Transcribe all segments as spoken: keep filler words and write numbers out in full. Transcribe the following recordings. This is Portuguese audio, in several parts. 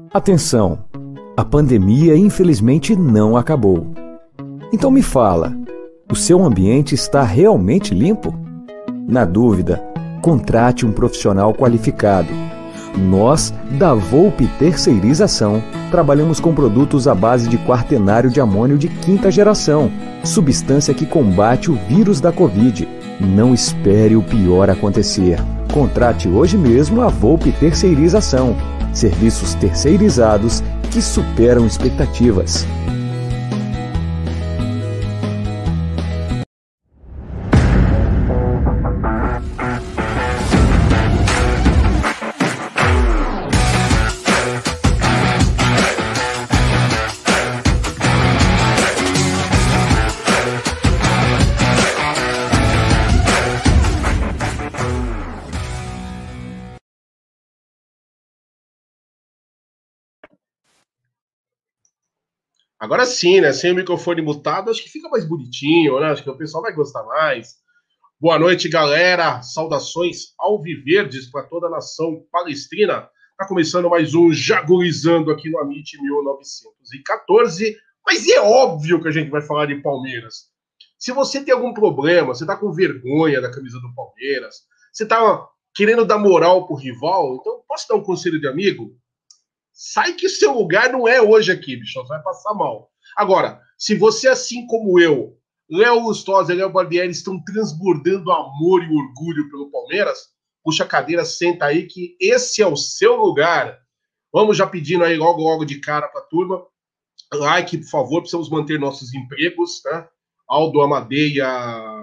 Atenção! A pandemia infelizmente não acabou. Então me fala, o seu ambiente está realmente limpo? Na dúvida, contrate um profissional qualificado. Nós, da Volpe Terceirização, trabalhamos com produtos à base de quaternário de amônio de quinta geração, substância que combate o vírus da Covid. Não espere o pior acontecer. Contrate hoje mesmo a Volpe Terceirização. Serviços terceirizados que superam expectativas. Agora sim, né? Sem o microfone mutado, acho que fica mais bonitinho, né? Acho que o pessoal vai gostar mais. Boa noite, galera. Saudações alviverdes para toda a nação palestrina. Tá começando mais um Jagulizando aqui no Amit mil novecentos e quatorze. Mas é óbvio que a gente vai falar de Palmeiras. Se você tem algum problema, você tá com vergonha da camisa do Palmeiras, você tá querendo dar moral pro rival, então posso dar um conselho de amigo? Sai que o seu lugar não é hoje aqui, bicho. Você vai passar mal. Agora, se você, assim como eu, Léo Lustosa e Léo Barbieri estão transbordando amor e orgulho pelo Palmeiras, puxa a cadeira, senta aí que esse é o seu lugar. Vamos já pedindo aí logo, logo de cara pra turma. Like, por favor, precisamos manter nossos empregos, né? Aldo Amadei, a,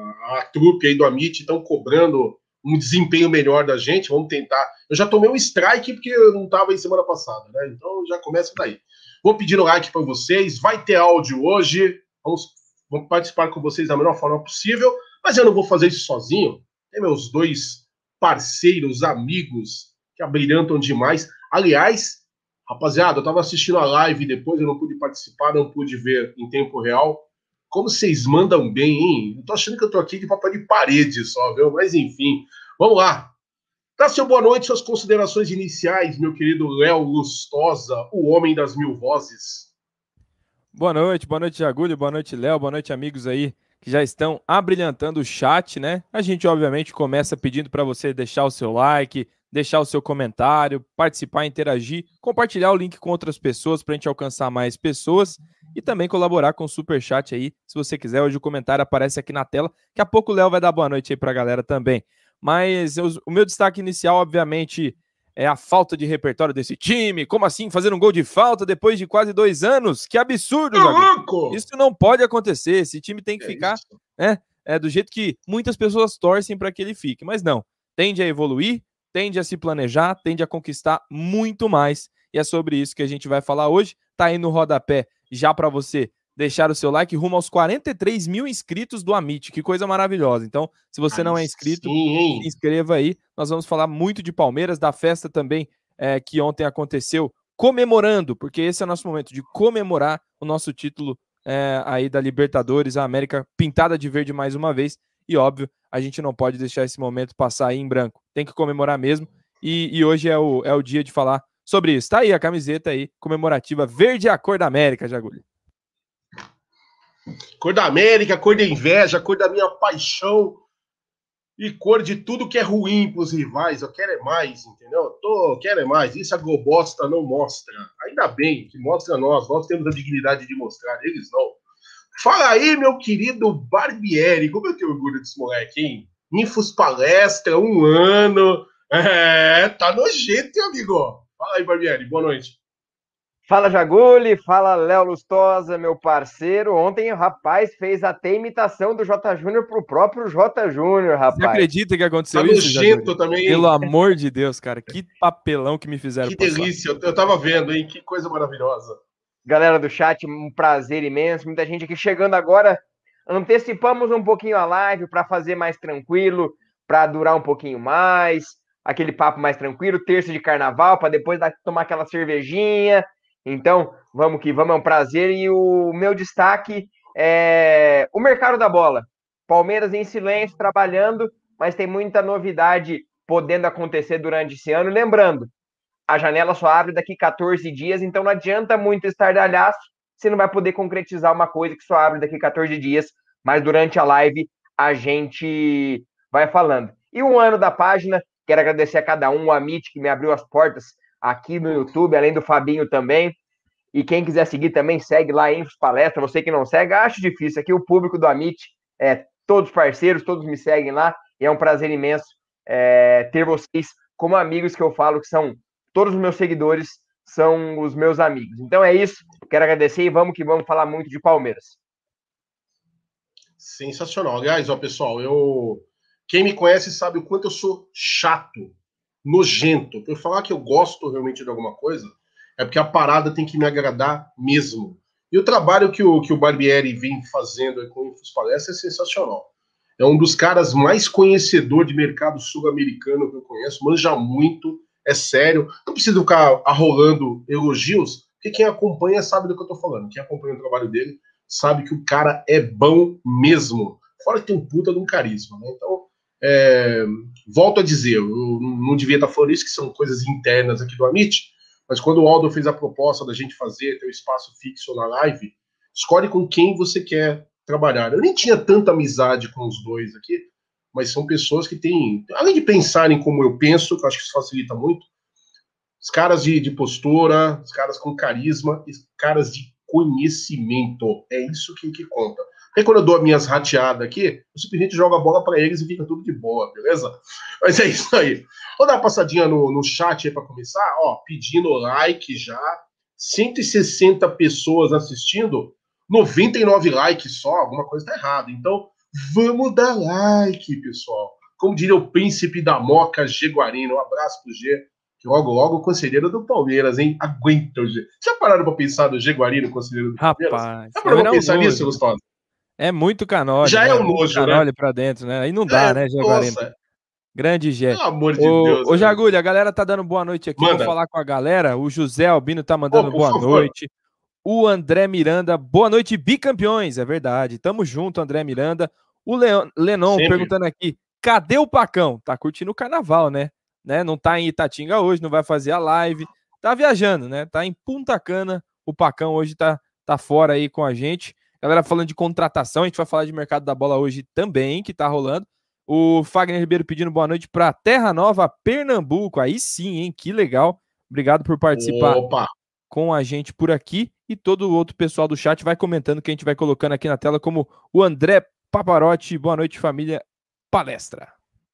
a trupe aí do Amit estão cobrando um desempenho melhor da gente, vamos tentar. Eu já tomei um strike porque eu não estava aí semana passada, né? Então já começa daí. Vou pedir um like para vocês, vai ter áudio hoje, vamos, vamos participar com vocês da melhor forma possível, mas eu não vou fazer isso sozinho. Tem meus dois parceiros, amigos, que abrilhantam demais. Aliás, rapaziada, eu estava assistindo a live depois, eu não pude participar, não pude ver em tempo real. Como vocês mandam bem, hein? Eu tô achando que eu tô aqui de papel de parede só, viu? Mas enfim, vamos lá. Dá seu boa noite, suas considerações iniciais, meu querido Léo Lustosa, o homem das mil vozes. Boa noite, boa noite, Jagulho, boa noite, Léo, boa noite, amigos aí que já estão abrilhantando o chat, né? A gente, obviamente, começa pedindo para você deixar o seu like, deixar o seu comentário, participar, interagir, compartilhar o link com outras pessoas para a gente alcançar mais pessoas e também colaborar com o Superchat aí, se você quiser. Hoje o comentário aparece aqui na tela. Daqui a pouco o Léo vai dar boa noite aí para a galera também. Mas eu, o meu destaque inicial, obviamente, é a falta de repertório desse time. Como assim fazer um gol de falta depois de quase dois anos? Que absurdo, Jagu. Isso não pode acontecer. Esse time tem que é ficar né, é, do jeito que muitas pessoas torcem para que ele fique. Mas não, tende a evoluir, tende a se planejar, tende a conquistar muito mais. E é sobre isso que a gente vai falar hoje. Tá aí no rodapé já para você deixar o seu like rumo aos quarenta e três mil inscritos do Amit. Que coisa maravilhosa. Então, se você Ai, não é inscrito, sim. se inscreva aí. Nós vamos falar muito de Palmeiras, da festa também é, que ontem aconteceu, comemorando, porque esse é o nosso momento de comemorar o nosso título é, aí da Libertadores, a América pintada de verde mais uma vez. E óbvio, a gente não pode deixar esse momento passar aí em branco. Tem que comemorar mesmo. E, e hoje é o, é o dia de falar sobre isso. Tá aí a camiseta aí, comemorativa, verde é a cor da América, Jagulho. Cor da América, cor da inveja, cor da minha paixão e cor de tudo que é ruim pros rivais. Eu quero é mais, entendeu? Eu tô, quero é mais. Isso a Globosta não mostra. Ainda bem que mostra nós. Nós temos a dignidade de mostrar. Eles não. Fala aí, meu querido Barbieri. Como eu tenho orgulho desse moleque, hein? Infos Palestra, um ano. É, tá nojento, hein, amigo? Fala aí, Barbieri. Boa noite. Fala, Jaguli, fala, Léo Lustosa, meu parceiro. Ontem o rapaz fez até imitação do J. Júnior pro próprio J. Júnior, rapaz. Você acredita que aconteceu tá isso, nojento também, Pelo amor de Deus, cara. Que papelão que me fizeram Que passar. delícia. Eu, eu tava vendo, hein? Que coisa maravilhosa. Galera do chat, um prazer imenso. Muita gente aqui chegando agora. Antecipamos um pouquinho a live para fazer mais tranquilo, para durar um pouquinho mais. Aquele papo mais tranquilo, terça de carnaval, para depois dar, tomar aquela cervejinha. Então, vamos que vamos, é um prazer. E o meu destaque é o mercado da bola. Palmeiras em silêncio, trabalhando, mas tem muita novidade podendo acontecer durante esse ano. Lembrando, a janela só abre daqui quatorze dias, então não adianta muito estardalhaço, você não vai poder concretizar uma coisa que só abre daqui quatorze dias, mas durante a live a gente vai falando. E um ano da página, quero agradecer a cada um, o Amit, que me abriu as portas aqui no YouTube, além do Fabinho também. E quem quiser seguir também, segue lá em Palestra. Você que não segue, acho difícil. Aqui o público do Amit, é, todos parceiros, todos me seguem lá. E é um prazer imenso é, ter vocês como amigos, que eu falo que são todos os meus seguidores, são os meus amigos. Então é isso. Quero agradecer e vamos que vamos falar muito de Palmeiras. Sensacional. Aliás, ó, pessoal, eu... quem me conhece sabe o quanto eu sou chato, nojento. Por falar que eu gosto realmente de alguma coisa, é porque a parada tem que me agradar mesmo. E o trabalho que o, que o Barbieri vem fazendo com o Infos Palestra é sensacional. É um dos caras mais conhecedor de mercado sul-americano que eu conheço, manja muito, é sério. Não precisa ficar arrolando elogios, porque quem acompanha sabe do que eu tô falando. Quem acompanha o trabalho dele sabe que o cara é bom mesmo. Fora que tem um puta de um carisma, né? Então, é, volto a dizer, eu não devia estar falando isso, que são coisas internas aqui do Amit, mas quando o Aldo fez a proposta da gente fazer, ter um espaço fixo na live, escolhe com quem você quer trabalhar. Eu nem tinha tanta amizade com os dois aqui, mas são pessoas que têm, além de pensarem como eu penso, que eu acho que isso facilita muito, os caras de, de postura, os caras com carisma, os caras de conhecimento. É isso que, que conta. Porque quando eu dou as minhas rateadas aqui, eu simplesmente jogo a bola para eles e fica tudo de boa, beleza? Mas é isso aí. Vou dar uma passadinha no, no chat aí para começar. Ó, pedindo like já. cento e sessenta pessoas assistindo. noventa e nove likes só. Alguma coisa tá errada. Então, vamos dar like, pessoal. Como diria o príncipe da Moca, G. Guarino. Um abraço pro G. Que logo, logo, conselheiro do Palmeiras, hein? Aguenta o G. Já pararam pra pensar no G. Guarino, conselheiro do Palmeiras? Rapaz, Já pararam pra é pensar um nisso, nojo. Gustavo? É muito canole. Já né? é um Muito nojo, canole né? pra dentro, né? Aí não dá, É, né, Jaguarino? nossa, Grande Gé. pelo amor de Ô, Deus. ô né? Jagulho, a galera tá dando boa noite aqui. Manda. Vou falar com a galera. O José Albino tá mandando Ô, por boa favor. noite. O André Miranda, boa noite, bicampeões. É verdade. Tamo junto, André Miranda. O Leon, Lenon Sempre. perguntando aqui: cadê o Pacão? Tá curtindo o carnaval, né? né? Não tá em Itatinga hoje, não vai fazer a live. Tá viajando, né? Tá em Punta Cana. O Pacão hoje tá, tá fora aí com a gente. Galera falando de contratação, a gente vai falar de mercado da bola hoje também, que tá rolando. O Fagner Ribeiro pedindo boa noite para Terra Nova, Pernambuco. Aí sim, hein? Que legal. Obrigado por participar Opa. com a gente por aqui. E todo o outro pessoal do chat vai comentando, que a gente vai colocando aqui na tela, como o André Paparotti. Boa noite, família Palestra.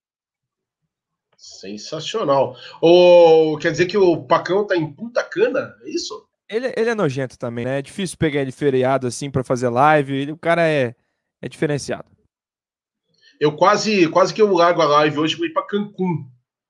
Sensacional. Oh, quer dizer que o Pacão tá em Punta Cana? É isso? Ele, ele é nojento também, né? É difícil pegar ele feriado assim para fazer live. Ele, o cara é, é diferenciado. Eu quase, quase que eu largo a live hoje para ir para Cancún.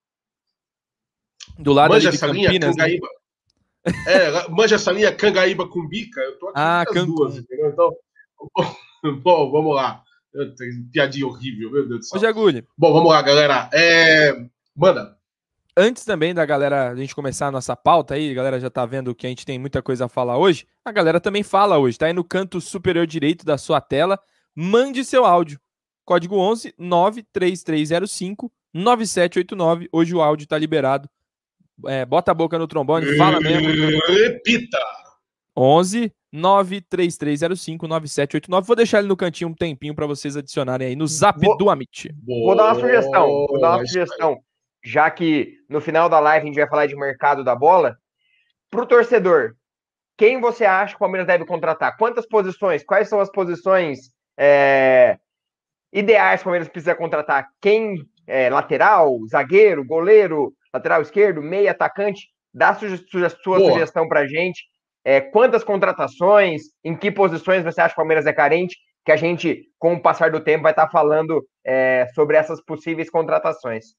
Do lado manja ali de essa linha, Campinas, né? Cangaíba. É, manja essa linha Cangaíba com Bica. Eu tô aqui Ah, nas Cancún. duas, entendeu? Então, bom, vamos lá. Piadinha horrível, meu Deus do céu. Ô, Jagulho. Bom, vamos lá, galera. É... Manda. Antes também da galera, a gente começar a nossa pauta aí, a galera já tá vendo que a gente tem muita coisa a falar hoje, a galera também fala hoje, tá aí no canto superior direito da sua tela, mande seu áudio, código onze nove três três zero cinco nove sete oito nove, hoje o áudio tá liberado, é, bota a boca no trombone, fala mesmo. Repita! onze nove três três zero cinco nove sete oito nove, vou deixar ele no cantinho um tempinho para vocês adicionarem aí no zap Vou, do Amit. Vou dar uma sugestão, vou dar uma sugestão. Já que no final da live a gente vai falar de mercado da bola, para o torcedor, quem você acha que o Palmeiras deve contratar? Quantas posições? Quais são as posições é, ideais que o Palmeiras precisa contratar? Quem é lateral, zagueiro, goleiro, lateral esquerdo, meia, atacante? Dá suge suge sua Boa. sugestão para a gente. É, quantas contratações? Em que posições você acha que o Palmeiras é carente? Que a gente, com o passar do tempo, vai estar falando é, sobre essas possíveis contratações.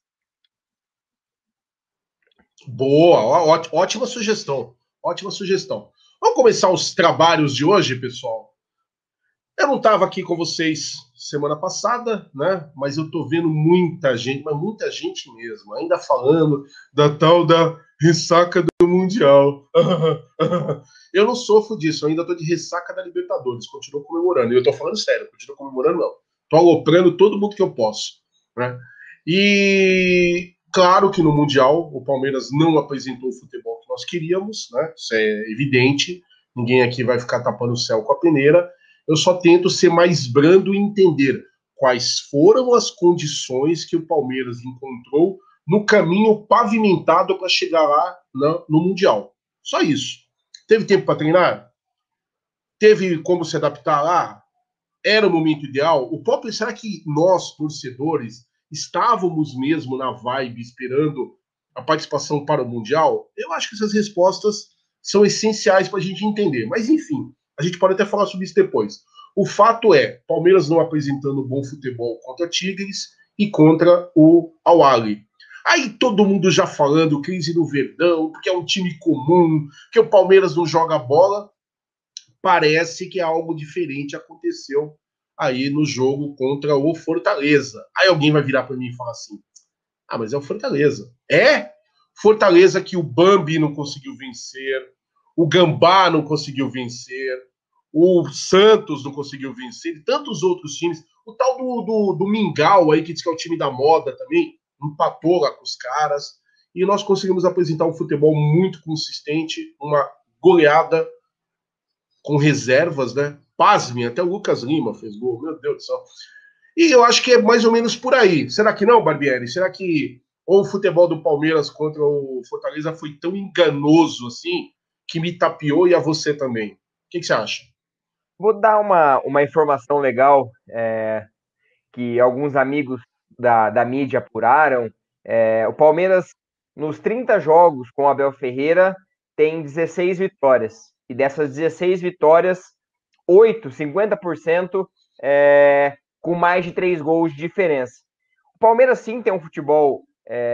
Boa, ó, ótima sugestão, ótima sugestão. Vamos começar os trabalhos de hoje, pessoal. Eu não estava aqui com vocês semana passada, né? Mas eu tô vendo muita gente, mas muita gente mesmo, ainda falando da tal da ressaca do Mundial. Eu não sofro disso, eu ainda tô de ressaca da Libertadores, continuo comemorando. E eu tô falando sério, continuo comemorando não. Tô aloprando todo mundo que eu posso, né? E claro que no Mundial o Palmeiras não apresentou o futebol nós queríamos, né? Isso é evidente, ninguém aqui vai ficar tapando o céu com a peneira. Eu só tento ser mais brando e entender quais foram as condições que o Palmeiras encontrou no caminho pavimentado para chegar lá no, no Mundial. Só isso. Teve tempo para treinar? Teve como se adaptar lá? Era o momento ideal? O próprio, será que nós, torcedores, estávamos mesmo na vibe esperando a participação para o Mundial? Eu acho que essas respostas são essenciais para a gente entender. Mas, enfim, a gente pode até falar sobre isso depois. O fato é, Palmeiras não apresentando bom futebol contra Tigres e contra o Al-Ahly. Aí todo mundo já falando crise no Verdão, porque é um time comum, que o Palmeiras não joga bola. Parece que algo diferente aconteceu aí no jogo contra o Fortaleza. Aí alguém vai virar para mim e falar assim, ah, mas é o Fortaleza. É? Fortaleza que o Bambi não conseguiu vencer, o Gambá não conseguiu vencer, o Santos não conseguiu vencer, e tantos outros times. O tal do, do, do Mingau aí, que diz que é o time da moda também, empatou lá com os caras. E nós conseguimos apresentar um futebol muito consistente, uma goleada com reservas, né? Pasmem, até o Lucas Lima fez gol, meu Deus do céu. E eu acho que é mais ou menos por aí. Será que não, Barbieri? Será que ou o futebol do Palmeiras contra o Fortaleza foi tão enganoso assim, que me tapeou e a você também? O que, que você acha? Vou dar uma, uma informação legal é, que alguns amigos da, da mídia apuraram. É, o Palmeiras, nos trinta jogos com o Abel Ferreira, tem dezesseis vitórias. E dessas dezesseis vitórias, oito, cinquenta por cento, é, com mais de três gols de diferença. O Palmeiras, sim, tem um futebol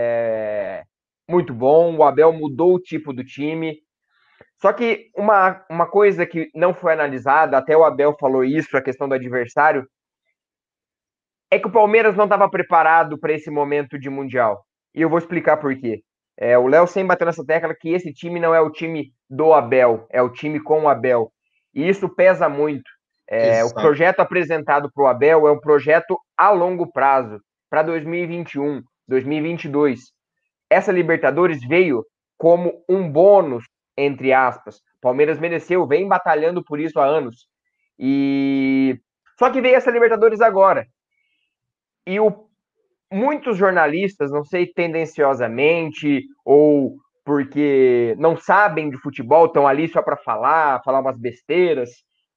é, muito bom. O Abel mudou o tipo do time. Só que uma, uma coisa que não foi analisada, até o Abel falou isso, a questão do adversário, é que o Palmeiras não estava preparado para esse momento de Mundial. E eu vou explicar por quê. É, o Léo sempre bateu nessa tecla que esse time não é o time do Abel, é o time com o Abel. E isso pesa muito. É, o projeto apresentado para o Abel é um projeto a longo prazo, para dois mil e vinte e um, dois mil e vinte e dois. Essa Libertadores veio como um bônus, entre aspas. O Palmeiras mereceu, vem batalhando por isso há anos. E só que veio essa Libertadores agora. E o... muitos jornalistas, não sei tendenciosamente ou porque não sabem de futebol, estão ali só para falar, falar umas besteiras,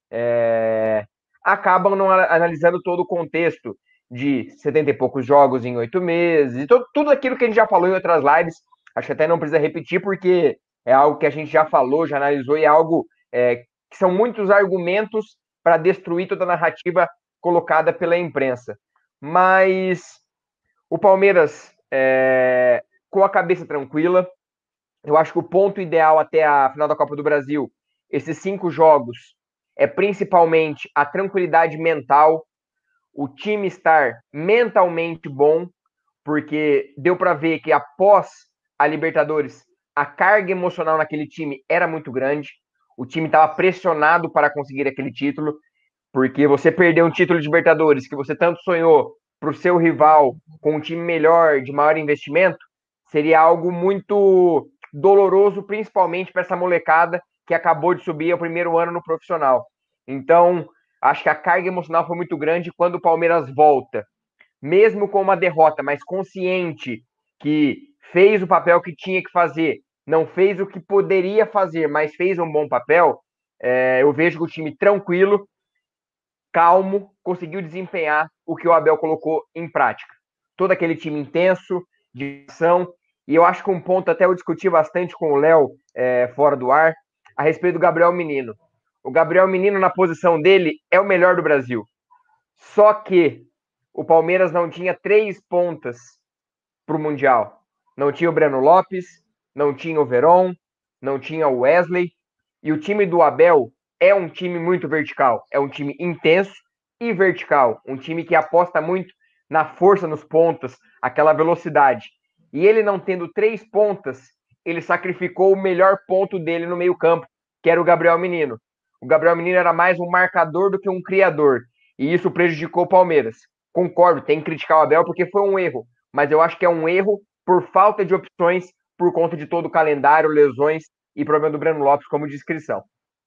é... acabam não analisando todo o contexto de setenta e poucos jogos em oito meses, e todo, tudo aquilo que a gente já falou em outras lives. Acho que até não precisa repetir, porque é algo que a gente já falou, já analisou, e é algo é, que são muitos argumentos para destruir toda a narrativa colocada pela imprensa. Mas o Palmeiras, é, com a cabeça tranquila, eu acho que o ponto ideal até a final da Copa do Brasil, esses cinco jogos, é principalmente a tranquilidade mental, o time estar mentalmente bom, porque deu para ver que após a Libertadores, a carga emocional naquele time era muito grande, o time estava pressionado para conseguir aquele título, porque você perdeu um título de Libertadores que você tanto sonhou para o seu rival com um time melhor, de maior investimento, seria algo muito doloroso, principalmente para essa molecada que acabou de subir ao primeiro ano no profissional. Então, acho que a carga emocional foi muito grande quando o Palmeiras volta, mesmo com uma derrota, mas consciente que fez o papel que tinha que fazer, não fez o que poderia fazer, mas fez um bom papel, é, eu vejo que o time tranquilo, calmo, conseguiu desempenhar o que o Abel colocou em prática. Todo aquele time intenso, de ação, e eu acho que um ponto até eu discuti bastante com o Léo, é, fora do ar, a respeito do Gabriel Menino. O Gabriel Menino, na posição dele, é o melhor do Brasil. Só que o Palmeiras não tinha três pontas para o Mundial. Não tinha o Breno Lopes, não tinha o Veron, não tinha o Wesley, e o time do Abel é um time muito vertical, é um time intenso e vertical, um time que aposta muito na força nos pontas, aquela velocidade. E ele não tendo três pontas, ele sacrificou o melhor ponto dele no meio-campo, que era o Gabriel Menino. O Gabriel Menino era mais um marcador do que um criador, e isso prejudicou o Palmeiras. Concordo, tem que criticar o Abel porque foi um erro, mas eu acho que é um erro por falta de opções por conta de todo o calendário, lesões e problema do Breno Lopes como descrição.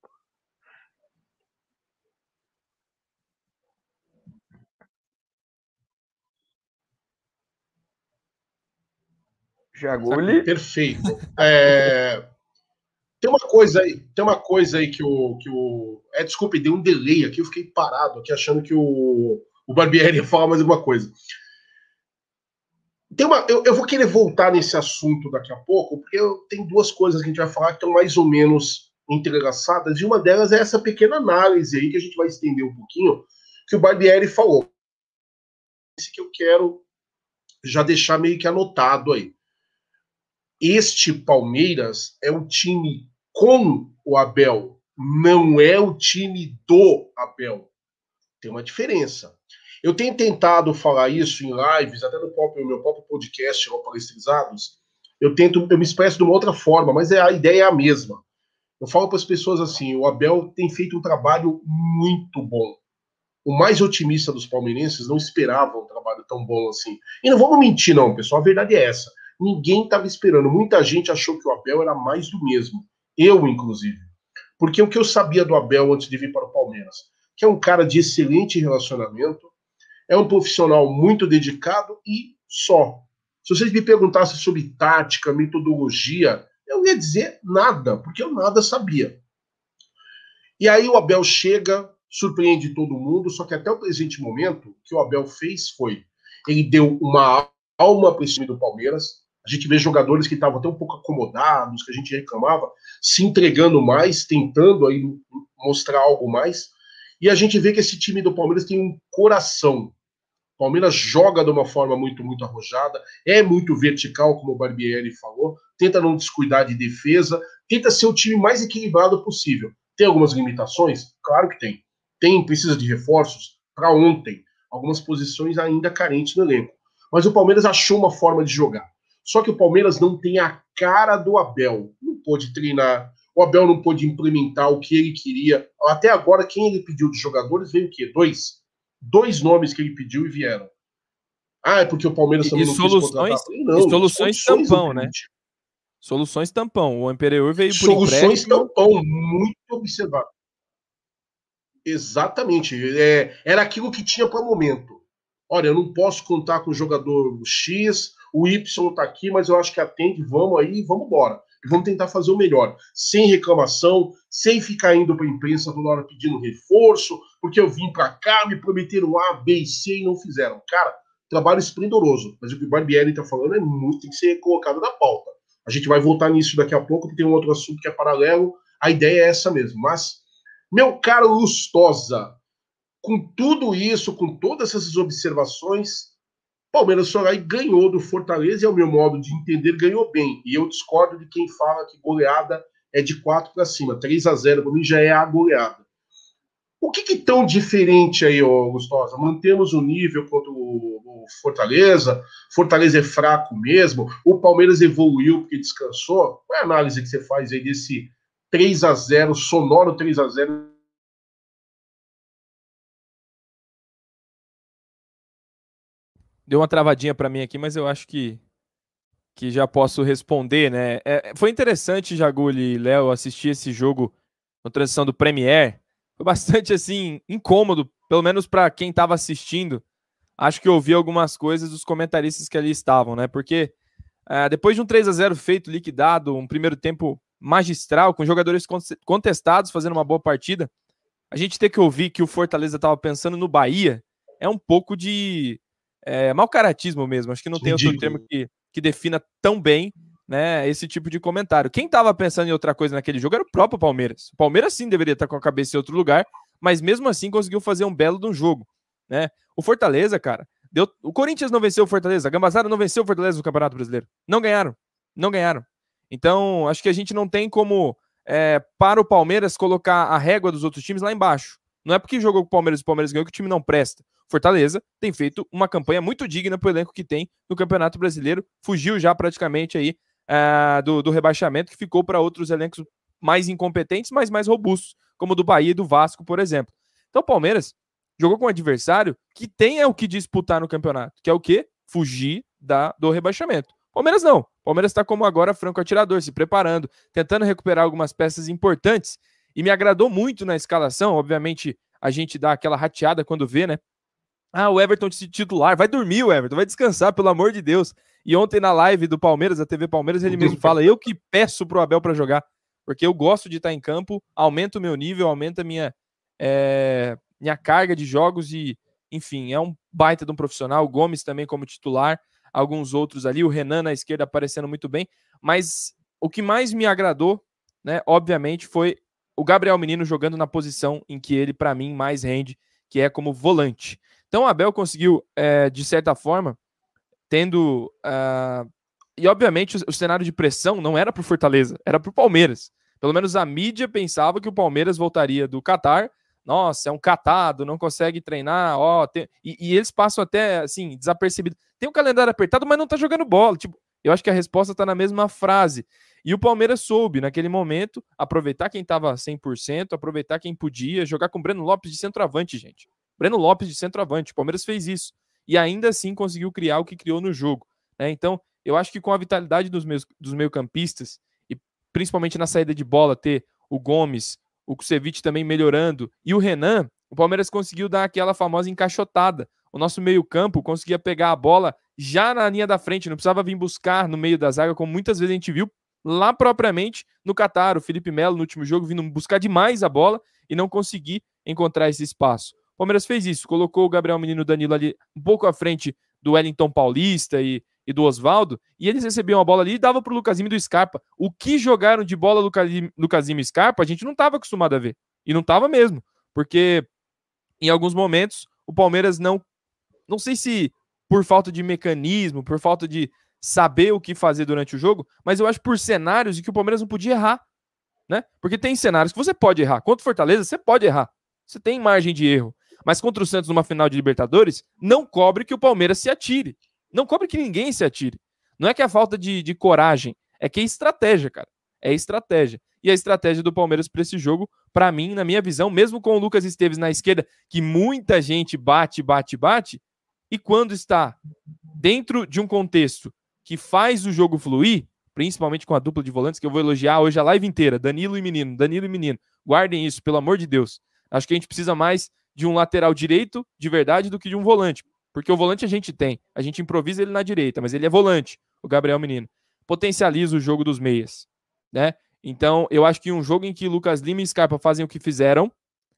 Jaguli. Perfeito. É... Tem uma coisa aí, tem uma coisa aí que o. Que o... É, desculpe, deu um delay aqui, eu fiquei parado aqui achando que o, o Barbieri ia falar mais alguma coisa. Tem uma, eu, eu vou querer voltar nesse assunto daqui a pouco, porque eu, tem duas coisas que a gente vai falar que estão mais ou menos entrelaçadas, e uma delas é essa pequena análise aí que a gente vai estender um pouquinho, que o Barbieri falou. Esse que eu quero já deixar meio que anotado aí. Este Palmeiras é o time com o Abel, não é o time do Abel. Tem uma diferença. Eu tenho tentado falar isso em lives, até no, próprio, no meu próprio podcast, no Palestrizados. Eu tento, eu me expresso de uma outra forma, mas é, a ideia é a mesma. Eu falo para as pessoas assim: o Abel tem feito um trabalho muito bom. O mais otimista dos palmeirenses não esperava um trabalho tão bom assim. E não vamos mentir, não, pessoal. A verdade é essa. Ninguém estava esperando. Muita gente achou que o Abel era mais do mesmo. Eu, inclusive. Porque o que eu sabia do Abel antes de vir para o Palmeiras? Que é um cara de excelente relacionamento, é um profissional muito dedicado e só. Se vocês me perguntassem sobre tática, metodologia, eu ia dizer nada, porque eu nada sabia. E aí o Abel chega, surpreende todo mundo, só que até o presente momento, o que o Abel fez foi, ele deu uma alma para esse time do Palmeiras. A gente vê jogadores que estavam até um pouco acomodados, que a gente reclamava, se entregando mais, tentando aí mostrar algo mais. E a gente vê que esse time do Palmeiras tem um coração. O Palmeiras joga de uma forma muito, muito arrojada, é muito vertical, como o Barbieri falou, tenta não descuidar de defesa, tenta ser o time mais equilibrado possível. Tem algumas limitações? Claro que tem. Tem, precisa de reforços? Para ontem. Algumas posições ainda carentes no elenco. Mas o Palmeiras achou uma forma de jogar. Só que o Palmeiras não tem a cara do Abel. Não pôde treinar. O Abel não pôde implementar o que ele queria. Até agora, quem ele pediu de jogadores veio o quê? Dois. Dois nomes que ele pediu e vieram. Ah, é porque o Palmeiras e, também e não soluções, quis contratar. Não, e soluções tampão, né? Soluções tampão. O Imperiur veio por Soluções empréstimo. tampão, muito observado. Exatamente. É, era aquilo que tinha para o momento. Olha, eu não posso contar com o jogador X, o Y está aqui, mas eu acho que atende, vamos aí, vamos embora. E vamos tentar fazer o melhor. Sem reclamação, sem ficar indo para a imprensa toda hora pedindo reforço, porque eu vim para cá, me prometeram A, B e C e não fizeram. Cara, trabalho esplendoroso. Mas o que o Barbieri está falando é muito, tem que ser colocado na pauta. A gente vai voltar nisso daqui a pouco, porque tem um outro assunto que é paralelo. A ideia é essa mesmo. Mas, meu caro Lustosa, com tudo isso, com todas essas observações, Palmeiras foi lá e ganhou do Fortaleza, e ao meu modo de entender, ganhou bem. E eu discordo de quem fala que goleada é de quatro para cima. três a zero para mim já é a goleada. O que que tão diferente aí, ô, Gustosa? Mantemos o nível contra o, o Fortaleza? Fortaleza é fraco mesmo? O Palmeiras evoluiu porque descansou? Qual é a análise que você faz aí desse três a zero, sonoro três a zero? Deu uma travadinha para mim aqui, mas eu acho que, que já posso responder, né? É, foi interessante, Jaguli e Léo, assistir esse jogo na transição do Premier. Foi bastante, assim, incômodo, pelo menos para quem estava assistindo. Acho que eu ouvi algumas coisas dos comentaristas que ali estavam, né? Porque é, depois de um três a zero feito, liquidado, um primeiro tempo magistral, com jogadores contestados fazendo uma boa partida, a gente ter que ouvir que o Fortaleza estava pensando no Bahia é um pouco de é, mau caratismo mesmo. Acho que não tem Ridículo. outro termo que, que defina tão bem, né, esse tipo de comentário. Quem estava pensando em outra coisa naquele jogo era o próprio Palmeiras. O Palmeiras sim deveria estar com a cabeça em outro lugar, mas mesmo assim conseguiu fazer um belo de um jogo, né? O Fortaleza, cara, deu... o Corinthians não venceu o Fortaleza, a Gambazada não venceu o Fortaleza no Campeonato Brasileiro. Não ganharam, não ganharam. Então, acho que a gente não tem como, é, para o Palmeiras, colocar a régua dos outros times lá embaixo. Não é porque jogou com o Palmeiras e o Palmeiras ganhou que o time não presta. Fortaleza tem feito uma campanha muito digna pro elenco que tem no Campeonato Brasileiro, fugiu já praticamente aí uh, do, do rebaixamento, que ficou para outros elencos mais incompetentes, mas mais robustos, como o do Bahia e do Vasco, por exemplo. Então o Palmeiras jogou com um adversário que tem é o que disputar no campeonato, que é o quê? Fugir da, do rebaixamento. Palmeiras não. Palmeiras está como agora franco atirador, se preparando, tentando recuperar algumas peças importantes. E me agradou muito na escalação. Obviamente, a gente dá aquela rateada quando vê, né? Ah, o Everton titular. Vai dormir, o Everton. Vai descansar, pelo amor de Deus. E ontem na live do Palmeiras, a T V Palmeiras, ele mesmo fala, eu que peço pro Abel para jogar. Porque eu gosto de estar em campo, aumenta o meu nível, aumenta a minha, é, minha carga de jogos e, enfim, é um baita de um profissional. O Gomes também como titular, alguns outros ali, o Renan na esquerda aparecendo muito bem. Mas o que mais me agradou, né, obviamente, foi o Gabriel Menino jogando na posição em que ele, para mim, mais rende, que é como volante. Então o Abel conseguiu, é, de certa forma, tendo... Uh, e obviamente o, o cenário de pressão não era para o Fortaleza, era para o Palmeiras. Pelo menos a mídia pensava que o Palmeiras voltaria do Catar. Nossa, é um catado, não consegue treinar. Ó, tem... e, e eles passam até, assim, desapercebido. Tem um calendário apertado, mas não tá jogando bola. Tipo, eu acho que a resposta tá na mesma frase. E o Palmeiras soube, naquele momento, aproveitar quem tava cem por cento, aproveitar quem podia, jogar com o Breno Lopes de centroavante, gente. Breno Lopes de centroavante. O Palmeiras fez isso. E ainda assim conseguiu criar o que criou no jogo. Né? Então, eu acho que com a vitalidade dos meus dos meio-campistas, e principalmente na saída de bola, ter o Gomes, o Kusevich também melhorando, e o Renan, o Palmeiras conseguiu dar aquela famosa encaixotada. O nosso meio-campo conseguia pegar a bola já na linha da frente, não precisava vir buscar no meio da zaga, como muitas vezes a gente viu lá propriamente no Catar. O Felipe Melo, no último jogo, vindo buscar demais a bola e não conseguir encontrar esse espaço. O Palmeiras fez isso, colocou o Gabriel Menino Danilo ali um pouco à frente do Wellington Paulista e, e do Osvaldo, e eles recebiam a bola ali e davam pro Lucasimo e do Scarpa. O que jogaram de bola Lucasimo e Scarpa, a gente não estava acostumado a ver. E não estava mesmo, porque em alguns momentos o Palmeiras não, não sei se por falta de mecanismo, por falta de saber o que fazer durante o jogo, mas eu acho por cenários em que o Palmeiras não podia errar, né? Porque tem cenários que você pode errar. Contra o Fortaleza, você pode errar. Você tem margem de erro. Mas contra o Santos numa final de Libertadores, não cobre que o Palmeiras se atire. Não cobre que ninguém se atire. Não é que é falta de, de coragem, é que é estratégia, cara. É estratégia. E a estratégia do Palmeiras para esse jogo, para mim, na minha visão, mesmo com o Lucas Esteves na esquerda, que muita gente bate, bate, bate, e quando está dentro de um contexto que faz o jogo fluir, principalmente com a dupla de volantes, que eu vou elogiar hoje a live inteira, Danilo e Menino, Danilo e Menino. Guardem isso, pelo amor de Deus. Acho que a gente precisa mais de um lateral direito de verdade do que de um volante. Porque o volante a gente tem. A gente improvisa ele na direita, mas ele é volante, o Gabriel Menino. Potencializa o jogo dos meias. Né? Então, eu acho que um jogo em que Lucas Lima e Scarpa fazem o que fizeram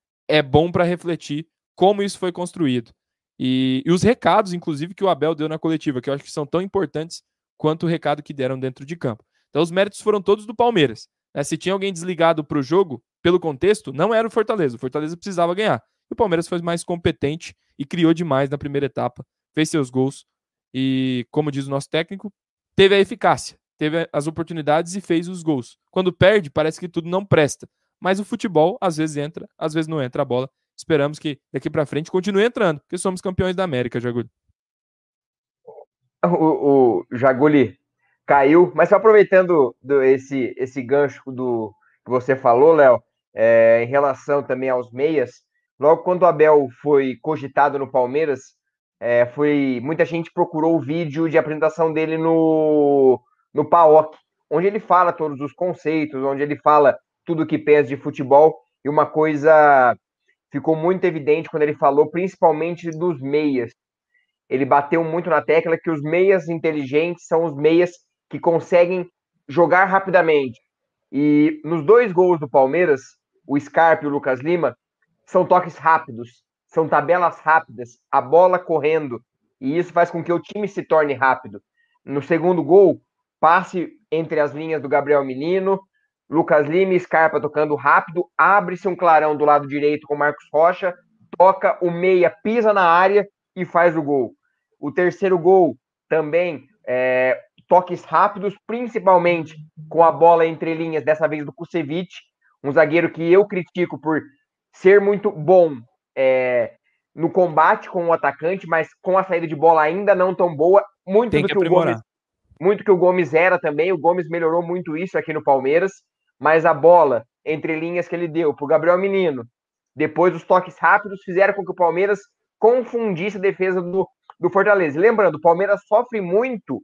é bom para refletir como isso foi construído. E, e os recados, inclusive, que o Abel deu na coletiva, que eu acho que são tão importantes quanto o recado que deram dentro de campo. Então, os méritos foram todos do Palmeiras. Né? Se tinha alguém desligado para o jogo, pelo contexto, não era o Fortaleza. O Fortaleza precisava ganhar. E o Palmeiras foi mais competente e criou demais na primeira etapa, fez seus gols e, como diz o nosso técnico, teve a eficácia, teve as oportunidades e fez os gols. Quando perde, parece que tudo não presta. Mas o futebol, às vezes entra, às vezes não entra a bola. Esperamos que daqui para frente continue entrando, porque somos campeões da América, Jaguli. O, o Jaguli caiu, mas só aproveitando do, esse, esse gancho do que você falou, Léo, é, em relação também aos meias, logo quando o Abel foi cogitado no Palmeiras, é, foi, muita gente procurou o vídeo de apresentação dele no, no P A O C, onde ele fala todos os conceitos, onde ele fala tudo que pensa de futebol, e uma coisa ficou muito evidente quando ele falou, principalmente dos meias. Ele bateu muito na tecla que os meias inteligentes são os meias que conseguem jogar rapidamente. E nos dois gols do Palmeiras, o Scarpa e o Lucas Lima, são toques rápidos, são tabelas rápidas, a bola correndo, e isso faz com que o time se torne rápido. No segundo gol, passe entre as linhas do Gabriel Menino, Lucas Lima e Scarpa tocando rápido, abre-se um clarão do lado direito com o Marcos Rocha, toca, o meia pisa na área e faz o gol. O terceiro gol também, é, toques rápidos, principalmente com a bola entre linhas, dessa vez do Kusevich, um zagueiro que eu critico por ser muito bom é, no combate com o atacante, mas com a saída de bola ainda não tão boa. Muito Tem do que, que o Gomes, muito que o Gomes era também. O Gomes melhorou muito isso aqui no Palmeiras, mas a bola entre linhas que ele deu para o Gabriel Menino, depois os toques rápidos, fizeram com que o Palmeiras confundisse a defesa do, do Fortaleza. Lembrando, o Palmeiras sofre muito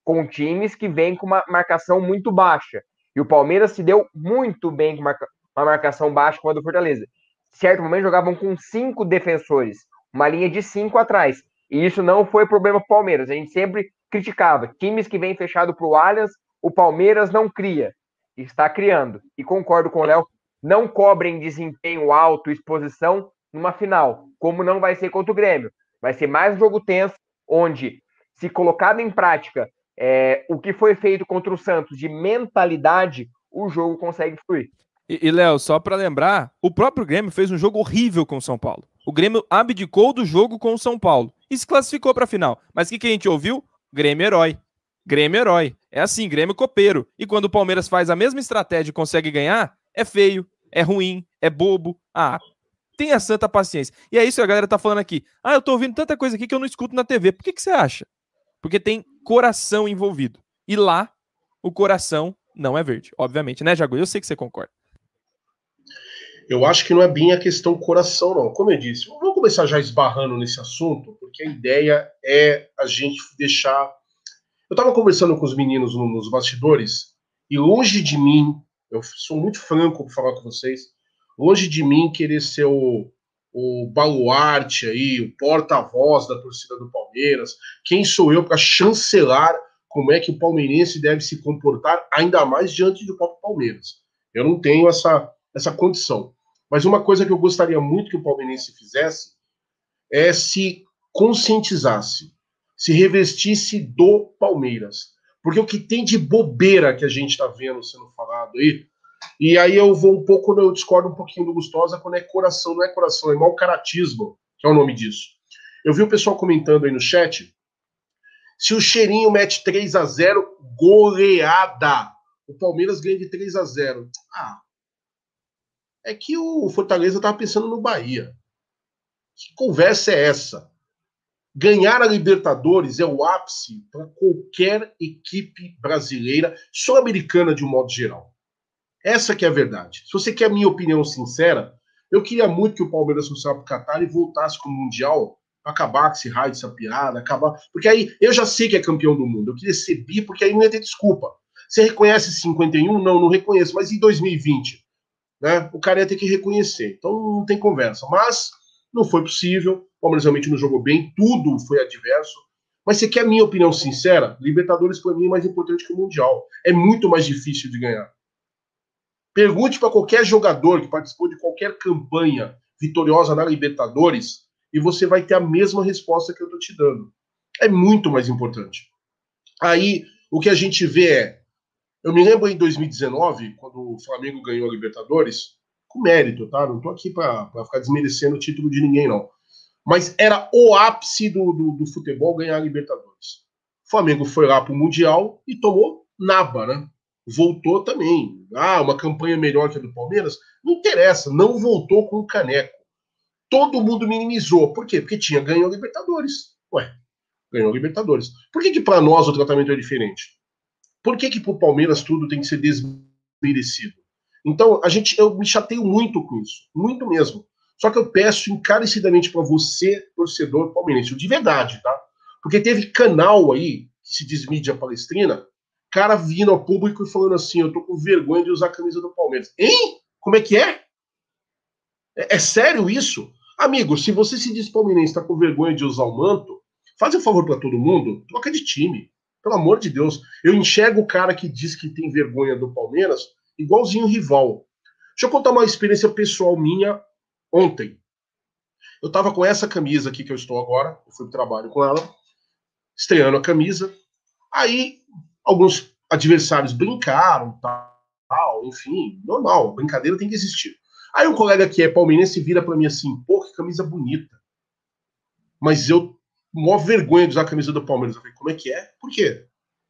com times que vêm com uma marcação muito baixa. E o Palmeiras se deu muito bem com marca, uma marcação baixa com a do Fortaleza. Em certo momento jogavam com cinco defensores, uma linha de cinco atrás. E isso não foi problema para o Palmeiras. A gente sempre criticava. Times que vêm fechado para o Allianz, o Palmeiras não cria. Está criando. E concordo com o Léo, não cobrem desempenho alto, exposição numa final, como não vai ser contra o Grêmio. Vai ser mais um jogo tenso, onde, se colocado em prática é, o que foi feito contra o Santos de mentalidade, o jogo consegue fluir. E, e Léo, só para lembrar, o próprio Grêmio fez um jogo horrível com o São Paulo. O Grêmio abdicou do jogo com o São Paulo e se classificou para a final. Mas o que, que a gente ouviu? Grêmio herói. Grêmio herói. É assim, Grêmio copeiro. E quando o Palmeiras faz a mesma estratégia e consegue ganhar, é feio, é ruim, é bobo. Ah, tenha santa paciência. E é isso que a galera tá falando aqui. Ah, eu tô ouvindo tanta coisa aqui que eu não escuto na T V. Por que, que você acha? Porque tem coração envolvido. E lá, o coração não é verde. Obviamente, né, Jagu? Eu sei que você concorda. Eu acho que não é bem a questão coração, não. Como eu disse, vamos começar já esbarrando nesse assunto, porque a ideia é a gente deixar... Eu estava conversando com os meninos nos bastidores, e longe de mim, eu sou muito franco para falar com vocês, longe de mim querer ser o, o baluarte aí, o porta-voz da torcida do Palmeiras. Quem sou eu para chancelar como é que o palmeirense deve se comportar, ainda mais diante do próprio Palmeiras? Eu não tenho essa, essa condição. Mas uma coisa que eu gostaria muito que o palmeirense fizesse é se conscientizasse, se revestisse do Palmeiras. Porque o que tem de bobeira que a gente está vendo sendo falado aí, e aí eu vou um pouco, eu discordo um pouquinho do Gustosa quando é coração, não é coração, é mau caratismo, que é o nome disso. Eu vi o pessoal comentando aí no chat, se o Cheirinho mete três a zero, goleada. O Palmeiras ganha de três a zero. Ah, é que o Fortaleza estava pensando no Bahia. Que conversa é essa? Ganhar a Libertadores é o ápice para qualquer equipe brasileira, sul-americana de um modo geral. Essa que é a verdade. Se você quer a minha opinião sincera, eu queria muito que o Palmeiras fosse para o Qatar e voltasse com o Mundial, para acabar com esse raio dessa piada, acabar... Porque aí eu já sei que é campeão do mundo. Eu queria ser bi, porque aí não ia ter desculpa. Você reconhece cinquenta e um? Não, não reconheço. Mas em dois mil e vinte? Né? O cara ia ter que reconhecer. Então não tem conversa. Mas não foi possível. O Palmeiras realmente não jogou bem. Tudo foi adverso. Mas você quer a minha opinião sincera? Libertadores, para mim, é mais importante que o Mundial. É muito mais difícil de ganhar. Pergunte para qualquer jogador que participou de qualquer campanha vitoriosa na Libertadores e você vai ter a mesma resposta que eu estou te dando. É muito mais importante. Aí, o que a gente vê é... Eu me lembro em dois mil e dezenove, quando o Flamengo ganhou a Libertadores, com mérito, tá? Não estou aqui para ficar desmerecendo o título de ninguém, não. Mas era o ápice do, do, do futebol ganhar a Libertadores. O Flamengo foi lá para o Mundial e tomou naba, né? Voltou também. Ah, uma campanha melhor que a do Palmeiras? Não interessa, não voltou com o caneco. Todo mundo minimizou. Por quê? Porque tinha ganho a Libertadores. Ué, ganhou a Libertadores. Por que que para nós o tratamento é diferente? Por que que pro Palmeiras tudo tem que ser desmerecido? Então, a gente, eu me chateio muito com isso. Muito mesmo. Só que eu peço encarecidamente para você, torcedor palmeirense, de verdade, tá? Porque teve canal aí, que se diz mídia palestrina, cara vindo ao público e falando assim, eu tô com vergonha de usar a camisa do Palmeiras. Hein? Como é que é? É, é sério isso? Amigo, se você se diz palmeirense e tá com vergonha de usar o manto, faz um favor para todo mundo, troca de time. Pelo amor de Deus. Eu enxergo o cara que diz que tem vergonha do Palmeiras igualzinho o rival. Deixa eu contar uma experiência pessoal minha ontem. Eu tava com essa camisa aqui que eu estou agora, eu fui pro trabalho com ela, estreando a camisa. Aí, alguns adversários brincaram, tal, enfim, normal, brincadeira tem que existir. Aí um colega que é palmeirense vira pra mim assim, pô, que camisa bonita. Mas eu, mó vergonha de usar a camisa do Palmeiras. Eu falei, como é que é? Por quê?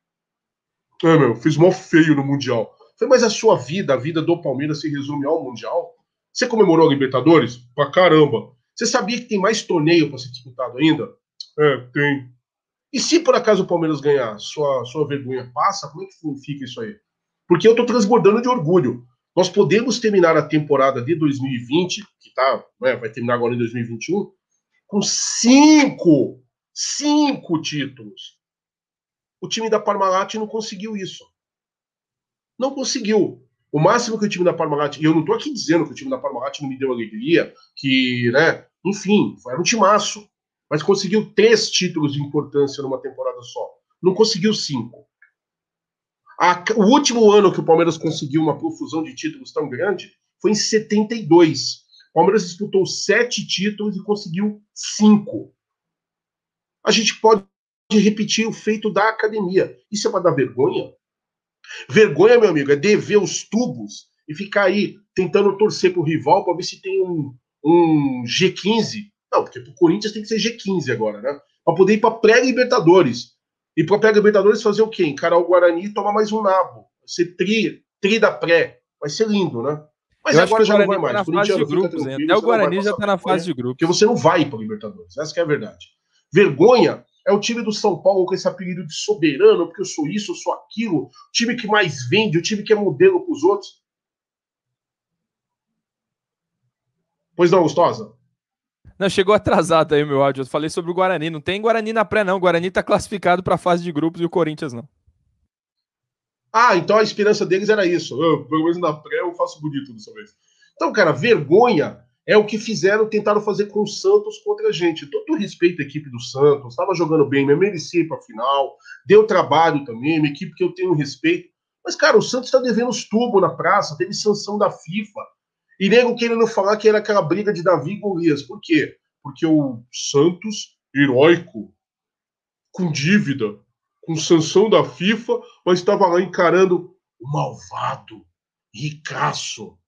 É, meu, fiz mó feio no Mundial. Eu falei, mas a sua vida, a vida do Palmeiras se resume ao Mundial? Você comemorou a Libertadores? Pra caramba. Você sabia que tem mais torneio pra ser disputado ainda? É, tem. E se por acaso o Palmeiras ganhar, sua, sua vergonha passa? Como é que fica isso aí? Porque eu tô transbordando de orgulho. Nós podemos terminar a temporada de dois mil e vinte, que tá, né, vai terminar agora em dois mil e vinte e um, com cinco, cinco títulos. O time da Parmalat não conseguiu isso. Não conseguiu. O máximo que o time da Parmalat... E eu não estou aqui dizendo que o time da Parmalat não me deu alegria, que, né? Enfim, era um timaço. Mas conseguiu três títulos de importância numa temporada só. Não conseguiu cinco. A, o último ano que o Palmeiras conseguiu uma profusão de títulos tão grande foi em setenta e dois. O Palmeiras disputou sete títulos e conseguiu cinco. A gente pode repetir o feito da academia. Isso é para dar vergonha? Vergonha, meu amigo, é dever os tubos e ficar aí tentando torcer pro rival para ver se tem um, um G quinze. Não, porque pro Corinthians tem que ser G quinze agora, né? Para poder ir para pré-Libertadores. E para pré-Libertadores fazer o quê? Encarar o Guarani e tomar mais um nabo. Vai ser tri, tri da pré. Vai ser lindo, né? Mas eu agora já não vai tá mais. Na fase de grupos, até o Guarani já tá na fase de grupos. Porque você não vai para Libertadores. Essa que é a verdade. Vergonha é o time do São Paulo com esse apelido de soberano, porque eu sou isso, eu sou aquilo. O time que mais vende, o time que é modelo para os outros. Pois não, Gustosa? Não, chegou atrasado aí o meu áudio. Eu falei sobre o Guarani. Não tem Guarani na pré, não. O Guarani tá classificado para a fase de grupos e o Corinthians não. Ah, então a esperança deles era isso. Eu, pelo menos na pré eu faço bonito dessa vez. Então, cara, vergonha é o que fizeram, tentaram fazer com o Santos contra a gente. Todo respeito à equipe do Santos, estava jogando bem, me merecia ir para a final, deu trabalho também, uma equipe que eu tenho respeito. Mas, cara, o Santos está devendo os tubos na praça, teve sanção da FIFA. E nego querendo falar que era aquela briga de Davi e Golias. Por quê? Porque o Santos, heróico, com dívida, com sanção da FIFA, mas estava lá encarando o malvado, ricaço,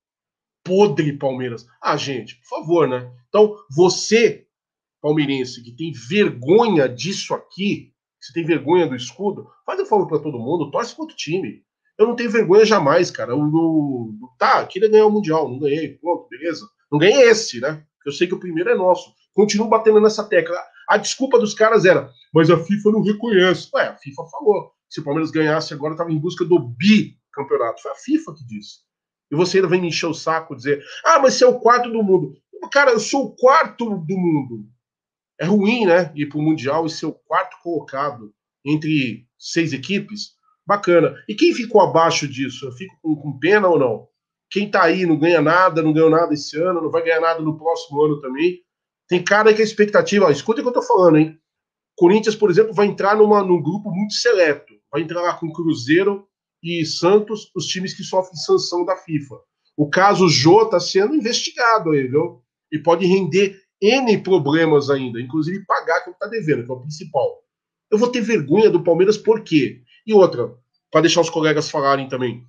podre Palmeiras. Ah, gente, por favor, né? Então, você, palmeirense, que tem vergonha disso aqui, que você tem vergonha do escudo, faz um favor para todo mundo, torce para outro time. Eu não tenho vergonha jamais, cara. Eu, eu, tá, queria ganhar o Mundial, não ganhei, pronto, beleza. Não ganhei esse, né? Eu sei que o primeiro é nosso. Continuo batendo nessa tecla. A desculpa dos caras era, mas a FIFA não reconhece. Ué, a FIFA falou. Se o Palmeiras ganhasse agora, estava em busca do bicampeonato. Foi a FIFA que disse. E você ainda vem me encher o saco, dizer, ah, mas você é o quarto do mundo. Cara, eu sou o quarto do mundo. É ruim, né? Ir para o Mundial e ser o quarto colocado entre seis equipes. Bacana. E quem ficou abaixo disso? Eu fico com, com pena ou não? Quem tá aí não ganha nada, não ganhou nada esse ano, não vai ganhar nada no próximo ano também. Tem cara que a expectativa... Ó, escuta o que eu tô falando, hein? Corinthians, por exemplo, vai entrar numa, num grupo muito seleto. Vai entrar lá com Cruzeiro e Santos, os times que sofrem sanção da FIFA. O caso Jô está sendo investigado aí, viu? E pode render N problemas ainda, inclusive pagar aquilo que está devendo, que é o principal. Eu vou ter vergonha do Palmeiras por quê? E outra, para deixar os colegas falarem também.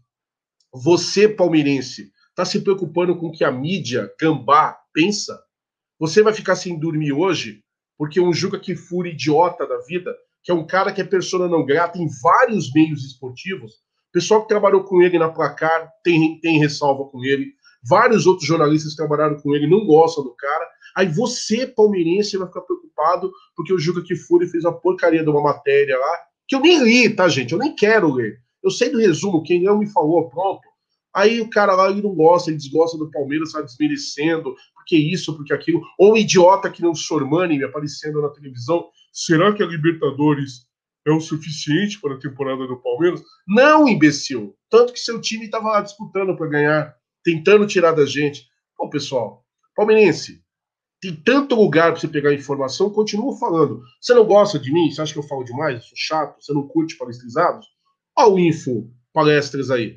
Você, palmeirense, está se preocupando com o que a mídia gambá pensa? Você vai ficar sem dormir hoje porque um Juca Kfouri idiota da vida, que é um cara que é persona não grata em vários meios esportivos, o pessoal que trabalhou com ele na Placar tem, tem ressalva com ele, vários outros jornalistas que trabalharam com ele não gostam do cara, aí você, palmeirense, vai ficar preocupado porque o Juca Kfouri fez a porcaria de uma matéria lá, que eu nem li, tá, gente? Eu nem quero ler. Eu sei do resumo, quem não me falou, pronto. Aí o cara lá, ele não gosta, ele desgosta do Palmeiras, tá desmerecendo, porque isso, porque aquilo. Ou um idiota que não Sormani me aparecendo na televisão. Será que a Libertadores é o suficiente para a temporada do Palmeiras? Não, imbecil. Tanto que seu time estava lá disputando para ganhar, tentando tirar da gente. Bom, pessoal, palmeirense, tem tanto lugar para você pegar informação, continuo falando. Você não gosta de mim? Você acha que eu falo demais? Eu sou chato? Você não curte palestrizados? Olha o Info Palestras aí.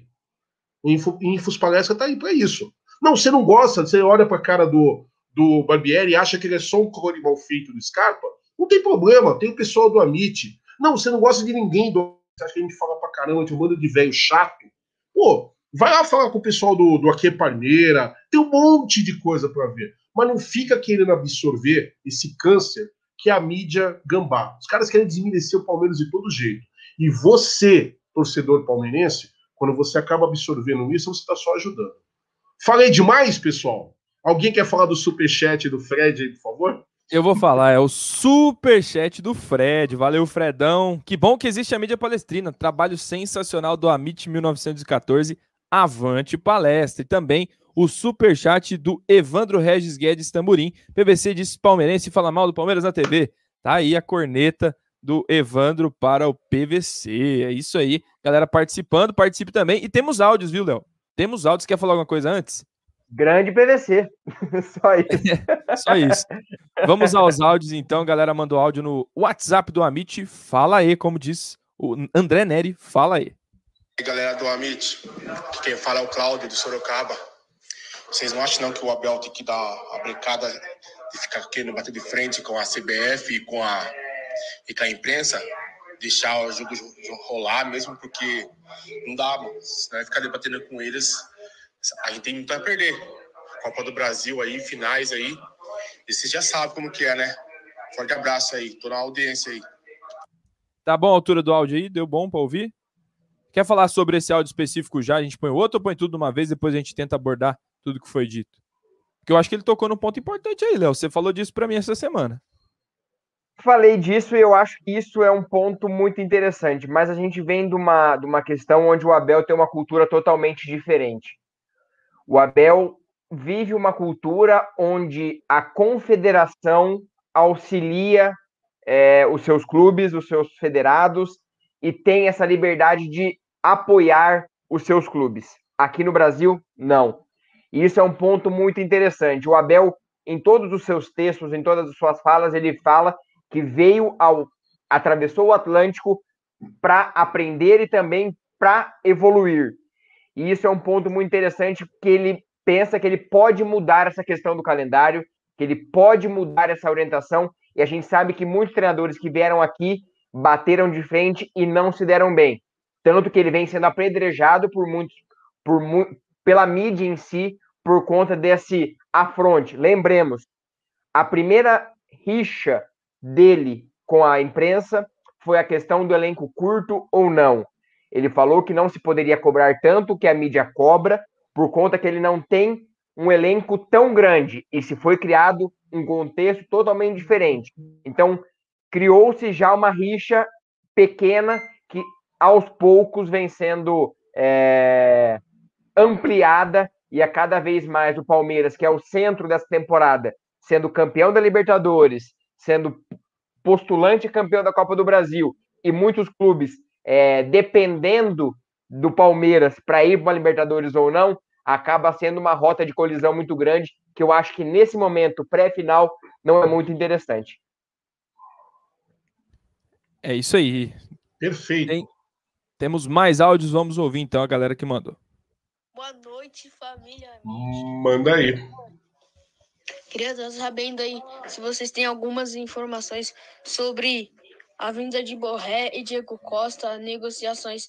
O Info, Infos Palestras tá aí para isso. Não, você não gosta, você olha para a cara do, do Barbieri e acha que ele é só um clone mal feito do Scarpa? Não tem problema, tem o pessoal do Amit. Não, você não gosta de ninguém. Do... Você acha que a gente fala pra caramba, tem um bando de velho chato? Pô, vai lá falar com o pessoal do, do Aqui Parmeira, tem um monte de coisa para ver. Mas não fica querendo absorver esse câncer que é a mídia gambá. Os caras querem desmerecer o Palmeiras de todo jeito. E você, torcedor palmeirense, quando você acaba absorvendo isso, você está só ajudando. Falei demais, pessoal? Alguém quer falar do superchat do Fred aí, por favor? Eu vou falar, é o superchat do Fred. Valeu, Fredão. Que bom que existe a mídia palestrina. Trabalho sensacional do Amit mil novecentos e catorze. Avante palestra. E também o superchat do Evandro Regis Guedes Tamburim. P V C disse palmeirense fala mal do Palmeiras na T V. Tá aí a corneta do Evandro para o P V C. É isso aí. Galera participando, participe também. E temos áudios, viu, Léo? Temos áudios. Quer falar alguma coisa antes? Grande P V C. Só isso. Só isso. Vamos aos áudios, então. Galera mandou áudio no WhatsApp do Amit. Fala aí, como diz o André Neri. Fala aí. E aí, galera do Amit. Quem fala é o Cláudio, do Sorocaba. Vocês não acham não que o Abel tem que dar a brecada de ficar querendo bater de frente com a C B F e com a, e com a imprensa? Deixar o jogo rolar mesmo, porque não dá, mano. Se não vai ficar debatendo com eles, a gente tem muito a perder. Copa do Brasil aí, finais aí. E vocês já sabem como que é, né? Forte abraço aí, tô na audiência aí. Tá bom a altura do áudio aí? Deu bom pra ouvir? Quer falar sobre esse áudio específico já? A gente põe outro ou põe tudo de uma vez, depois a gente tenta abordar tudo que foi dito? Porque eu acho que ele tocou num ponto importante aí, Léo. Você falou disso pra mim essa semana. Falei disso e eu acho que isso é um ponto muito interessante, mas a gente vem de uma, de uma questão onde o Abel tem uma cultura totalmente diferente. O Abel vive uma cultura onde a confederação auxilia é, os seus clubes, os seus federados, e tem essa liberdade de apoiar os seus clubes. Aqui no Brasil, não. E isso é um ponto muito interessante. O Abel, em todos os seus textos, em todas as suas falas, ele fala que veio ao atravessou o Atlântico para aprender e também para evoluir. E isso é um ponto muito interessante, porque ele pensa que ele pode mudar essa questão do calendário, que ele pode mudar essa orientação, e a gente sabe que muitos treinadores que vieram aqui bateram de frente e não se deram bem. Tanto que ele vem sendo apedrejado por muitos, por, pela mídia em si, por conta desse afronte. Lembremos, a primeira rixa dele com a imprensa foi a questão do elenco curto ou não. Ele falou que não se poderia cobrar tanto que a mídia cobra, por conta que ele não tem um elenco tão grande, e se foi criado um contexto totalmente diferente. Então, criou-se já uma rixa pequena que, aos poucos, vem sendo é, ampliada, e a cada vez mais o Palmeiras, que é o centro dessa temporada, sendo campeão da Libertadores, sendo postulante campeão da Copa do Brasil, e muitos clubes é, dependendo do Palmeiras para ir para a Libertadores ou não, acaba sendo uma rota de colisão muito grande, que eu acho que nesse momento pré-final não é muito interessante. É isso aí. Perfeito. Tem, temos mais áudios, vamos ouvir então a galera que mandou. Boa noite, família. Manda aí. Queria estar sabendo aí se vocês têm algumas informações sobre a vinda de Borré e Diego Costa, negociações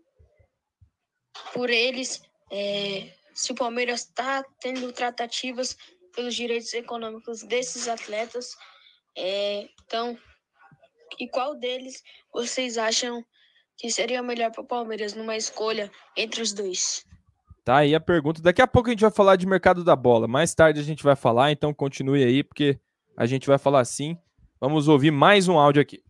por eles, é, se o Palmeiras está tendo tratativas pelos direitos econômicos desses atletas, é, então, e qual deles vocês acham que seria melhor para o Palmeiras numa escolha entre os dois? Tá aí a pergunta. Daqui a pouco a gente vai falar de mercado da bola. Mais tarde a gente vai falar, então continue aí, porque a gente vai falar sim. Vamos ouvir mais um áudio aqui.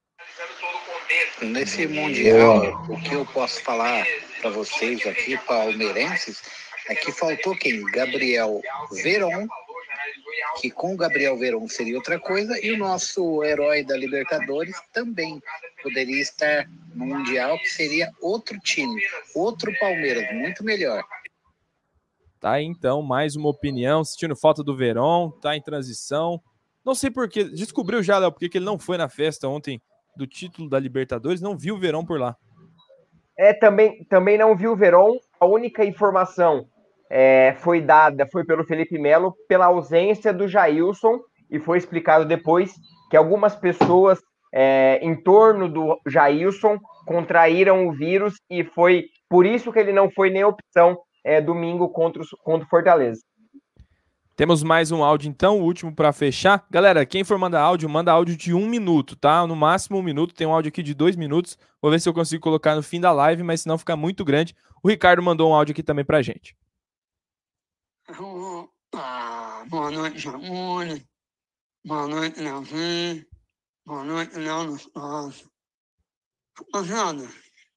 Nesse Mundial, o que eu posso falar para vocês aqui, palmeirenses, é que faltou quem? Gabriel Veron, que com o Gabriel Veron seria outra coisa, e o nosso herói da Libertadores também poderia estar no Mundial, que seria outro time, outro Palmeiras, muito melhor. Tá aí então, mais uma opinião, sentindo falta do Veron, tá em transição. Não sei por que, descobriu já, Léo, porque que ele não foi na festa ontem do título da Libertadores, não viu o Veron por lá. É, também, também não viu o Veron. A única informação é, foi dada, foi pelo Felipe Melo, pela ausência do Jailson, e foi explicado depois que algumas pessoas é, em torno do Jailson contraíram o vírus, e foi por isso que ele não foi nem opção é, domingo contra o, contra o Fortaleza. Temos mais um áudio, então, o último para fechar. Galera, quem for mandar áudio, manda áudio de um minuto, tá? No máximo um minuto. Tem um áudio aqui de dois minutos. Vou ver se eu consigo colocar no fim da live, mas senão fica muito grande. O Ricardo mandou um áudio aqui também pra gente. Ah, boa noite, Jamune. Boa noite, Leozinho. Boa noite, Léo dos Passos. Rapaziada,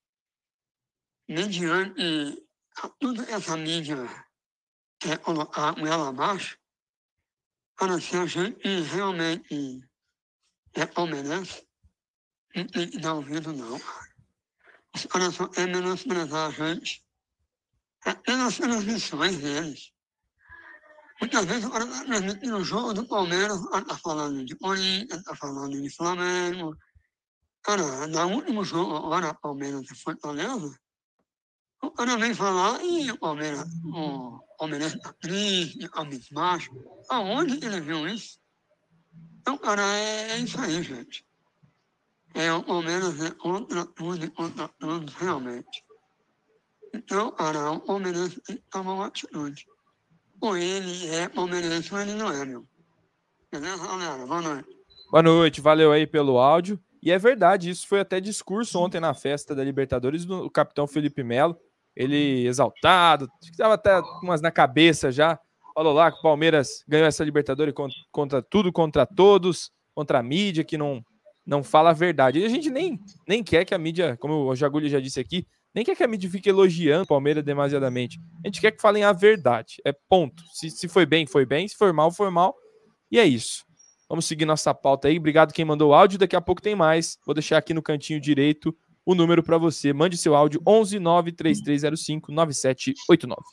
mediante a toda essa mídia quer colocar ela abaixo, para se a gente realmente é palmeirense, não tem que dar ouvido, não. Os caras só querem menosprezar a gente apenas pelas missões deles. Muitas vezes o cara está transmitindo o jogo do Palmeiras, o cara está falando de Corinthians, está falando de Flamengo. Cara, no último jogo agora, Palmeiras e Fortaleza, o cara vem falar e o Palmeiras, o Palmeiras está triste, está abismacho. Aonde ele viu isso? Então, cara, é, é isso aí, gente. É, o Palmeiras é contra tudo e contra todos, realmente. Então, cara, o Palmeiras tem que tomar uma atitude. Ou ele é palmeirense ou ele não é, meu. Beleza, galera? Boa noite. Boa noite, valeu aí pelo áudio. E é verdade, isso foi até discurso ontem na festa da Libertadores do capitão Felipe Melo. Ele exaltado, estava até umas na cabeça já. Falou lá que o Palmeiras ganhou essa Libertadores contra, contra tudo, contra todos, contra a mídia que não, não fala a verdade. E a gente nem, nem quer que a mídia, como o Jagulho já disse aqui, nem quer que a mídia fique elogiando o Palmeiras demasiadamente. A gente quer que falem a verdade. É ponto. Se, se foi bem, foi bem. Se foi mal, foi mal. E é isso. Vamos seguir nossa pauta aí. Obrigado quem mandou o áudio. Daqui a pouco tem mais. Vou deixar aqui no cantinho direito o número para você. Mande seu áudio onze nove três três zero cinco nove sete oito nove.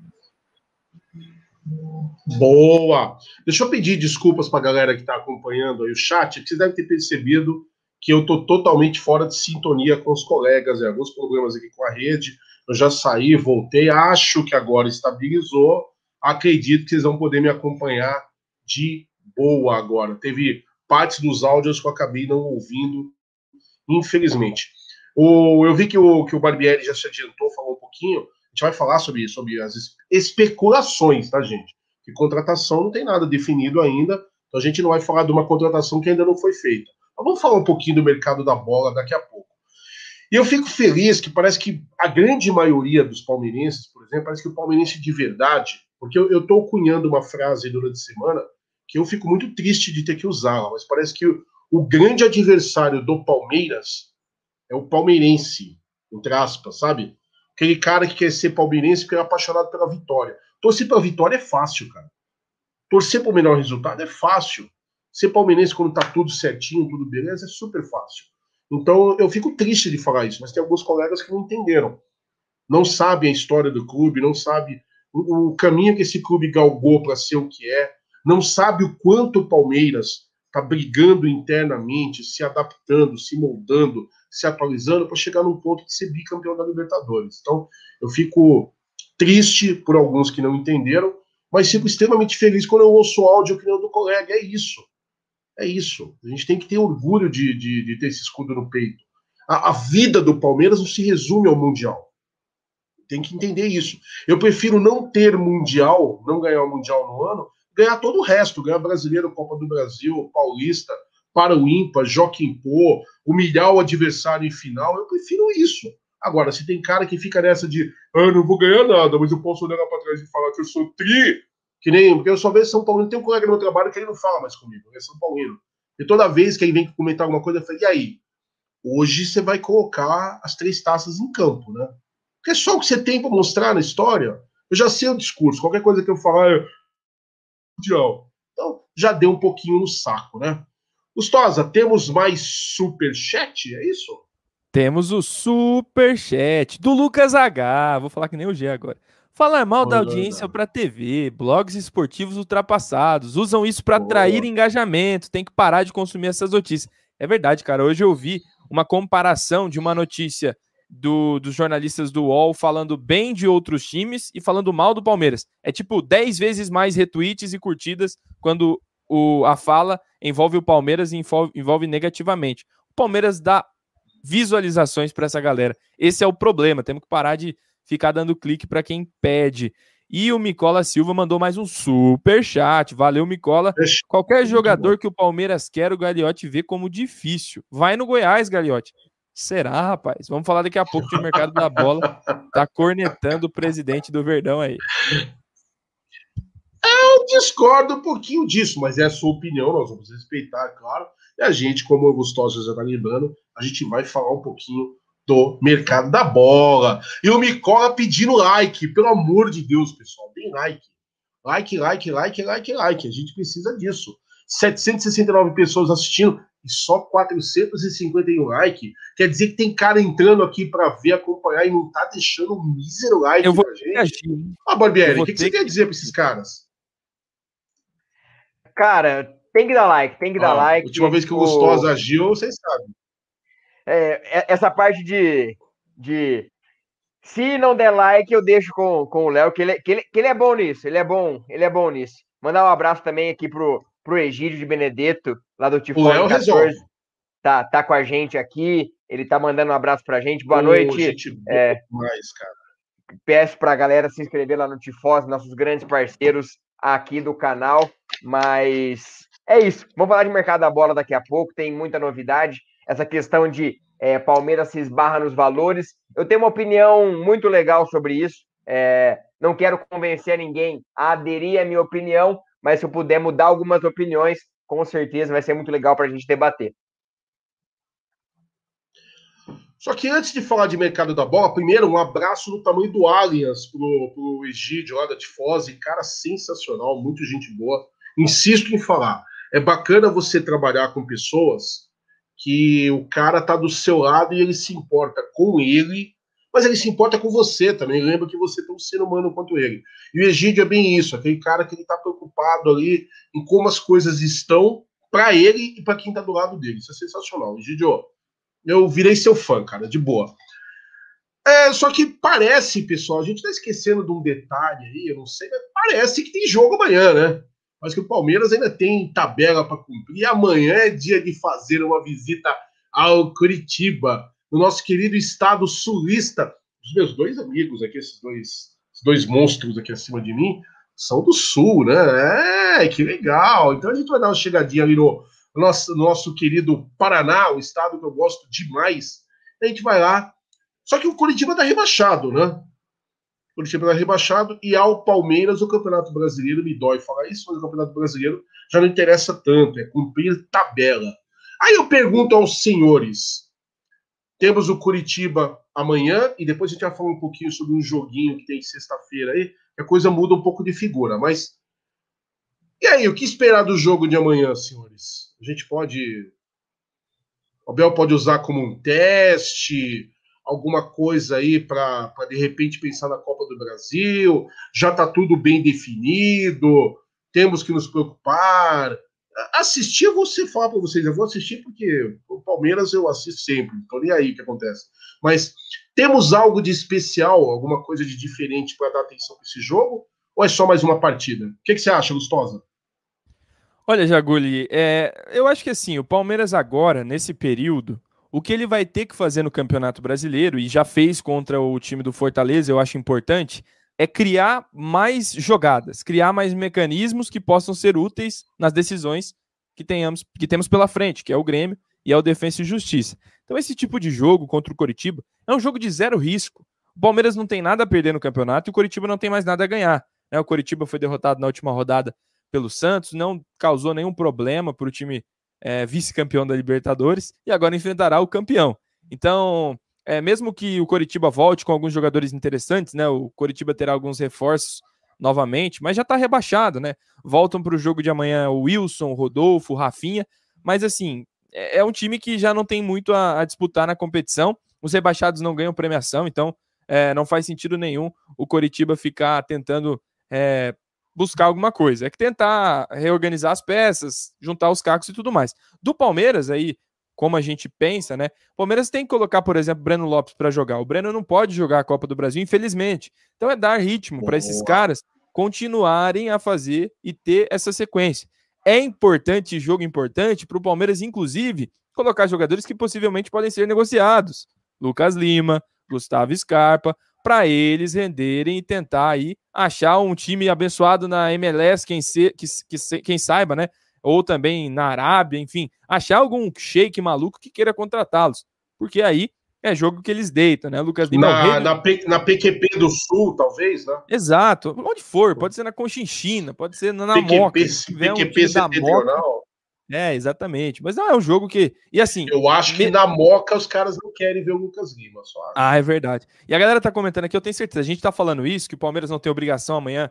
Boa! Deixa eu pedir desculpas para a galera que está acompanhando aí o chat, que vocês devem ter percebido que eu estou totalmente fora de sintonia com os colegas, né? Alguns problemas aqui com a rede, eu já saí, voltei, acho que agora estabilizou, acredito que vocês vão poder me acompanhar de boa agora. Teve partes dos áudios que eu acabei não ouvindo, infelizmente. O, eu vi que o, que o Barbieri já se adiantou, falou um pouquinho, a gente vai falar sobre, sobre as especulações, tá, gente? Que contratação não tem nada definido ainda, então a gente não vai falar de uma contratação que ainda não foi feita. Mas vamos falar um pouquinho do mercado da bola daqui a pouco. E eu fico feliz que parece que a grande maioria dos palmeirenses, por exemplo, parece que o palmeirense de verdade, porque eu estou cunhando uma frase durante a semana que eu fico muito triste de ter que usá-la, mas parece que o, o grande adversário do Palmeiras é o palmeirense, entre aspas, sabe? Aquele cara que quer ser palmeirense porque é apaixonado pela vitória. Torcer pela vitória é fácil, cara. Torcer para o melhor resultado é fácil. Ser palmeirense quando tá tudo certinho, tudo beleza, é super fácil. Então eu fico triste de falar isso, mas tem alguns colegas que não entenderam. Não sabem a história do clube, não sabem o, o caminho que esse clube galgou para ser o que é, não sabe o quanto o Palmeiras tá brigando internamente, se adaptando, se moldando, se atualizando para chegar num ponto de ser bicampeão da Libertadores. Então eu fico triste por alguns que não entenderam, mas fico extremamente feliz quando eu ouço o áudio que nem o do colega. É isso. É isso. A gente tem que ter orgulho de, de, de ter esse escudo no peito. A, a vida do Palmeiras não se resume ao Mundial. Tem que entender isso. Eu prefiro não ter Mundial, não ganhar o Mundial no ano, ganhar todo o resto. Ganhar Brasileiro, Copa do Brasil, Paulista, para o ímpar, Joaquim Pô, humilhar o adversário em final. Eu prefiro isso. Agora, se tem cara que fica nessa de ah, não vou ganhar nada, mas eu posso olhar para trás e falar que eu sou tri, que nem, porque eu só vejo São Paulo, tem um colega no meu trabalho que ele não fala mais comigo, ele é São Paulino. E toda vez que ele vem comentar alguma coisa, eu falo, e aí? Hoje você vai colocar as três taças em campo, né? Porque é só o que você tem para mostrar na história. Eu já sei o discurso, qualquer coisa que eu falar é mundial. Então, já deu um pouquinho no saco, né? Gustosa, temos mais superchat, é isso? Temos o superchat do Lucas H. Vou falar que nem o G agora. Falar mal da audiência para T V, blogs esportivos ultrapassados, usam isso para atrair engajamento, tem que parar de consumir essas notícias. É verdade, cara. Hoje eu vi uma comparação de uma notícia do, dos jornalistas do U O L falando bem de outros times e falando mal do Palmeiras. É tipo dez vezes mais retweets e curtidas quando o, a fala envolve o Palmeiras e envolve, envolve negativamente. O Palmeiras dá visualizações para essa galera. Esse é o problema. Temos que parar de ficar dando clique para quem pede. E o Micola Silva mandou mais um super chat. Valeu, Micola. Qualquer jogador que o Palmeiras quer, o Gagliotti vê como difícil. Vai no Goiás, Gagliotti. Será, rapaz? Vamos falar daqui a pouco que o mercado da bola tá cornetando o presidente do Verdão aí. Eu discordo um pouquinho disso, mas é a sua opinião, nós vamos respeitar, claro. E a gente, como o Gustoso já tá lembrando, a gente vai falar um pouquinho do mercado da bola. E o Micola pedindo like, pelo amor de Deus, pessoal, deem like. Like, like, like, like, like. A gente precisa disso. setecentas e sessenta e nove pessoas assistindo. e só quatrocentos e cinquenta e um likes. Quer dizer que tem cara entrando aqui para ver, acompanhar e não tá deixando um mísero like eu vou pra gente. Agir. Ah, Barbieri, o que, ter... que você quer dizer para esses caras? Cara, tem que dar like, tem que dar ah, like. A última vez que o Gustosa agiu, vocês sabem. É, essa parte de, de... Se não der like, eu deixo com, com o Léo, que ele, que, ele, que ele é bom nisso, ele é bom, ele é bom nisso. Mandar um abraço também aqui pro, pro Egídio de Benedetto, lá do Tifone quatorze. Tá, tá com a gente aqui, ele tá mandando um abraço pra gente. Boa oh, noite. Gente, é, demais, cara. Peço pra galera se inscrever lá no Tifose, nossos grandes parceiros aqui do canal. Mas é isso. Vamos falar de mercado da bola daqui a pouco, tem muita novidade. Essa questão de é, Palmeiras se esbarra nos valores. Eu tenho uma opinião muito legal sobre isso. É, não quero convencer ninguém a aderir à minha opinião, mas se eu puder mudar algumas opiniões, com certeza vai ser muito legal para a gente debater. Só que antes de falar de mercado da bola, primeiro um abraço no tamanho do Allianz pro, pro Egídio lá da Tifose, cara sensacional, muito gente boa. Insisto em falar, é bacana você trabalhar com pessoas que o cara tá do seu lado e ele se importa com ele, mas ele se importa com você também. Lembra que você tem um ser humano quanto ele. E o Egídio é bem isso, aquele cara que ele tá preocupado ali em como as coisas estão para ele e para quem tá do lado dele. Isso é sensacional. Egídio, eu virei seu fã, cara, de boa. É, só que parece, pessoal, a gente tá esquecendo de um detalhe aí, eu não sei, mas parece que tem jogo amanhã, né? Mas que o Palmeiras ainda tem tabela para cumprir. Amanhã é dia de fazer uma visita ao Curitiba, no nosso querido estado sulista. Os meus dois amigos aqui, esses dois, esses dois monstros aqui acima de mim, são do sul, né? É, que legal. Então a gente vai dar uma chegadinha ali no nosso, nosso querido Paraná, o estado que eu gosto demais. A gente vai lá. Só que o Curitiba tá rebaixado, né? O Curitiba tá rebaixado e ao Palmeiras o Campeonato Brasileiro, me dói falar isso, mas o Campeonato Brasileiro já não interessa tanto, é cumprir tabela. Aí eu pergunto aos senhores, temos o Curitiba amanhã e depois a gente vai falar um pouquinho sobre um joguinho que tem sexta-feira aí, que a coisa muda um pouco de figura, mas e aí, o que esperar do jogo de amanhã, senhores? A gente pode... O Abel pode usar como um teste... alguma coisa aí para de repente pensar na Copa do Brasil, já está tudo bem definido, temos que nos preocupar. Assistir, eu vou ser falar para vocês, eu vou assistir porque o Palmeiras eu assisto sempre, então nem aí o que acontece. Mas temos algo de especial, alguma coisa de diferente para dar atenção para esse jogo, ou é só mais uma partida? O que, que você acha, Gustosa? Olha, Jaguli, é, eu acho que assim, o Palmeiras agora, nesse período, o que ele vai ter que fazer no Campeonato Brasileiro, e já fez contra o time do Fortaleza, eu acho importante, é criar mais jogadas, criar mais mecanismos que possam ser úteis nas decisões que, tenhamos, que temos pela frente, que é o Grêmio e é o Defensa e Justiça. Então esse tipo de jogo contra o Coritiba é um jogo de zero risco. O Palmeiras não tem nada a perder no campeonato e o Coritiba não tem mais nada a ganhar. O Coritiba foi derrotado na última rodada pelo Santos, não causou nenhum problema para o time É, vice-campeão da Libertadores, e agora enfrentará o campeão. Então, é, mesmo que o Coritiba volte com alguns jogadores interessantes, né, o Coritiba terá alguns reforços novamente, mas já está rebaixado, né? Voltam para o jogo de amanhã o Wilson, o Rodolfo, o Rafinha, mas assim, é, é um time que já não tem muito a, a disputar na competição, os rebaixados não ganham premiação, então é, não faz sentido nenhum o Coritiba ficar tentando é, buscar alguma coisa, é que tentar reorganizar as peças, juntar os cacos e tudo mais. Do Palmeiras, aí, como a gente pensa, né? O Palmeiras tem que colocar, por exemplo, Breno Lopes para jogar. O Breno não pode jogar a Copa do Brasil, infelizmente. Então é dar ritmo para esses caras continuarem a fazer e ter essa sequência. É importante, jogo importante, para o Palmeiras, inclusive, colocar jogadores que possivelmente podem ser negociados. Lucas Lima, Gustavo Scarpa, para eles renderem e tentar aí achar um time abençoado na M L S, quem, se, que, que, quem saiba, né? Ou também na Arábia, enfim, achar algum shake maluco que queira contratá-los, porque aí é jogo que eles deitam, né? Lucas Lima na, é o rei na, do... P, na P Q P do Sul, talvez, né? Exato, onde for, pode ser na Conchinchina, pode ser na, na P Q P, Moca, se tiver P Q P um time da Moca. É, exatamente. Mas não é um jogo que... E assim... Eu acho que me... na Moca os caras não querem ver o Lucas Lima, só acho. Ah, é verdade. E a galera tá comentando aqui, eu tenho certeza, a gente tá falando isso, que o Palmeiras não tem obrigação amanhã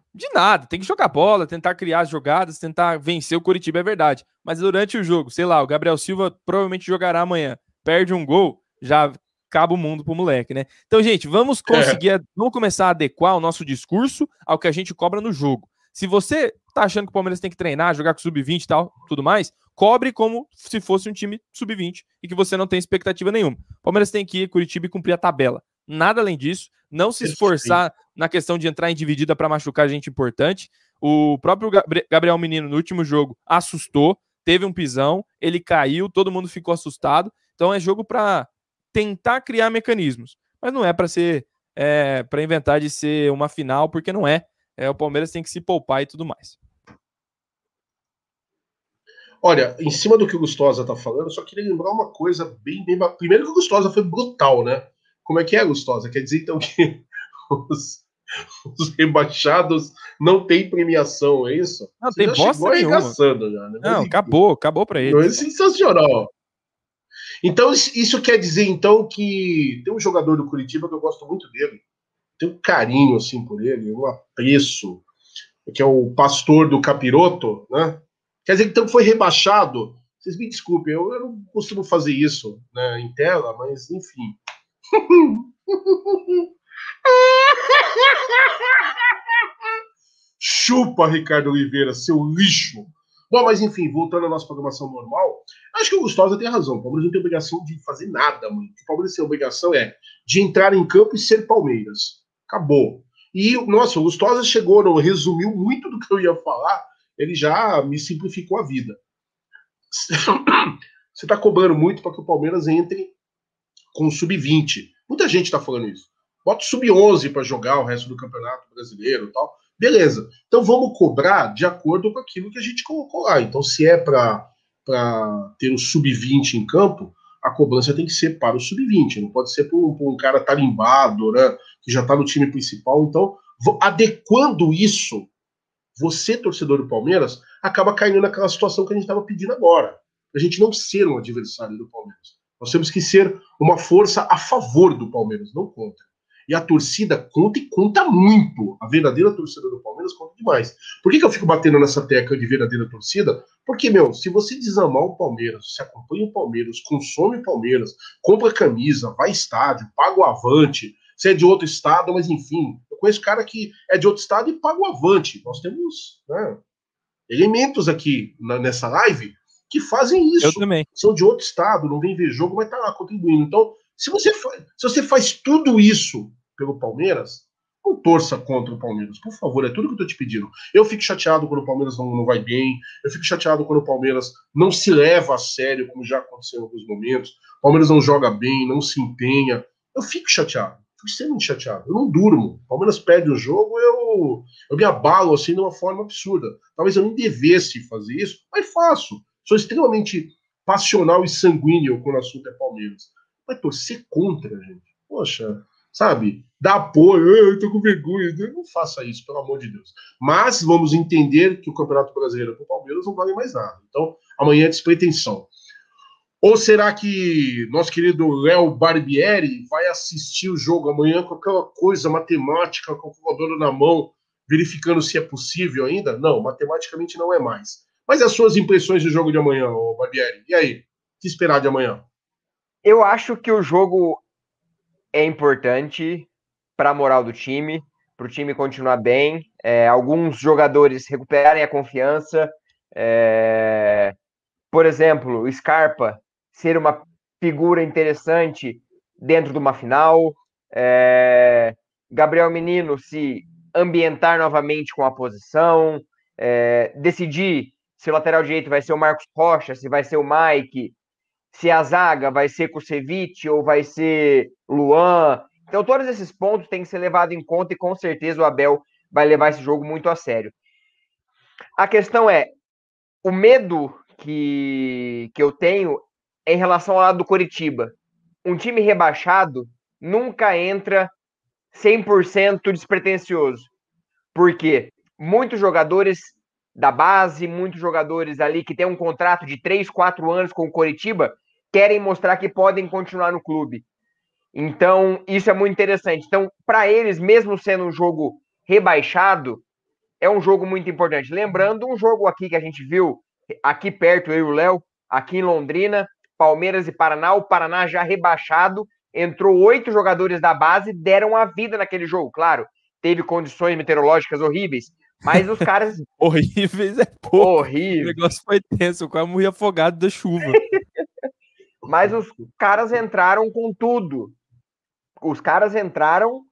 De nada, tem que jogar bola, tentar criar as jogadas, tentar vencer o Coritiba, é verdade. Mas durante o jogo, sei lá, o Gabriel Silva provavelmente jogará amanhã, perde um gol, já acaba o mundo pro moleque, né? Então, gente, vamos conseguir, é. vamos começar a adequar o nosso discurso ao que a gente cobra no jogo. Se você tá achando que o Palmeiras tem que treinar, jogar com sub vinte e tal, tudo mais, cobre como se fosse um time sub vinte e que você não tem expectativa nenhuma. O Palmeiras tem que ir Curitiba e cumprir a tabela. Nada além disso, não se esforçar na questão de entrar em dividida para machucar gente importante. O próprio Gabriel Menino, no último jogo, assustou, teve um pisão, ele caiu, todo mundo ficou assustado. Então é jogo para tentar criar mecanismos, mas não é para ser, é, para inventar de ser uma final, porque não é. É, o Palmeiras tem que se poupar e tudo mais. Olha, em cima do que o Gustosa tá falando, eu só queria lembrar uma coisa bem, bem... Primeiro que o Gustosa foi brutal, né? Como é que é, Gustosa? Quer dizer, então, que os, os rebaixados não têm premiação, é isso? Não, Você tem já bosta nenhuma. arregaçando já, né? Não, Mas, acabou, acabou pra eles. Não, é sensacional. Então, isso quer dizer, então, que tem um jogador do Curitiba que eu gosto muito dele. Tenho um carinho, assim, por ele, um apreço, que é o pastor do Capiroto, né? Quer dizer, então foi rebaixado. Vocês me desculpem, eu, eu não costumo fazer isso, né, em tela, mas enfim. Chupa, Ricardo Oliveira, seu lixo. Bom, mas enfim, voltando à nossa programação normal, acho que o Gustosa tem razão. O Palmeiras não tem obrigação de fazer nada, mano. O Palmeiras tem a obrigação é de entrar em campo e ser Palmeiras. Acabou. E, nossa, o Gustosa chegou, não, resumiu muito do que eu ia falar, ele já me simplificou a vida. Você está cobrando muito para que o Palmeiras entre com o sub vinte. Muita gente está falando isso. Bota o sub onze para jogar o resto do Campeonato Brasileiro e tal. Beleza. Então vamos cobrar de acordo com aquilo que a gente colocou lá. Então, se é para ter o sub vinte em campo, a cobrança tem que ser para o sub vinte. Não pode ser para um, um cara tarimbado, né, que já está no time principal. Então, adequando isso, você, torcedor do Palmeiras, acaba caindo naquela situação que a gente estava pedindo agora. A gente não ser um adversário do Palmeiras. Nós temos que ser uma força a favor do Palmeiras, não contra. E a torcida conta e conta muito. A verdadeira torcida do Palmeiras conta demais. Por que, que eu fico batendo nessa tecla de verdadeira torcida? Porque, meu, se você desamar o Palmeiras, se acompanha o Palmeiras, consome o Palmeiras, compra camisa, vai estádio, paga o Avante, você é de outro estado, mas enfim, eu conheço cara que é de outro estado e paga o Avante. Nós temos, né, elementos aqui na, nessa live que fazem isso. Eu também. São de outro estado, não vem ver jogo, mas tá lá contribuindo. Então, se você, fa se você faz tudo isso pelo Palmeiras, não torça contra o Palmeiras, por favor, é tudo que eu tô te pedindo. Eu fico chateado quando o Palmeiras não, não vai bem, eu fico chateado quando o Palmeiras não se leva a sério, como já aconteceu em alguns momentos, o Palmeiras não joga bem, não se empenha, eu fico chateado, fico extremamente chateado, eu não durmo, o Palmeiras perde o jogo, eu, eu me abalo assim de uma forma absurda, talvez eu nem devesse fazer isso, mas faço, sou extremamente passional e sanguíneo quando o assunto é Palmeiras, mas torcer contra, gente, poxa, sabe, dá apoio, eu tô com vergonha, não faça isso, pelo amor de Deus. Mas vamos entender que o Campeonato Brasileiro com o Palmeiras não vale mais nada. Então, amanhã é despretensão. Ou será que nosso querido Léo Barbieri vai assistir o jogo amanhã com aquela coisa matemática, com a calculadora na mão, verificando se é possível ainda? Não, matematicamente não é mais. Mas as suas impressões do jogo de amanhã, ô Barbieri? E aí? O que esperar de amanhã? Eu acho que o jogo é importante para a moral do time, para o time continuar bem, é, alguns jogadores recuperarem a confiança, é, por exemplo, o Scarpa ser uma figura interessante dentro de uma final, é, Gabriel Menino se ambientar novamente com a posição, é, decidir se o lateral direito vai ser o Marcos Rocha, se vai ser o Mike, se a zaga vai ser Kusevich ou vai ser Luan. Então, todos esses pontos têm que ser levados em conta e, com certeza, o Abel vai levar esse jogo muito a sério. A questão é, o medo que, que eu tenho é em relação ao lado do Coritiba. Um time rebaixado nunca entra cem por cento despretensioso. Porque muitos jogadores da base, muitos jogadores ali que têm um contrato de três, quatro anos com o Coritiba, querem mostrar que podem continuar no clube. Então, isso é muito interessante. Então, para eles, mesmo sendo um jogo rebaixado, é um jogo muito importante. Lembrando um jogo aqui que a gente viu aqui perto, eu e o Léo, aqui em Londrina, Palmeiras e Paraná, o Paraná já rebaixado, entrou oito jogadores da base, deram a vida naquele jogo, claro, teve condições meteorológicas horríveis, mas os caras... horríveis é pouco. Horrível. O negócio foi tenso, eu quase morri afogado da chuva. Mas os caras entraram com tudo. Os caras entraram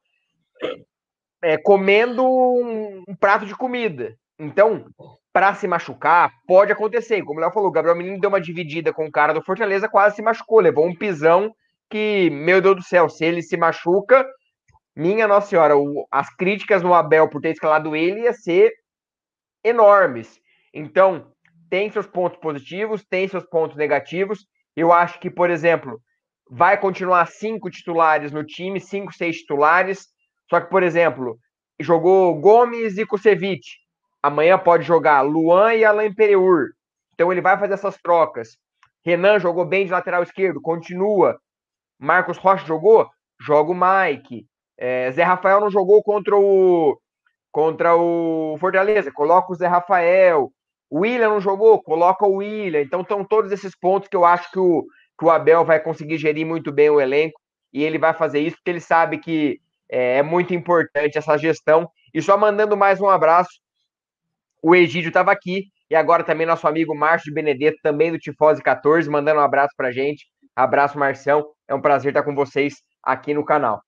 é, comendo um, um prato de comida. Então, para se machucar, pode acontecer. Como o Léo falou, o Gabriel Menino deu uma dividida com o cara do Fortaleza, quase se machucou, levou um pisão que, meu Deus do céu, se ele se machuca, minha Nossa Senhora, o, as críticas no Abel por ter escalado ele ia ser enormes. Então, tem seus pontos positivos, tem seus pontos negativos. Eu acho que, por exemplo, vai continuar cinco titulares no time, cinco, seis titulares. Só que, por exemplo, jogou Gomes e Kusevich. Amanhã pode jogar Luan e Alain Pereur. Então ele vai fazer essas trocas. Renan jogou bem de lateral esquerdo, continua. Marcos Rocha jogou? Joga o Mike. É, Zé Rafael não jogou contra o, contra o Fortaleza, coloca o Zé Rafael. O William não jogou? Coloca o William. Então estão todos esses pontos que eu acho que o, que o Abel vai conseguir gerir muito bem o elenco. E ele vai fazer isso porque ele sabe que é, é muito importante essa gestão. E só mandando mais um abraço, o Egídio estava aqui, e agora também nosso amigo Márcio de Benedetto, também do Tifose quatorze, mandando um abraço pra gente. Abraço, Marcião. É um prazer estar com vocês aqui no canal.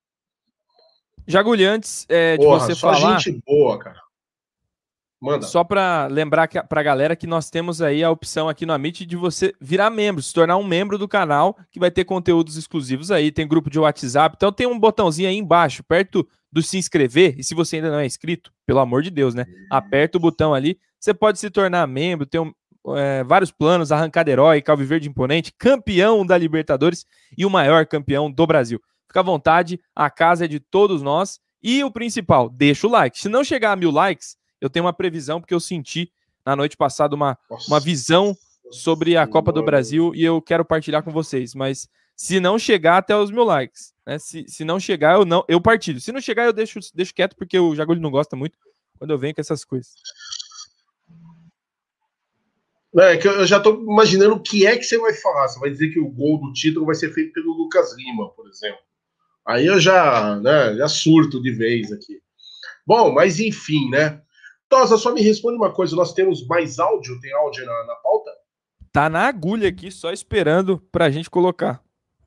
Jaguli, antes é, de Porra, você só falar... gente boa, cara. Manda. Só para lembrar que, pra galera que nós temos aí a opção aqui no Amit de você virar membro, se tornar um membro do canal, que vai ter conteúdos exclusivos aí, tem grupo de WhatsApp, então tem um botãozinho aí embaixo, perto do se inscrever, e se você ainda não é inscrito, pelo amor de Deus, né? Aperta o botão ali, você pode se tornar membro, tem um, é, vários planos, arrancada heróica, Alviverde Imponente, campeão da Libertadores e o maior campeão do Brasil. Fica à vontade, a casa é de todos nós, e o principal, deixa o like. Se não chegar a mil likes, eu tenho uma previsão, porque eu senti na noite passada uma, uma visão sobre a Copa do Brasil e eu quero partilhar com vocês. Mas se não chegar até os mil likes, né? Se, se não chegar, eu não eu partilho. Se não chegar, eu deixo, deixo quieto, porque o Jaguli não gosta muito quando eu venho com essas coisas. É que eu já tô imaginando o que é que você vai falar. Você vai dizer que o gol do título vai ser feito pelo Lucas Lima, por exemplo. Aí eu já, né, já surto de vez aqui. Bom, mas enfim, né? Tosa, só me responde uma coisa, nós temos mais áudio? Tem áudio na, na pauta? Tá na agulha aqui, só esperando pra gente colocar.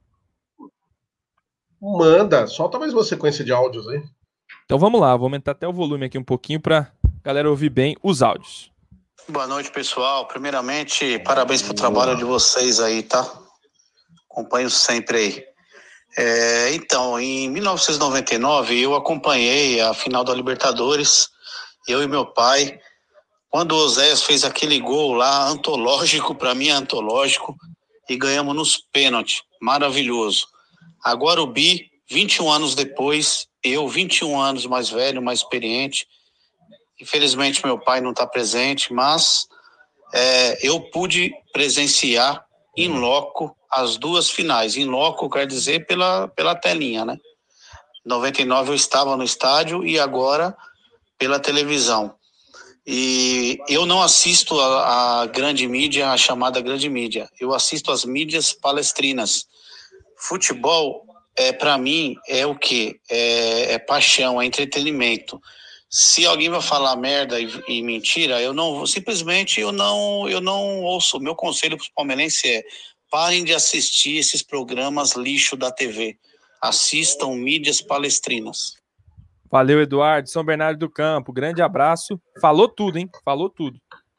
Manda, solta mais uma sequência de áudios aí. Então vamos lá, vou aumentar até o volume aqui um pouquinho pra galera ouvir bem os áudios. Boa noite, pessoal. Primeiramente, parabéns pelo trabalho de vocês aí, tá? Acompanho sempre aí. É, então, em mil novecentos e noventa e nove, eu acompanhei a final da Libertadores, eu e meu pai, quando o Oséias fez aquele gol lá, antológico, para mim é antológico, e ganhamos nos pênaltis, maravilhoso. Agora o Bi, vinte e um anos depois, eu, vinte e um anos mais velho, mais experiente, infelizmente meu pai não está presente, mas é, eu pude presenciar in loco as duas finais. In loco quer dizer pela, pela telinha, né? Em noventa e nove eu estava no estádio e agora pela televisão. E eu não assisto a, a grande mídia, a chamada grande mídia. Eu assisto as mídias palestrinas. Futebol, é, para mim, é o quê? É, é paixão, é entretenimento. Se alguém vai falar merda e, e mentira, eu não, simplesmente eu não, eu não ouço. Meu conselho para os palmeirenses é: parem de assistir esses programas lixo da T V. Assistam mídias palestrinas. Valeu, Eduardo. São Bernardo do Campo. Grande abraço. Falou tudo, hein? Falou tudo.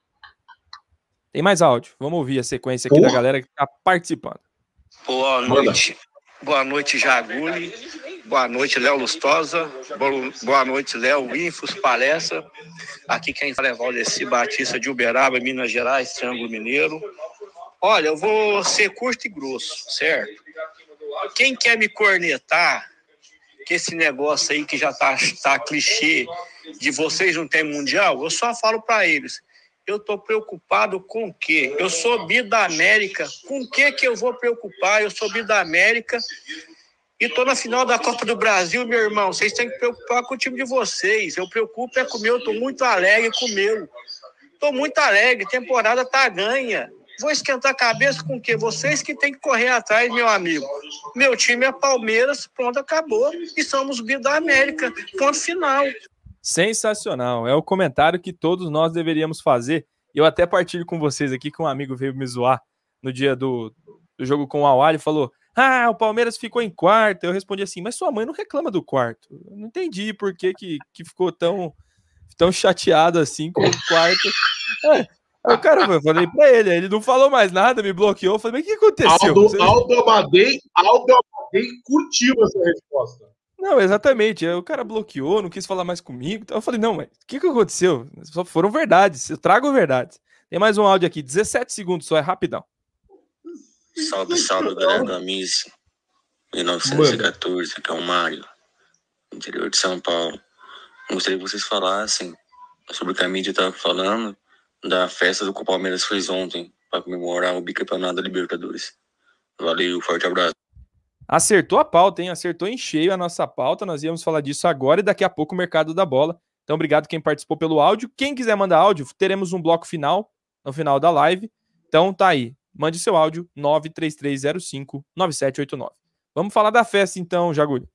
Tem mais áudio. Vamos ouvir a sequência aqui Porra. da galera que está participando. Boa noite. Boa noite, Jaguli. Boa noite, Léo Lustosa. Boa noite, Léo Infos, Palestra. Aqui quem fala é Valdeci Batista de Uberaba, Minas Gerais, Triângulo Mineiro. Olha, eu vou ser curto e grosso, certo? Quem quer me cornetar, que esse negócio aí que já tá, tá clichê, de vocês não tem mundial, eu só falo para eles: eu tô preocupado com o quê? Eu sou bi da América, com o que que eu vou preocupar? Eu sou bi da América E tô na final da Copa do Brasil, meu irmão. Vocês têm que preocupar com o time de vocês. Eu preocupo é com o meu. Tô muito alegre com o meu. Tô muito alegre. Temporada tá ganha. Vou esquentar a cabeça com o quê? Vocês que tem que correr atrás, meu amigo. Meu time é Palmeiras, pronto, acabou. E somos bi da América. Ponto final. Sensacional. É o comentário que todos nós deveríamos fazer. Eu até partilho com vocês aqui, que um amigo veio me zoar no dia do, do jogo com o Al-Ahly e falou: ah, o Palmeiras ficou em quarto. Eu respondi assim, mas sua mãe não reclama do quarto. Eu não entendi por que, que, que ficou tão, tão chateado assim com o quarto. É. Aí o cara, eu falei pra ele, ele não falou mais nada, me bloqueou. Eu falei, mas o que aconteceu? Aldo, Você... Aldo Amadei, Aldo Amadei curtiu essa resposta. Não, exatamente. O cara bloqueou, não quis falar mais comigo. Então eu falei, não, mas o que, que aconteceu? Só foram verdades, eu trago verdades. Tem mais um áudio aqui, dezessete segundos só, é rapidão. Salve, salve, galera do Amice. mil novecentos e catorze, aqui é o Mário, interior de São Paulo. Gostaria que vocês falassem sobre o que a mídia estava falando da festa do que o Palmeiras fez ontem para comemorar o bicampeonato da Libertadores. Valeu, forte abraço. Acertou a pauta, hein? Acertou em cheio a nossa pauta. Nós íamos falar disso agora e daqui a pouco o mercado da bola. Então, obrigado quem participou pelo áudio. Quem quiser mandar áudio, teremos um bloco final no final da live. Então, tá aí. Mande seu áudio, nove três três zero cinco nove sete oito nove. Vamos falar da festa, então, Jagulho.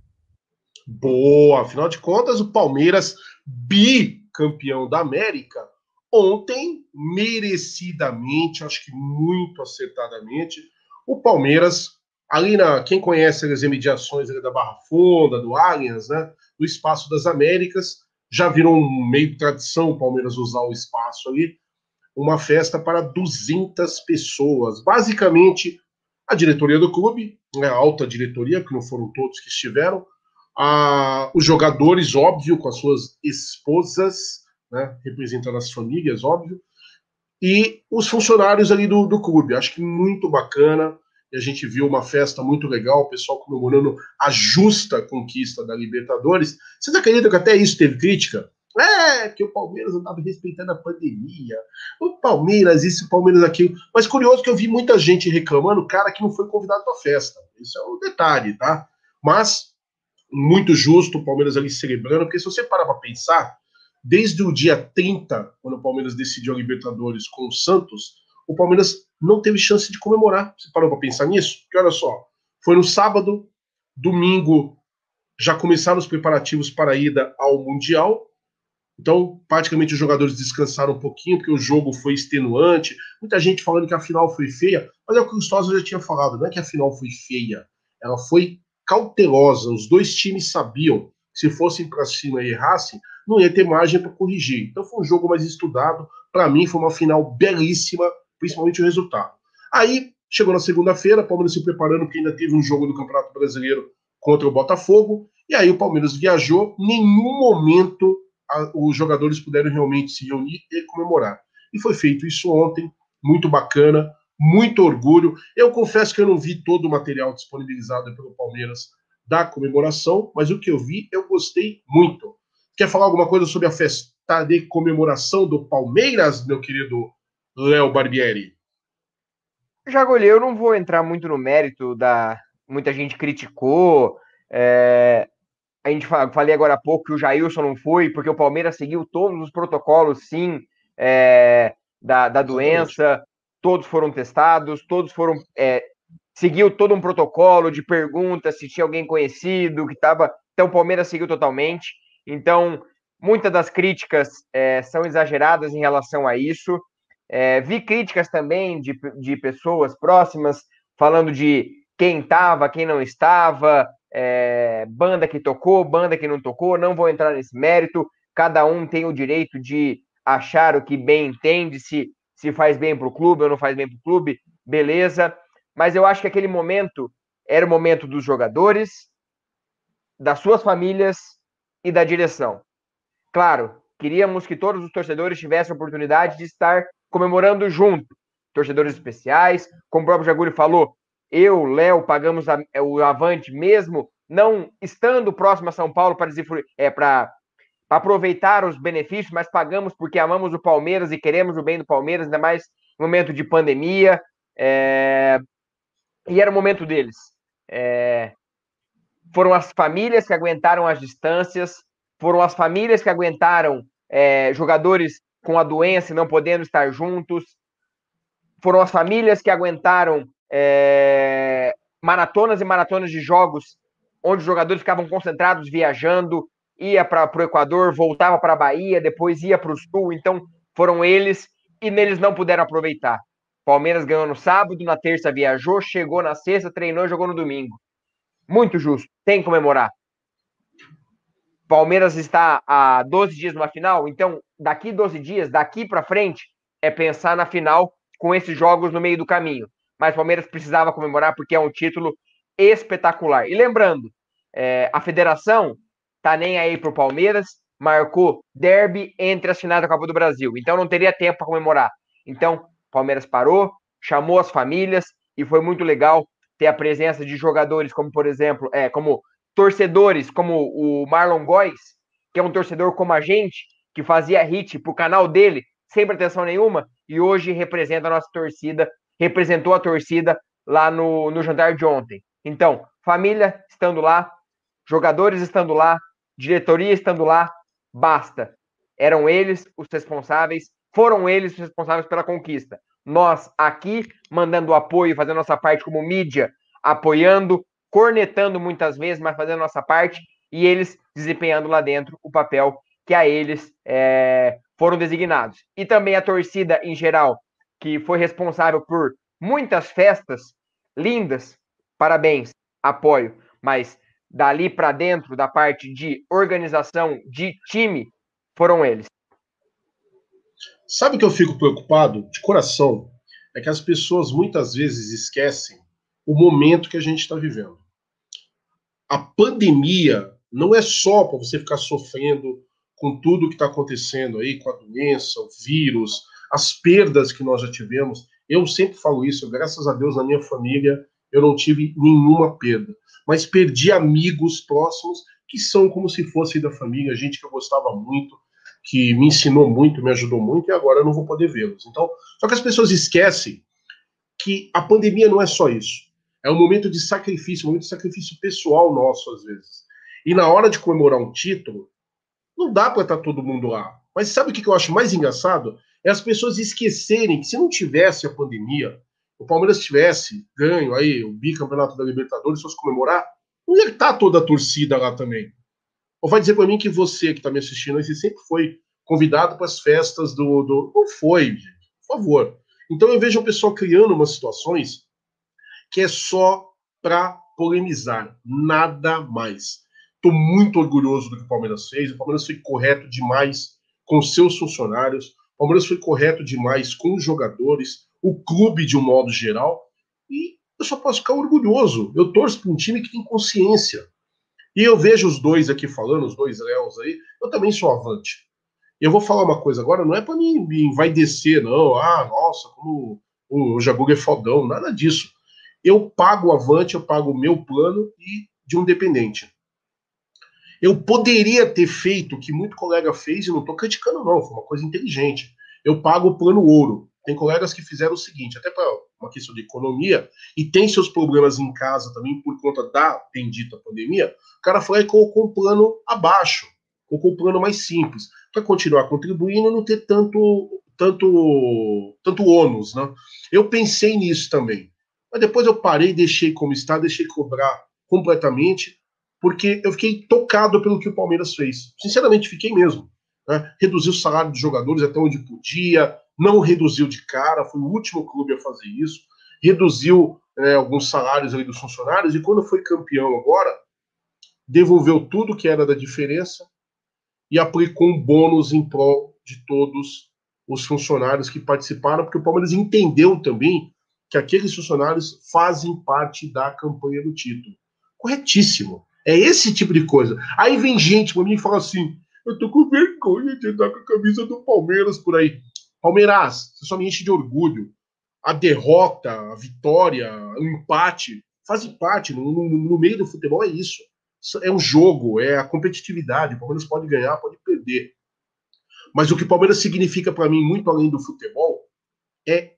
Boa! Afinal de contas, o Palmeiras, bicampeão da América, ontem, merecidamente, acho que muito acertadamente, o Palmeiras, ali na, quem conhece as imediações da Barra Funda, do Allianz, né, do Espaço das Américas, já virou um meio de tradição o Palmeiras usar o espaço ali, uma festa para duzentas pessoas, basicamente a diretoria do clube, né, a alta diretoria, que não foram todos que estiveram, a, os jogadores, óbvio, com as suas esposas, né, representando as famílias, óbvio, e os funcionários ali do, do clube. Acho que muito bacana, e a gente viu uma festa muito legal, o pessoal comemorando a justa conquista da Libertadores. Vocês acreditam que até isso teve crítica? É, que o Palmeiras não estava respeitando a pandemia, o Palmeiras isso, o Palmeiras aquilo. Mas curioso que eu vi muita gente reclamando, cara, que não foi convidado para a festa. Isso é um detalhe, tá? Mas, muito justo o Palmeiras ali celebrando, porque se você parar para pensar, desde o dia trinta, quando o Palmeiras decidiu a Libertadores com o Santos, o Palmeiras não teve chance de comemorar. Você parou para pensar nisso? Porque olha só, foi no sábado, domingo, já começaram os preparativos para a ida ao Mundial. Então, praticamente os jogadores descansaram um pouquinho, porque o jogo foi extenuante. Muita gente falando que a final foi feia, mas é o que o Lustosa já tinha falado, não é que a final foi feia, ela foi cautelosa. Os dois times sabiam que se fossem para cima e errassem, não ia ter margem para corrigir. Então foi um jogo mais estudado. Para mim foi uma final belíssima, principalmente o resultado. Aí, chegou na segunda-feira, o Palmeiras se preparando, porque ainda teve um jogo do Campeonato Brasileiro contra o Botafogo, e aí o Palmeiras viajou, em nenhum momento a, os jogadores puderam realmente se reunir e comemorar. E foi feito isso ontem, muito bacana, muito orgulho. Eu confesso que eu não vi todo o material disponibilizado pelo Palmeiras da comemoração, mas o que eu vi, eu gostei muito. Quer falar alguma coisa sobre a festa de comemoração do Palmeiras, meu querido Léo Barbieri? Jagulho, eu não vou entrar muito no mérito da... Muita gente criticou, é... a gente falei agora há pouco que o Jailson não foi, porque o Palmeiras seguiu todos os protocolos, sim, é... da, da doença, todos foram testados, todos foram... É... Seguiu todo um protocolo de perguntas se tinha alguém conhecido, que estava... Então o Palmeiras seguiu totalmente. Então, muitas das críticas é, são exageradas em relação a isso. É, vi críticas também de, de pessoas próximas falando de quem estava, quem não estava, é, banda que tocou, banda que não tocou. Não vou entrar nesse mérito. Cada um tem o direito de achar o que bem entende, se, se faz bem para o clube ou não faz bem para o clube, beleza. Mas eu acho que aquele momento era o momento dos jogadores, das suas famílias e da direção. Claro, queríamos que todos os torcedores tivessem a oportunidade de estar comemorando junto. Torcedores especiais, como o próprio Jagulho falou, eu, Léo, pagamos a, o Avante mesmo não estando próximo a São Paulo para é, para aproveitar os benefícios, mas pagamos porque amamos o Palmeiras e queremos o bem do Palmeiras, ainda mais no momento de pandemia. É... E era o momento deles. É... foram as famílias que aguentaram as distâncias, foram as famílias que aguentaram é, jogadores com a doença e não podendo estar juntos, foram as famílias que aguentaram é, maratonas e maratonas de jogos onde os jogadores ficavam concentrados viajando, ia para o Equador, voltava para a Bahia, depois ia para o Sul, então foram eles e neles não puderam aproveitar. Palmeiras ganhou no sábado, na terça viajou, chegou na sexta, treinou e jogou no domingo. Muito justo, tem que comemorar. Palmeiras está há doze dias numa final, então daqui doze dias, daqui para frente, é pensar na final com esses jogos no meio do caminho. Mas o Palmeiras precisava comemorar porque é um título espetacular. E lembrando, é, a federação tá nem aí pro Palmeiras, marcou derby entre as finais da Copa do Brasil, então não teria tempo para comemorar. Então, Palmeiras parou, chamou as famílias e foi muito legal ter a presença de jogadores como, por exemplo, é, como torcedores, como o Marlon Góes, que é um torcedor como a gente, que fazia hit pro canal dele, sem pretensão nenhuma, e hoje representa a nossa torcida, representou a torcida lá no, no jantar de ontem. Então, família estando lá, jogadores estando lá, diretoria estando lá, basta. Eram eles os responsáveis, foram eles os responsáveis pela conquista. Nós aqui, mandando apoio, fazendo nossa parte como mídia, apoiando, cornetando muitas vezes, mas fazendo nossa parte, e eles desempenhando lá dentro o papel que a eles é, foram designados. E também a torcida em geral, que foi responsável por muitas festas lindas, parabéns, apoio, mas dali para dentro, da parte de organização, de time, foram eles. Sabe o que eu fico preocupado, de coração? É que as pessoas muitas vezes esquecem o momento que a gente está vivendo. A pandemia não é só para você ficar sofrendo com tudo que está acontecendo aí, com a doença, o vírus, as perdas que nós já tivemos. Eu sempre falo isso, graças a Deus, na minha família, eu não tive nenhuma perda. Mas perdi amigos próximos que são como se fossem da família, gente que eu gostava muito, que me ensinou muito, me ajudou muito, e agora eu não vou poder vê-los. Então, só que as pessoas esquecem que a pandemia não é só isso. É um momento de sacrifício, um momento de sacrifício pessoal nosso, às vezes. E na hora de comemorar um título, não dá para estar todo mundo lá. Mas sabe o que eu acho mais engraçado? É as pessoas esquecerem que se não tivesse a pandemia, o Palmeiras tivesse ganho aí o bicampeonato da Libertadores, fosse comemorar, não ia estar toda a torcida lá também. Ou vai dizer para mim que você que está me assistindo, você sempre foi convidado para as festas do, do... Não foi, gente. Por favor. Então eu vejo o pessoal criando umas situações que é só para polemizar, nada mais. Estou muito orgulhoso do que o Palmeiras fez. O Palmeiras foi correto demais com seus funcionários. O Palmeiras foi correto demais com os jogadores, o clube de um modo geral. E eu só posso ficar orgulhoso. Eu torço para um time que tem consciência. E eu vejo os dois aqui falando, os dois Léos aí, eu também sou avante. E eu vou falar uma coisa agora, não é para mim me envaidecer, não. Ah, nossa, como o Jaguga é fodão, nada disso. Eu pago o avante, eu pago o meu plano e de um dependente. Eu poderia ter feito o que muito colega fez, e não estou criticando não, foi uma coisa inteligente. Eu pago o plano ouro. Tem colegas que fizeram o seguinte, até para uma questão de economia, e tem seus problemas em casa também por conta da bendita pandemia, o cara foi e colocou um plano abaixo, colocou um plano mais simples, para continuar contribuindo e não ter tanto, tanto, tanto ônus, né? Eu pensei nisso também. Mas depois eu parei, deixei como está, deixei cobrar completamente, porque eu fiquei tocado pelo que o Palmeiras fez. Sinceramente, fiquei mesmo. Né? Reduziu o salário dos jogadores até onde podia, não reduziu de cara, foi o último clube a fazer isso, reduziu é, alguns salários ali dos funcionários, e quando foi campeão agora, devolveu tudo que era da diferença e aplicou um bônus em prol de todos os funcionários que participaram, porque o Palmeiras entendeu também que aqueles funcionários fazem parte da campanha do título. Corretíssimo. É esse tipo de coisa. Aí vem gente pra mim e fala assim, eu tô com vergonha de andar com a camisa do Palmeiras por aí. Palmeiras, você só me enche de orgulho. A derrota, a vitória, o empate, fazem parte. No, no, no meio do futebol é isso. É um jogo, é a competitividade. O Palmeiras pode ganhar, pode perder. Mas o que o Palmeiras significa para mim, muito além do futebol, é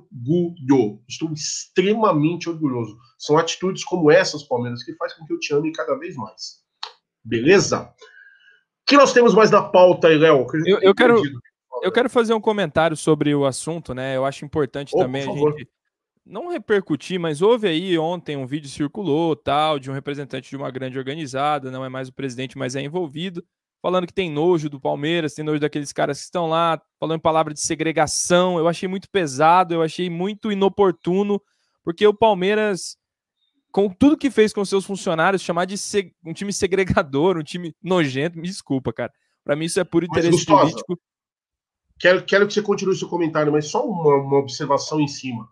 orgulho. Estou extremamente orgulhoso. São atitudes como essas, Palmeiras, que faz com que eu te ame cada vez mais. Beleza? O que nós temos mais na pauta aí, Léo? Eu, eu, quero, eu quero fazer um comentário sobre o assunto, né? Eu acho importante oh, também a gente não repercutir, mas houve aí ontem um vídeo circulou, tal, de um representante de uma grande organizada, não é mais o presidente, mas é envolvido, falando que tem nojo do Palmeiras, tem nojo daqueles caras que estão lá, falando em palavra de segregação. Eu achei muito pesado, eu achei muito inoportuno, porque o Palmeiras, com tudo que fez com seus funcionários, chamar de seg- um time segregador, um time nojento, me desculpa, cara. Para mim isso é puro interesse mas, Gustosa, político. Quero, quero que você continue seu comentário, mas só uma, uma observação em cima.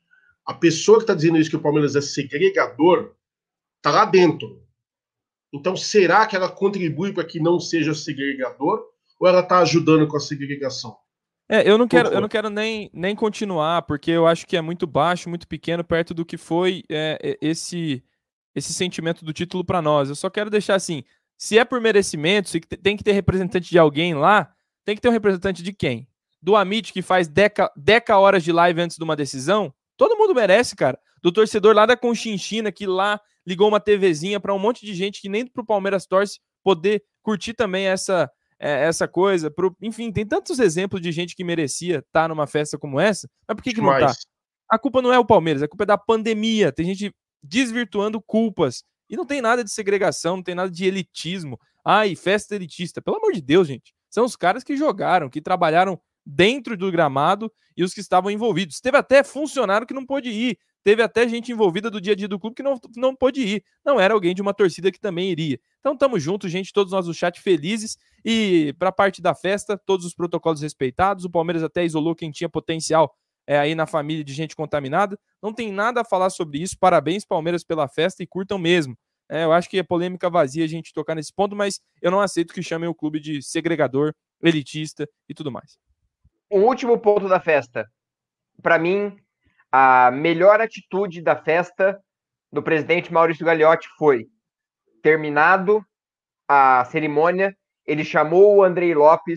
A pessoa que está dizendo isso, que o Palmeiras é segregador, está lá dentro. Então, será que ela contribui para que não seja segregador ou ela está ajudando com a segregação? É, eu não quero, eu não quero nem, nem continuar, porque eu acho que é muito baixo, muito pequeno, perto do que foi é, esse, esse sentimento do título para nós. Eu só quero deixar assim, se é por merecimento, se tem que ter representante de alguém lá, tem que ter um representante de quem? Do Amit, que faz deca, deca horas de live antes de uma decisão? Todo mundo merece, cara. Do torcedor lá da Conchinchina, que lá ligou uma TVzinha para um monte de gente que nem pro Palmeiras torce poder curtir também essa, é, essa coisa. Pro, enfim, tem tantos exemplos de gente que merecia estar numa festa como essa, mas por que, que não tá? A culpa não é o Palmeiras, a culpa é da pandemia. Tem gente desvirtuando culpas. E não tem nada de segregação, não tem nada de elitismo. Ai, festa elitista. Pelo amor de Deus, gente. São os caras que jogaram, que trabalharam dentro do gramado e os que estavam envolvidos. Teve até funcionário que não pôde ir. Teve até gente envolvida do dia a dia do clube que não, não pôde ir. Não era alguém de uma torcida que também iria. Então tamo junto, gente, todos nós do chat felizes. E para a parte da festa, todos os protocolos respeitados. O Palmeiras até isolou quem tinha potencial é, aí na família de gente contaminada. Não tem nada a falar sobre isso. Parabéns, Palmeiras, pela festa e curtam mesmo. É, eu acho que é polêmica vazia a gente tocar nesse ponto, mas eu não aceito que chamem o clube de segregador, elitista e tudo mais. O último ponto da festa. Para mim, a melhor atitude da festa do presidente Maurício Gagliotti foi, terminado a cerimônia, ele chamou o Andrei Lopes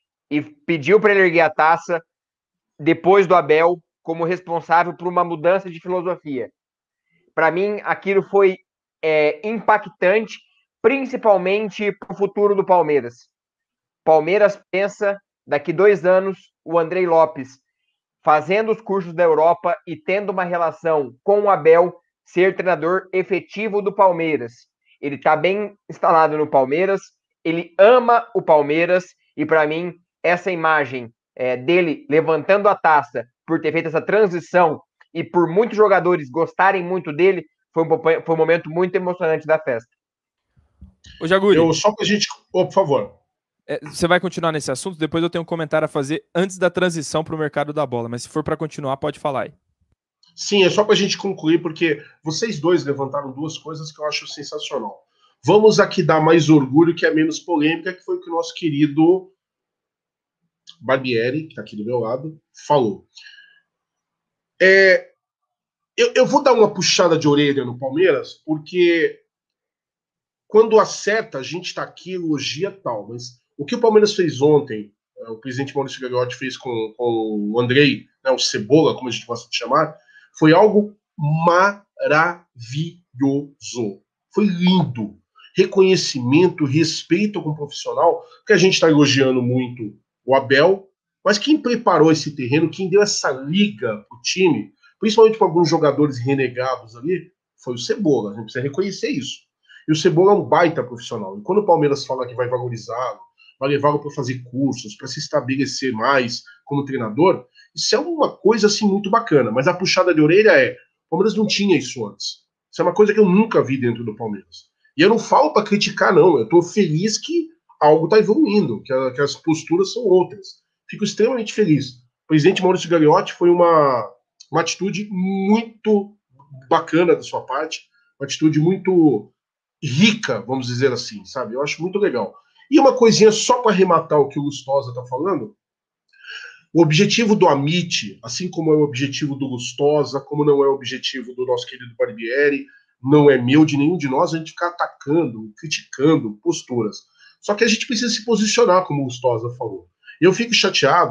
e pediu para ele erguer a taça depois do Abel como responsável por uma mudança de filosofia. Para mim, aquilo foi é, impactante, principalmente para o futuro do Palmeiras. Palmeiras pensa, daqui dois anos, o Andrei Lopes fazendo os cursos da Europa e tendo uma relação com o Abel, ser treinador efetivo do Palmeiras. Ele está bem instalado no Palmeiras, ele ama o Palmeiras, e para mim, essa imagem é, dele levantando a taça por ter feito essa transição e por muitos jogadores gostarem muito dele, foi um, foi um momento muito emocionante da festa. Ô, Jaguli, eu só pra gente... Oh, por favor. É, você vai continuar nesse assunto? Depois eu tenho um comentário a fazer antes da transição para o mercado da bola, mas se for para continuar, pode falar aí. Sim, é só para a gente concluir, porque vocês dois levantaram duas coisas que eu acho sensacional. Vamos aqui dar mais orgulho, que é menos polêmica, que foi o que o nosso querido Barbieri, que está aqui do meu lado, falou. É, eu, eu vou dar uma puxada de orelha no Palmeiras, porque quando acerta, a gente está aqui, elogia tal, mas o que o Palmeiras fez ontem, o presidente Maurício Gagliotti fez com, com o Andrei, né, o Cebola, como a gente gosta de chamar, foi algo maravilhoso. Foi lindo. Reconhecimento, respeito com o profissional, que a gente está elogiando muito o Abel, mas quem preparou esse terreno, quem deu essa liga para o time, principalmente para alguns jogadores renegados ali, foi o Cebola. A gente precisa reconhecer isso. E o Cebola é um baita profissional. E quando o Palmeiras fala que vai valorizá-lo, vai levá-lo para fazer cursos, para se estabelecer mais como treinador, isso é uma coisa assim muito bacana. Mas a puxada de orelha é, o Palmeiras não tinha isso antes. Isso é uma coisa que eu nunca vi dentro do Palmeiras. E eu não falo para criticar, não. Eu estou feliz que algo está evoluindo, que, a, que as posturas são outras. Fico extremamente feliz. O presidente Maurício Gagliotti foi uma, uma atitude muito bacana da sua parte, uma atitude muito rica, vamos dizer assim, sabe? Eu acho muito legal. E uma coisinha só para arrematar o que o Lustosa está falando, o objetivo do Amit, assim como é o objetivo do Lustosa, como não é o objetivo do nosso querido Barbieri, não é meu, de nenhum de nós, a gente ficar atacando, criticando posturas. Só que a gente precisa se posicionar, como o Lustosa falou. Eu fico chateado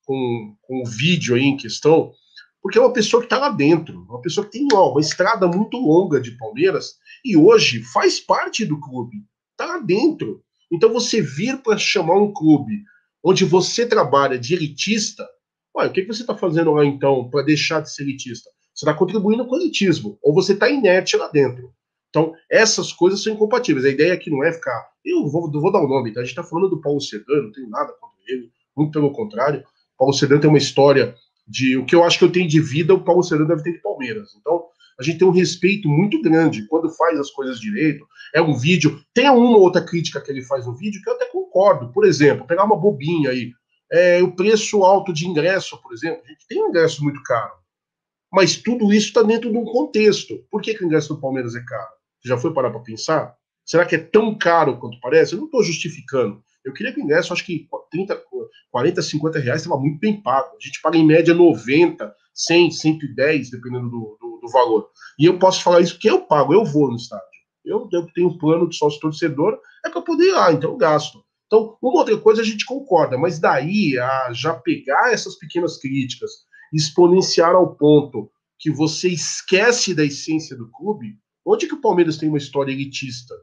com, com o vídeo aí em questão, porque é uma pessoa que está lá dentro, uma pessoa que tem ó, uma estrada muito longa de Palmeiras e hoje faz parte do clube, está lá dentro. Então você vir para chamar um clube onde você trabalha de elitista, ué, o que, que você está fazendo lá então para deixar de ser elitista? Você está contribuindo com o elitismo, ou você está inerte lá dentro. Então, essas coisas são incompatíveis. A ideia aqui não é ficar... Eu vou, vou dar o um nome, tá? A gente está falando do Paulo Sedano, não tenho nada contra ele, muito pelo contrário. O Paulo Sedano tem uma história de... O que eu acho que eu tenho de vida, o Paulo Sedano deve ter de Palmeiras. Então, a gente tem um respeito muito grande quando faz as coisas direito. É um vídeo... Tem uma ou outra crítica que ele faz no vídeo que eu até concordo. Por exemplo, pegar uma bobinha aí. É, o preço alto de ingresso, por exemplo. A gente tem um ingresso muito caro. Mas tudo isso está dentro de um contexto. Por que, que o ingresso do Palmeiras é caro? Você já foi parar para pensar? Será que é tão caro quanto parece? Eu não estou justificando. Eu queria que o ingresso, acho que trinta, quarenta, cinquenta reais estava muito bem pago. A gente paga em média noventa, cem, cento e dez, dependendo do, do, do valor. E eu posso falar isso porque eu pago, eu vou no estádio. Eu, eu tenho um plano de sócio torcedor, é para poder ir lá, então eu gasto. Então, uma outra coisa a gente concorda, mas daí a já pegar essas pequenas críticas, exponenciar ao ponto que você esquece da essência do clube. Onde que o Palmeiras tem uma história elitista?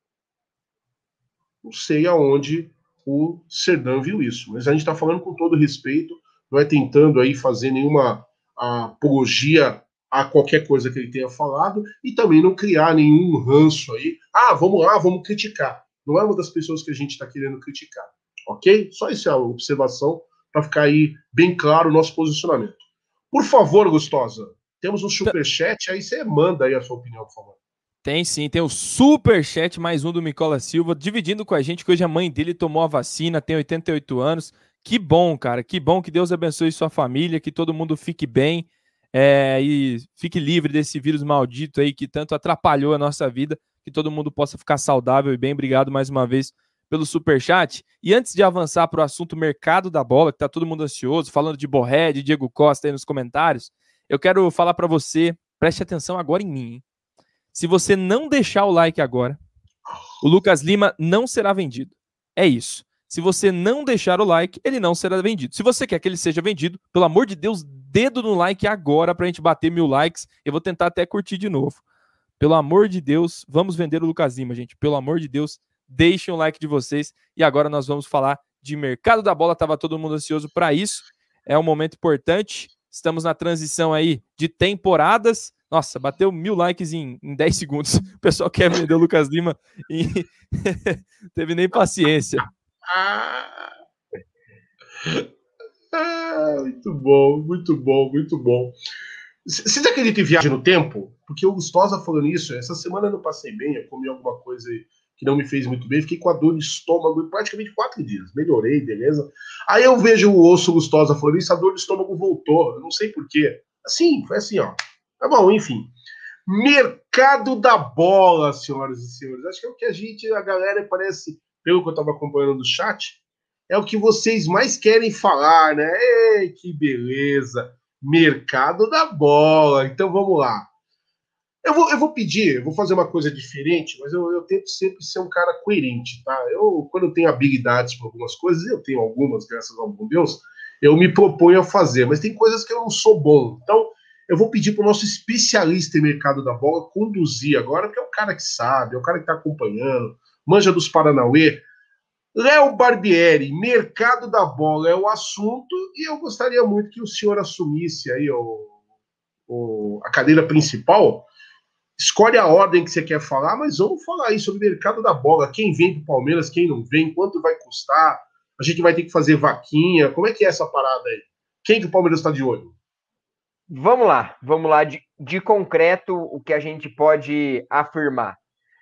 Não sei aonde o Serdão viu isso, mas a gente está falando com todo respeito, não é tentando aí fazer nenhuma apologia a qualquer coisa que ele tenha falado e também não criar nenhum ranço aí. Ah, vamos lá, vamos criticar. Não é uma das pessoas que a gente está querendo criticar, ok? Só essa é a observação para ficar aí bem claro o nosso posicionamento. Por favor, Gustosa, temos um superchat, aí você manda aí a sua opinião, por favor. Tem sim, tem o superchat, mais um do Nicola Silva, dividindo com a gente que hoje a mãe dele tomou a vacina, tem oitenta e oito anos. Que bom, cara, que bom, que Deus abençoe sua família, que todo mundo fique bem é, e fique livre desse vírus maldito aí que tanto atrapalhou a nossa vida, que todo mundo possa ficar saudável e bem. Obrigado mais uma vez pelo superchat. E antes de avançar para o assunto mercado da bola, que tá todo mundo ansioso, falando de Borré, de Diego Costa aí nos comentários, eu quero falar para você, preste atenção agora em mim, hein? Se você não deixar o like agora, o Lucas Lima não será vendido. É isso. Se você não deixar o like, ele não será vendido. Se você quer que ele seja vendido, pelo amor de Deus, dedo no like agora pra gente bater mil likes. Eu vou tentar até curtir de novo. Pelo amor de Deus, vamos vender o Lucas Lima, gente. Pelo amor de Deus, deixem o like de vocês. E agora nós vamos falar de mercado da bola. Tava todo mundo ansioso para isso. É um momento importante. Estamos na transição aí de temporadas. Nossa, bateu mil likes em, em dez segundos. O pessoal quer vender o Lucas Lima e teve nem paciência. Ah, muito bom, muito bom, muito bom. Vocês acreditam em viagem no tempo? Porque o Gustosa falando isso, essa semana eu não passei bem, eu comi alguma coisa que não me fez muito bem, fiquei com a dor no estômago em praticamente quatro dias. Melhorei, beleza? Aí eu vejo o osso Gustosa falando isso, a dor do estômago voltou, eu não sei porquê. Assim, foi assim, ó. Tá bom, enfim. Mercado da bola, senhoras e senhores. Acho que é o que a gente, a galera parece, pelo que eu estava acompanhando no chat, é o que vocês mais querem falar, né? Ei, que beleza. Mercado da bola. Então vamos lá. Eu vou, eu vou pedir, eu vou fazer uma coisa diferente, mas eu, eu tento sempre ser um cara coerente, tá? Eu, quando eu tenho habilidades para algumas coisas, eu tenho algumas, graças ao bom Deus, eu me proponho a fazer, mas tem coisas que eu não sou bom. Então, eu vou pedir para o nosso especialista em mercado da bola conduzir agora, porque é o cara que sabe, é o cara que está acompanhando, manja dos Paranauê. Léo Barbieri, mercado da bola é o assunto, e eu gostaria muito que o senhor assumisse aí o, o, a cadeira principal. Escolhe a ordem que você quer falar, mas vamos falar aí sobre o mercado da bola. Quem vem do Palmeiras, quem não vem, quanto vai custar, a gente vai ter que fazer vaquinha. Como é que é essa parada aí? Quem que o Palmeiras está de olho? Vamos lá, vamos lá. De, de concreto, o que a gente pode afirmar.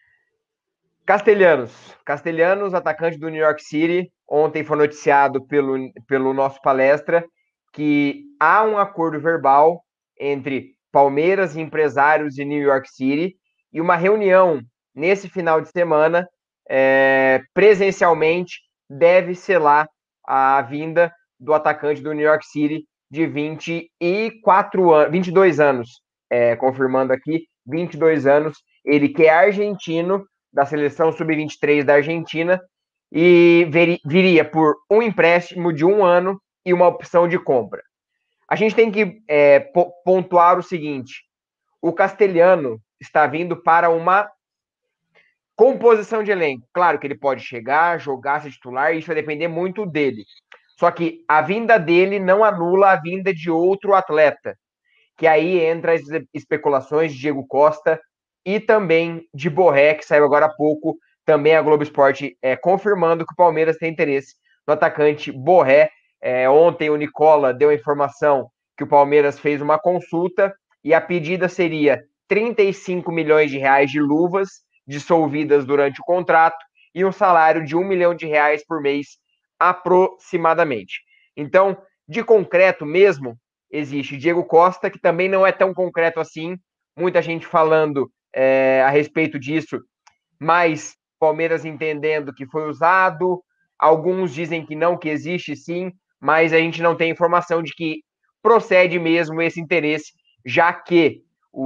Castelhanos. Castelhanos, atacante do New York City. Ontem foi noticiado pelo, pelo nosso palestra que há um acordo verbal entre Palmeiras, empresários e New York City e uma reunião nesse final de semana, é, presencialmente, deve selar a vinda do atacante do New York City de vinte e quatro anos, vinte e dois anos, é, confirmando aqui, vinte e dois anos, ele que é argentino, da seleção sub vinte e três da Argentina, e viria por um empréstimo de um ano e uma opção de compra. A gente tem que é, pontuar o seguinte: o Castelhano está vindo para uma composição de elenco. Claro que ele pode chegar, jogar, ser titular, isso vai depender muito dele. Só que a vinda dele não anula a vinda de outro atleta, que aí entra as especulações de Diego Costa e também de Borré, que saiu agora há pouco, também a Globo Esporte é, confirmando que o Palmeiras tem interesse no atacante Borré. É, ontem o Nicola deu a informação que o Palmeiras fez uma consulta e a pedida seria trinta e cinco milhões de reais de luvas dissolvidas durante o contrato e um salário de um milhão de reais por mês aproximadamente. Então, de concreto mesmo, existe Diego Costa, que também não é tão concreto assim, muita gente falando é, a respeito disso, mas Palmeiras entendendo que foi usado, alguns dizem que não, que existe sim, mas a gente não tem informação de que procede mesmo esse interesse, já que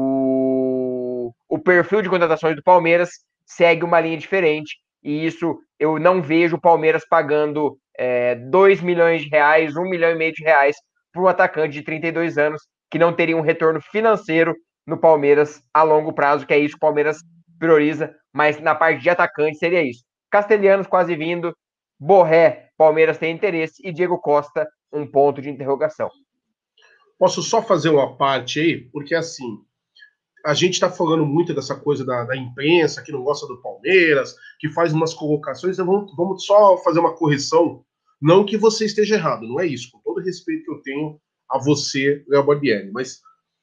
o, o perfil de contratações do Palmeiras segue uma linha diferente, e isso eu não vejo o Palmeiras pagando é, dois milhões de reais, um milhão e meio de reais por um atacante de trinta e dois anos que não teria um retorno financeiro no Palmeiras a longo prazo, que é isso que o Palmeiras prioriza, mas na parte de atacante seria isso. Castelhanos quase vindo, Borré, Palmeiras tem interesse, e Diego Costa, um ponto de interrogação. Posso só fazer uma parte aí? Porque assim, a gente está falando muito dessa coisa da, da imprensa que não gosta do Palmeiras, que faz umas colocações, então vamos, vamos só fazer uma correção. Não que você esteja errado, não é isso. Com todo o respeito que eu tenho a você, Léo Barbieri, mas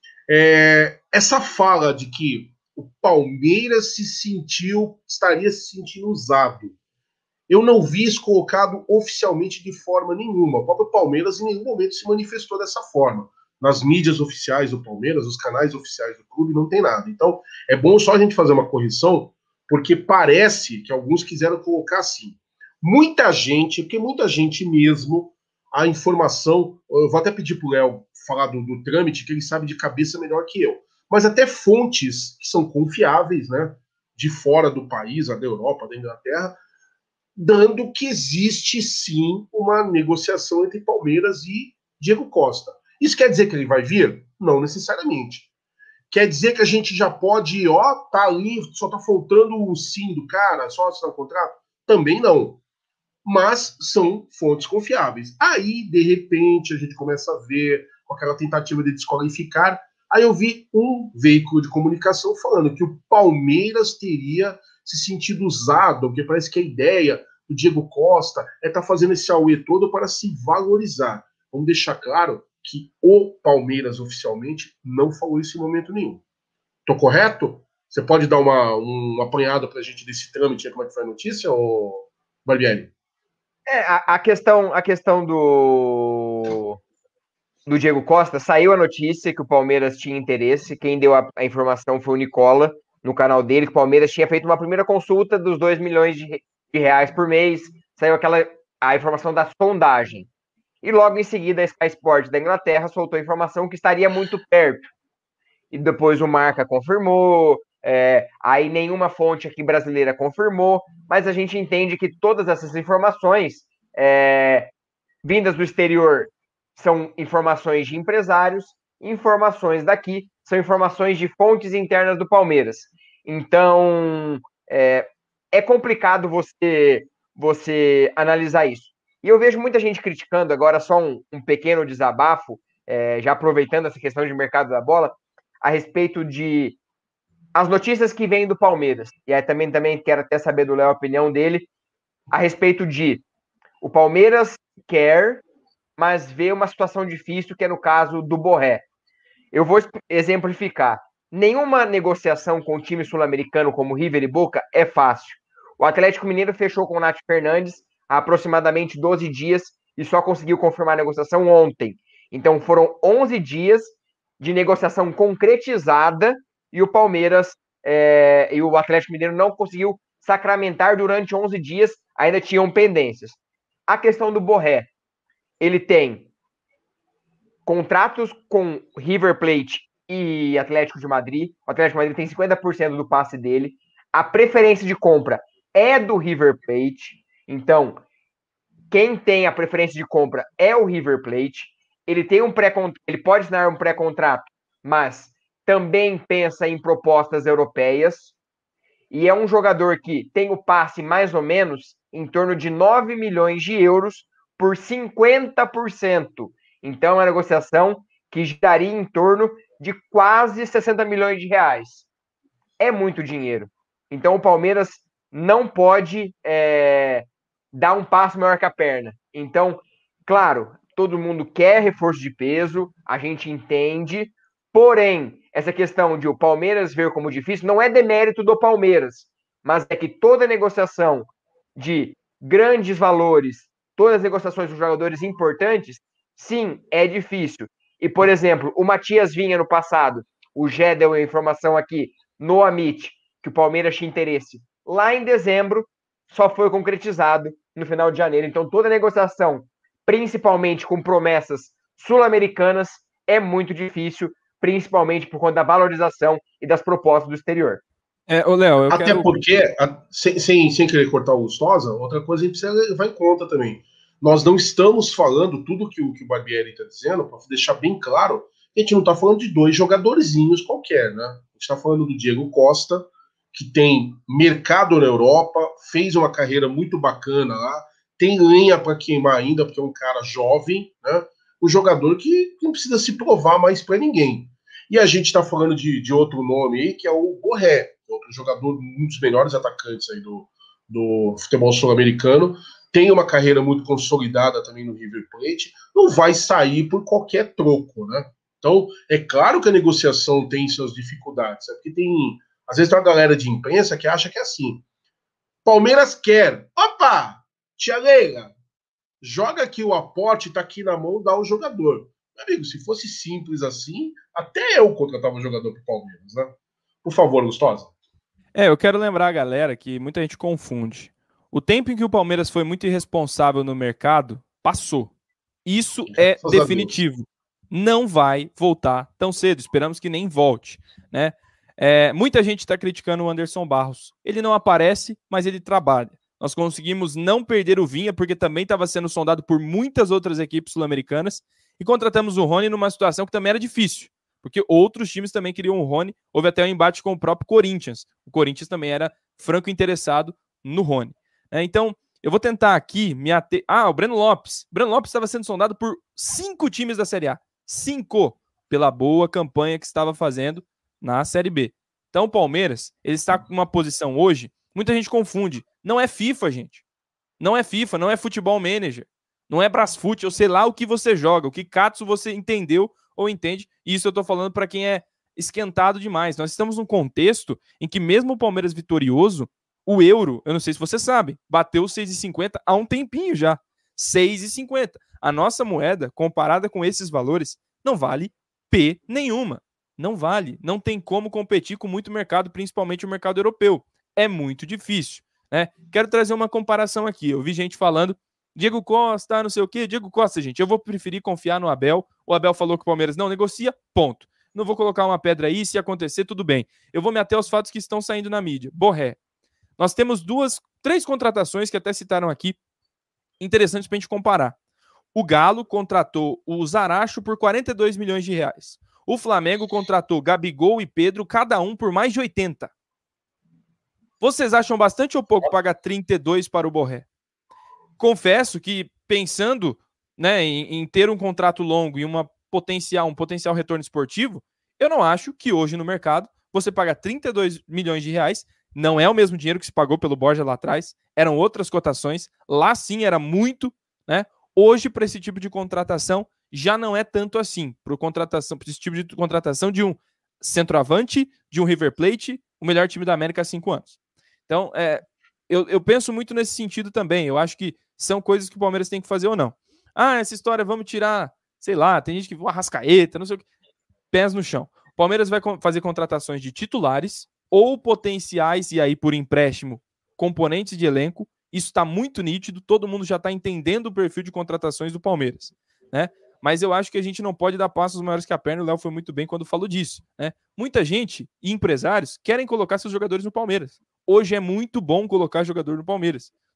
é, essa fala de que o Palmeiras se sentiu, estaria se sentindo usado, eu não vi isso colocado oficialmente de forma nenhuma. O próprio Palmeiras em nenhum momento se manifestou dessa forma. Nas mídias oficiais do Palmeiras, os canais oficiais do clube, não tem nada. Então, é bom só a gente fazer uma correção, porque parece que alguns quiseram colocar assim. Muita gente, porque muita gente mesmo, a informação, eu vou até pedir para o Léo falar do, do trâmite, que ele sabe de cabeça melhor que eu, mas até fontes que são confiáveis, né, de fora do país, da Europa, da Inglaterra, dando que existe sim uma negociação entre Palmeiras e Diego Costa. Isso quer dizer que ele vai vir? Não necessariamente. Quer dizer que a gente já pode, ó, tá ali, só tá faltando o sim do cara, só assinar o contrato? Também não. Mas são fontes confiáveis. Aí, de repente, a gente começa a ver com aquela tentativa de desqualificar. Aí eu vi um veículo de comunicação falando que o Palmeiras teria se sentido usado, porque parece que a ideia do Diego Costa é estar tá fazendo esse auê todo para se valorizar. Vamos deixar claro que o Palmeiras oficialmente não falou isso em momento nenhum. Tô correto? Você pode dar uma, um apanhado para a gente desse trâmite, como é que foi a notícia, ou Barbieri? É, a, a questão, a questão do, do Diego Costa, saiu a notícia que o Palmeiras tinha interesse, quem deu a, a informação foi o Nicola, no canal dele, que o Palmeiras tinha feito uma primeira consulta dos dois milhões de, de reais por mês, saiu aquela a informação da sondagem. E logo em seguida a Sky Sports da Inglaterra soltou a informação que estaria muito perto. E depois o Marca confirmou, é, aí nenhuma fonte aqui brasileira confirmou, mas a gente entende que todas essas informações é, vindas do exterior são informações de empresários, informações daqui são informações de fontes internas do Palmeiras. Então, é, é complicado você, você analisar isso. E eu vejo muita gente criticando, agora só um, um pequeno desabafo, é, já aproveitando essa questão de mercado da bola, a respeito de as notícias que vêm do Palmeiras. E aí também, também quero até saber do Léo a opinião dele, a respeito de o Palmeiras quer, mas vê uma situação difícil, que é no caso do Borré. Eu vou exemplificar. Nenhuma negociação com o time sul-americano como River e Boca é fácil. O Atlético Mineiro fechou com o Nath Fernandes há aproximadamente doze dias e só conseguiu confirmar a negociação ontem. Então foram onze dias de negociação concretizada e o Palmeiras é, e o Atlético Mineiro não conseguiu sacramentar durante onze dias, ainda tinham pendências. A questão do Borré, ele tem contratos com River Plate e Atlético de Madrid. O Atlético de Madrid tem cinquenta por cento do passe dele. A preferência de compra é do River Plate. Então, quem tem a preferência de compra é o River Plate. Ele tem um pré ele pode assinar um pré-contrato, mas também pensa em propostas europeias. E é um jogador que tem o passe mais ou menos em torno de nove milhões de euros por cinquenta por cento. Então, é uma negociação que giraria em torno de quase sessenta milhões de reais. É muito dinheiro. Então, o Palmeiras não pode é, dar um passo maior que a perna. Então, claro, todo mundo quer reforço de peso, a gente entende, porém, essa questão de o Palmeiras ver como difícil não é demérito do Palmeiras, mas é que toda negociação de grandes valores, todas as negociações com jogadores importantes, sim, é difícil. E, por exemplo, o Matias Vinha no passado, o Gé deu a informação aqui no Amit, que o Palmeiras tinha interesse lá em dezembro, só foi concretizado no final de janeiro. Então, toda negociação, principalmente com promessas sul-americanas, é muito difícil, principalmente por conta da valorização e das propostas do exterior. É, ô Léo, eu Até quero... porque, sem, sem, sem querer cortar o Lustosa, outra coisa a gente precisa levar em conta também. Nós não estamos falando tudo que o, que o Barbieri está dizendo, para deixar bem claro, a gente não está falando de dois jogadorzinhos qualquer, né? A gente está falando do Diego Costa, que tem mercado na Europa, fez uma carreira muito bacana lá, tem lenha para queimar ainda, porque é um cara jovem, né? Um jogador que não precisa se provar mais para ninguém. E a gente está falando de, de outro nome aí, que é o Borré, outro jogador, um dos melhores atacantes aí do, do futebol sul-americano, tem uma carreira muito consolidada também no River Plate, não vai sair por qualquer troco, né? Então, é claro que a negociação tem suas dificuldades, é porque tem, às vezes tem uma galera de imprensa que acha que é assim, Palmeiras quer, opa, tia Leila, joga aqui o aporte, tá aqui na mão, dá o jogador. Meu amigo, se fosse simples assim, até eu contratava um jogador pro Palmeiras, né? Por favor, Lustosa. É, eu quero lembrar a galera que muita gente confunde. O tempo em que o Palmeiras foi muito irresponsável no mercado, passou. Isso é Graças definitivo. Não vai voltar tão cedo. Esperamos que nem volte, né? É, muita gente está criticando o Anderson Barros. Ele não aparece, mas ele trabalha. Nós conseguimos não perder o Vinha, porque também estava sendo sondado por muitas outras equipes sul-americanas, e contratamos o Rony numa situação que também era difícil, porque outros times também queriam o Rony. Houve até um embate com o próprio Corinthians. O Corinthians também era franco interessado no Rony. É, então, eu vou tentar aqui me ater... Ah, o Breno Lopes. O Breno Lopes estava sendo sondado por cinco times da Série A. Cinco! Pela boa campanha que estava fazendo na Série B. Então, o Palmeiras, ele está com uma posição hoje, muita gente confunde. Não é FIFA, gente. Não é FIFA, não é Futebol Manager. Não é Brasfoot, eu sei lá o que você joga, o que Katsu você entendeu ou entende. E isso eu tô falando para quem é esquentado demais. Nós estamos num contexto em que mesmo o Palmeiras vitorioso, o euro, eu não sei se você sabe, bateu seis e cinquenta há um tempinho já. seis e cinquenta. A nossa moeda, comparada com esses valores, não vale P nenhuma. Não vale. Não tem como competir com muito mercado, principalmente o mercado europeu. É muito difícil, né? Quero trazer uma comparação aqui. Eu vi gente falando Diego Costa, não sei o quê. Diego Costa, gente, eu vou preferir confiar no Abel. O Abel falou que o Palmeiras não negocia, ponto. Não vou colocar uma pedra aí, se acontecer, tudo bem. Eu vou me ater aos fatos que estão saindo na mídia. Borré. Nós temos duas, três contratações que até citaram aqui, interessantes para a gente comparar. O Galo contratou o Zaracho por quarenta e dois milhões de reais. O Flamengo contratou Gabigol e Pedro, cada um por mais de oitenta. Vocês acham bastante ou pouco pagar trinta e dois para o Borré? Confesso que, pensando, né, em, em ter um contrato longo e uma potencial, um potencial retorno esportivo, eu não acho que hoje no mercado você paga trinta e dois milhões de reais, não é o mesmo dinheiro que se pagou pelo Borja lá atrás, eram outras cotações, lá sim era muito, né? Hoje, para esse tipo de contratação, já não é tanto assim, para contratação, para esse tipo de contratação de um centroavante, de um River Plate, o melhor time da América há cinco anos. Então, é, eu, eu penso muito nesse sentido também. Eu acho que são coisas que o Palmeiras tem que fazer ou não. Ah, essa história, vamos tirar, sei lá, tem gente que vai Arrascaeta, não sei o que. Pés no chão. O Palmeiras vai fazer contratações de titulares ou potenciais, e aí por empréstimo, componentes de elenco. Isso está muito nítido, todo mundo já está entendendo o perfil de contratações do Palmeiras, né? Mas eu acho que a gente não pode dar passos maiores que a perna, o Léo foi muito bem quando falou disso, né? Muita gente e empresários querem colocar seus jogadores no Palmeiras. Hoje é muito bom colocar jogador no Palmeiras.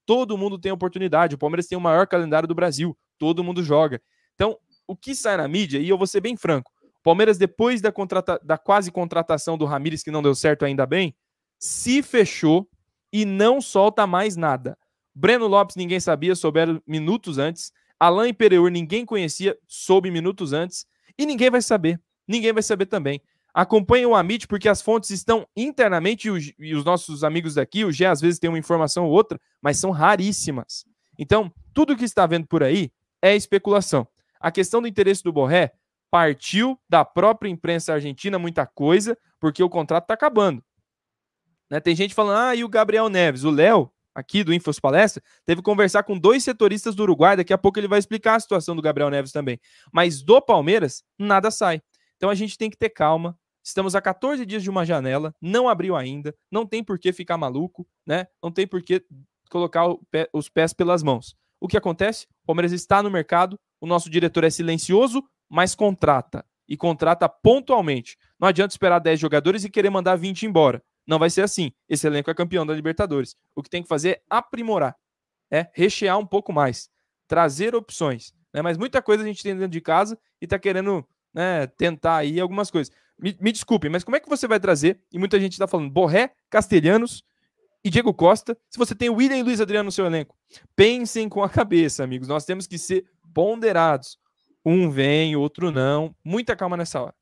todo mundo tem oportunidade. O Palmeiras tem o maior calendário do Brasil, todo mundo joga. Então, o que sai na mídia, e eu vou ser bem franco, o Palmeiras, depois da, contrata- da quase contratação do Ramires, que não deu certo ainda bem, se fechou e não solta mais nada. Breno Lopes ninguém sabia, souberam minutos antes. Alain Pereur ninguém conhecia, soube minutos antes. E ninguém vai saber. Ninguém vai saber também. Acompanhe o Amit, porque as fontes estão internamente, e os, e os nossos amigos daqui, o Gé às vezes tem uma informação ou outra, mas são raríssimas. Então, tudo que está vendo por aí é especulação. A questão do interesse do Borré partiu da própria imprensa argentina, muita coisa, porque o contrato está acabando. Né? Tem gente falando, ah, e o Gabriel Neves? O Léo, aqui do Infos Palestra, teve que conversar com dois setoristas do Uruguai, daqui a pouco ele vai explicar a situação do Gabriel Neves também. Mas do Palmeiras, nada sai. Então a gente tem que ter calma. Estamos a quatorze dias de uma janela, não abriu ainda, não tem por que ficar maluco, né? Não tem por que colocar o pé, os pés pelas mãos. O que acontece? O Palmeiras está no mercado, o nosso diretor é silencioso, mas contrata. E contrata pontualmente. Não adianta esperar dez jogadores e querer mandar vinte embora. Não vai ser assim. Esse elenco é campeão da Libertadores. O que tem que fazer é aprimorar. É rechear um pouco mais. Trazer opções. Né? Mas muita coisa a gente tem dentro de casa e está querendo, né, tentar aí algumas coisas. Me, me desculpem, mas como é que você vai trazer, e muita gente está falando, Borré, Castelhanos e Diego Costa, se você tem o William e Luiz Adriano no seu elenco? Pensem com a cabeça, amigos. Nós temos que ser ponderados. Um vem, outro não. Muita calma nessa hora.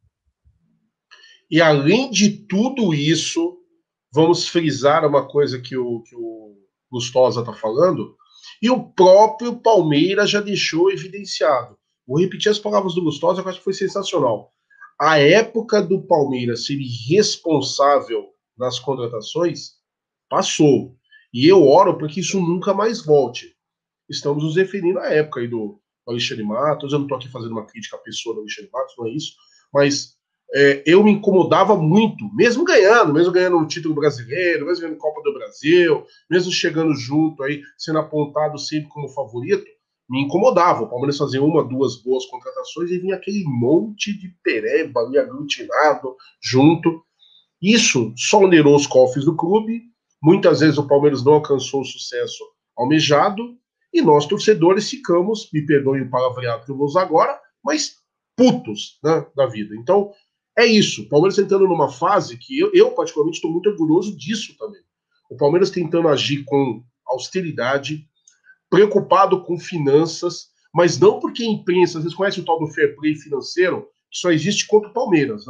E além de tudo isso, vamos frisar uma coisa que o, que o Gustosa está falando, e o próprio Palmeiras já deixou evidenciado. Vou repetir as palavras do Gustosa, que eu acho que foi sensacional. A época do Palmeiras ser irresponsável nas contratações passou. E eu oro para que isso nunca mais volte. Estamos nos referindo à época aí do Alexandre Matos. Eu não estou aqui fazendo uma crítica à pessoa do Alexandre Matos, não é isso. Mas é, eu me incomodava muito, mesmo ganhando, mesmo ganhando um título brasileiro, mesmo ganhando Copa do Brasil, mesmo chegando junto aí, sendo apontado sempre como favorito, me incomodava. O Palmeiras fazia uma, duas boas contratações e vinha aquele monte de pereba ali aglutinado junto. Isso só onerou os cofres do clube. Muitas vezes o Palmeiras não alcançou o sucesso almejado e nós, torcedores, ficamos, me perdoem o palavreado que eu vou usar agora, mas putos, né, da vida. Então, é isso. O Palmeiras entrando numa fase que eu, eu particularmente, estou muito orgulhoso disso também. O Palmeiras tentando agir com austeridade, preocupado com finanças, mas não porque a imprensa, vocês conhecem o tal do fair play financeiro, que só existe contra o Palmeiras, né?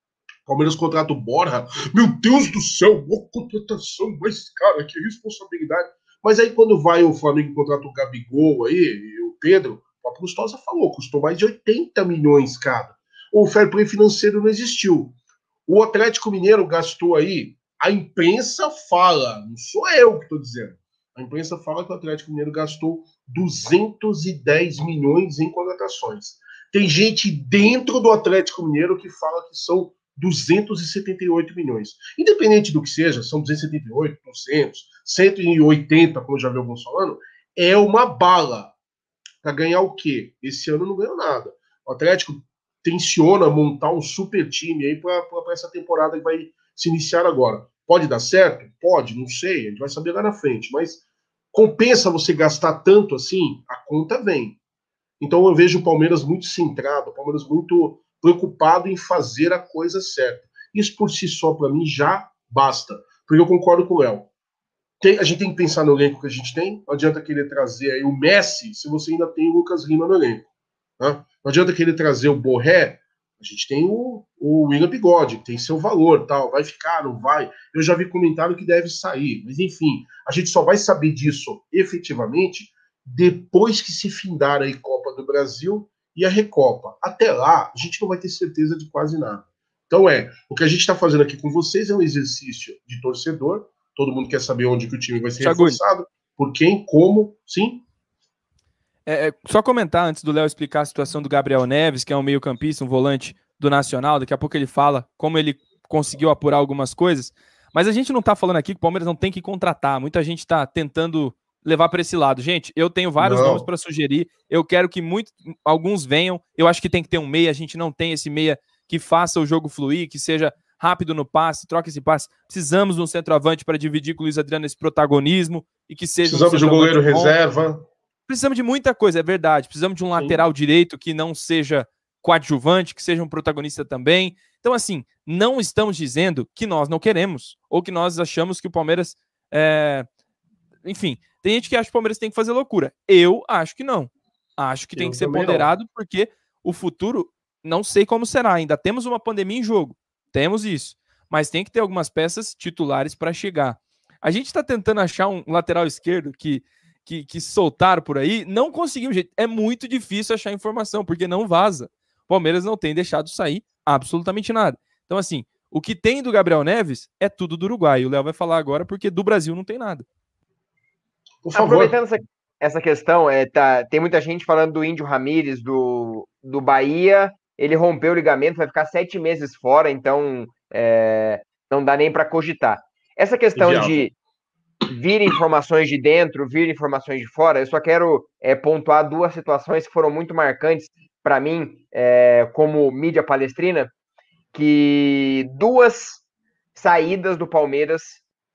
O Palmeiras contrata o Borja, meu Deus do céu, uma contratação, mas cara, que responsabilidade. Mas aí quando vai o Flamengo contrata o Gabigol aí, e o Pedro, o próprio Gustosa falou, custou mais de oitenta milhões cada. O fair play financeiro não existiu. O Atlético Mineiro gastou aí, a imprensa fala, não sou eu que estou dizendo, a imprensa fala que o Atlético Mineiro gastou duzentos e dez milhões em contratações. Tem gente dentro do Atlético Mineiro que fala que são duzentos e setenta e oito milhões. Independente do que seja, são duzentos e setenta e oito, duzentos, cento e oitenta, como já vi alguns falando, é uma bala. Para ganhar o quê? Esse ano não ganhou nada. O Atlético tenciona montar um super time aí para essa temporada que vai se iniciar agora. Pode dar certo? Pode, não sei, a gente vai saber lá na frente, mas compensa você gastar tanto assim? A conta vem. Então eu vejo o Palmeiras muito centrado, o Palmeiras muito preocupado em fazer a coisa certa. Isso por si só, para mim, já basta. Porque eu concordo com o Léo. Tem, a gente tem que pensar no elenco que a gente tem. Não adianta querer trazer aí o Messi se você ainda tem o Lucas Lima no elenco. Né? Não adianta querer trazer o Borré. A gente tem o, o William Bigode, que tem seu valor, tal. Vai ficar, não vai. Eu já vi comentário que deve sair. Mas, enfim, a gente só vai saber disso efetivamente depois que se findar a Copa do Brasil e a Recopa. Até lá, a gente não vai ter certeza de quase nada. Então é, o que a gente está fazendo aqui com vocês é um exercício de torcedor. Todo mundo quer saber onde que o time vai ser Chagulho. reforçado, por quem, como, sim? É, é, só comentar antes do Léo explicar a situação do Gabriel Neves, que é um meio-campista, um volante do Nacional. Daqui a pouco ele fala como ele conseguiu apurar algumas coisas. Mas a gente não está falando aqui que o Palmeiras não tem que contratar. Muita gente está tentando levar para esse lado. Gente, eu tenho vários não. nomes para sugerir. Eu quero que muito, alguns venham. Eu acho que tem que ter um meia. A gente não tem esse meia que faça o jogo fluir, que seja rápido no passe, troca esse passe. Precisamos de um centroavante para dividir com o Luiz Adriano esse protagonismo e que seja Precisamos um de um goleiro bom. reserva. Precisamos de muita coisa, é verdade. Precisamos de um Sim. lateral direito que não seja coadjuvante, que seja um protagonista também. Então, assim, não estamos dizendo que nós não queremos ou que nós achamos que o Palmeiras... É... Enfim, tem gente que acha que o Palmeiras tem que fazer loucura. Eu acho que não. Acho que Eu tem que ser ponderado não. porque o futuro, não sei como será. Ainda temos uma pandemia em jogo. Temos isso. Mas tem que ter algumas peças titulares para chegar. A gente está tentando achar um lateral esquerdo que, que, que soltaram por aí. Não conseguimos, gente. É muito difícil achar informação, porque não vaza. O Palmeiras não tem deixado sair absolutamente nada. Então, assim, o que tem do Gabriel Neves é tudo do Uruguai. O Léo vai falar agora, porque do Brasil não tem nada. Por favor. Aproveitando essa, essa questão, é, tá, tem muita gente falando do Índio Ramírez, do, do Bahia. Ele rompeu o ligamento, vai ficar sete meses fora, então é, não dá nem para cogitar. Essa questão Ideal. de vir informações de dentro, vir informações de fora, eu só quero é, pontuar duas situações que foram muito marcantes para mim, é, como mídia palestrina, que duas saídas do Palmeiras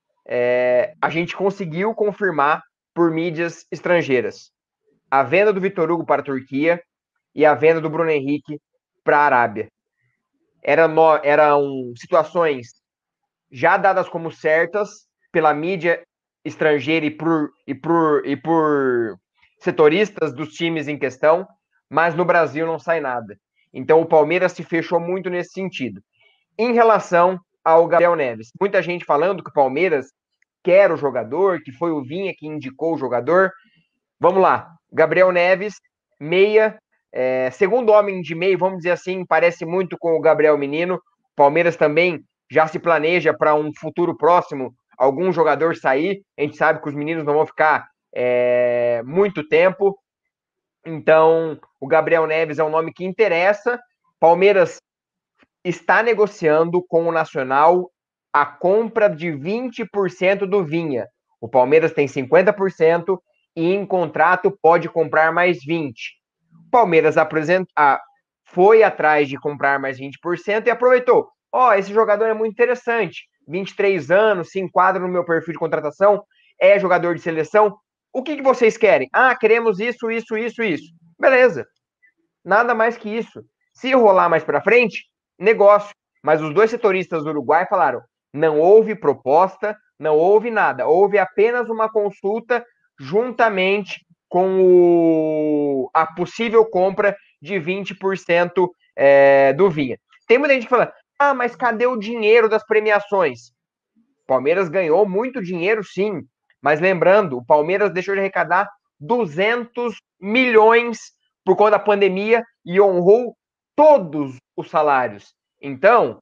é, a gente conseguiu confirmar por mídias estrangeiras. A venda do Vitor Hugo para a Turquia e a venda do Bruno Henrique para a Arábia. Era no, eram situações já dadas como certas pela mídia estrangeira e por, e, por, e por setoristas dos times em questão, mas no Brasil não sai nada. Então o Palmeiras se fechou muito nesse sentido. Em relação ao Gabriel Neves, muita gente falando que o Palmeiras quer o jogador, que foi o Vinha que indicou o jogador. Vamos lá, Gabriel Neves, meia, é, segundo homem de meio, vamos dizer assim, parece muito com o Gabriel Menino. Palmeiras também já se planeja para um futuro próximo algum jogador sair. A gente sabe que os meninos não vão ficar é, muito tempo. Então, o Gabriel Neves é um nome que interessa. Palmeiras está negociando com o Nacional a compra de vinte por cento do Vinha. O Palmeiras tem cinquenta por cento e em contrato pode comprar mais vinte por cento. O Palmeiras apresenta, ah, foi atrás de comprar mais vinte por cento e aproveitou. Ó, oh, esse jogador é muito interessante. vinte e três anos, se enquadra no meu perfil de contratação, é jogador de seleção. O que, que vocês querem? Ah, queremos isso, isso, isso, isso. Beleza. Nada mais que isso. Se rolar mais para frente, negócio. Mas os dois setoristas do Uruguai falaram, não houve proposta, não houve nada. Houve apenas uma consulta juntamente com o, a possível compra de vinte por cento é, do Vinha. Tem muita gente que fala, ah, mas cadê o dinheiro das premiações? Palmeiras ganhou muito dinheiro, sim. Mas lembrando, o Palmeiras deixou de arrecadar duzentos milhões por conta da pandemia e honrou todos os salários. Então,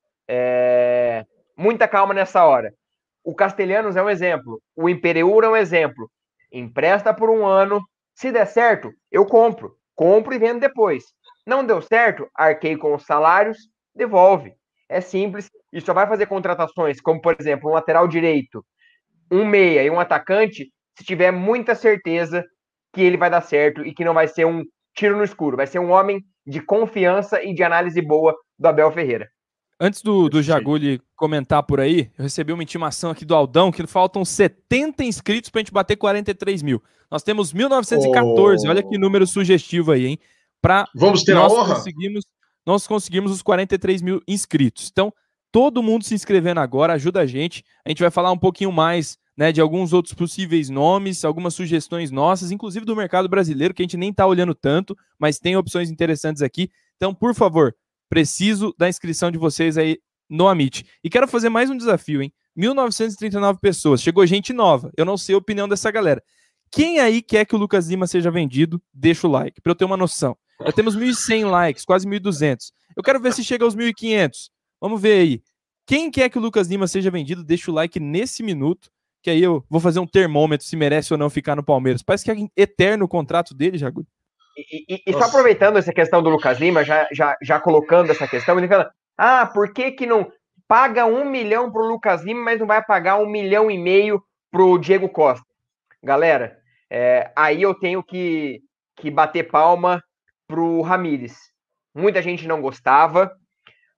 é... muita calma nessa hora. O Castelhanos é um exemplo. O Imperiur é um exemplo. Empresta por um ano. Se der certo, eu compro. Compro e vendo depois. Não deu certo, arquei com os salários, devolve. É simples. E só vai fazer contratações, como, por exemplo, um lateral direito, um meia e um atacante, se tiver muita certeza que ele vai dar certo e que não vai ser um tiro no escuro. Vai ser um homem de confiança e de análise boa do Abel Ferreira. Antes do, do Jaguli comentar por aí, eu recebi uma intimação aqui do Aldão que faltam setenta inscritos pra gente bater quarenta e três mil. Nós temos mil novecentos e quatorze, oh. Olha que número sugestivo aí, hein? Pra Vamos ter nós a honra? Conseguimos, nós conseguimos os quarenta e três mil inscritos. Então, todo mundo se inscrevendo agora, ajuda a gente. A gente vai falar um pouquinho mais, né, de alguns outros possíveis nomes, algumas sugestões nossas, inclusive do mercado brasileiro, que a gente nem tá olhando tanto, mas tem opções interessantes aqui. Então, por favor, preciso da inscrição de vocês aí no Amit. E quero fazer mais um desafio, hein? mil novecentos e trinta e nove pessoas. Chegou gente nova. Eu não sei a opinião dessa galera. Quem aí quer que o Lucas Lima seja vendido, deixa o like, para eu ter uma noção. Já temos mil e cem likes, quase mil e duzentos. Eu quero ver se chega aos mil e quinhentos. Vamos ver aí. Quem quer que o Lucas Lima seja vendido, deixa o like nesse minuto, que aí eu vou fazer um termômetro se merece ou não ficar no Palmeiras. Parece que é eterno o contrato dele, Jaguli. E, e, e só aproveitando essa questão do Lucas Lima, já, já, já colocando essa questão, ele fala, ah, por que que não paga um milhão pro Lucas Lima, mas não vai pagar um milhão e meio pro Diego Costa? Galera, é, aí eu tenho que, que bater palma pro Ramírez. Muita gente não gostava,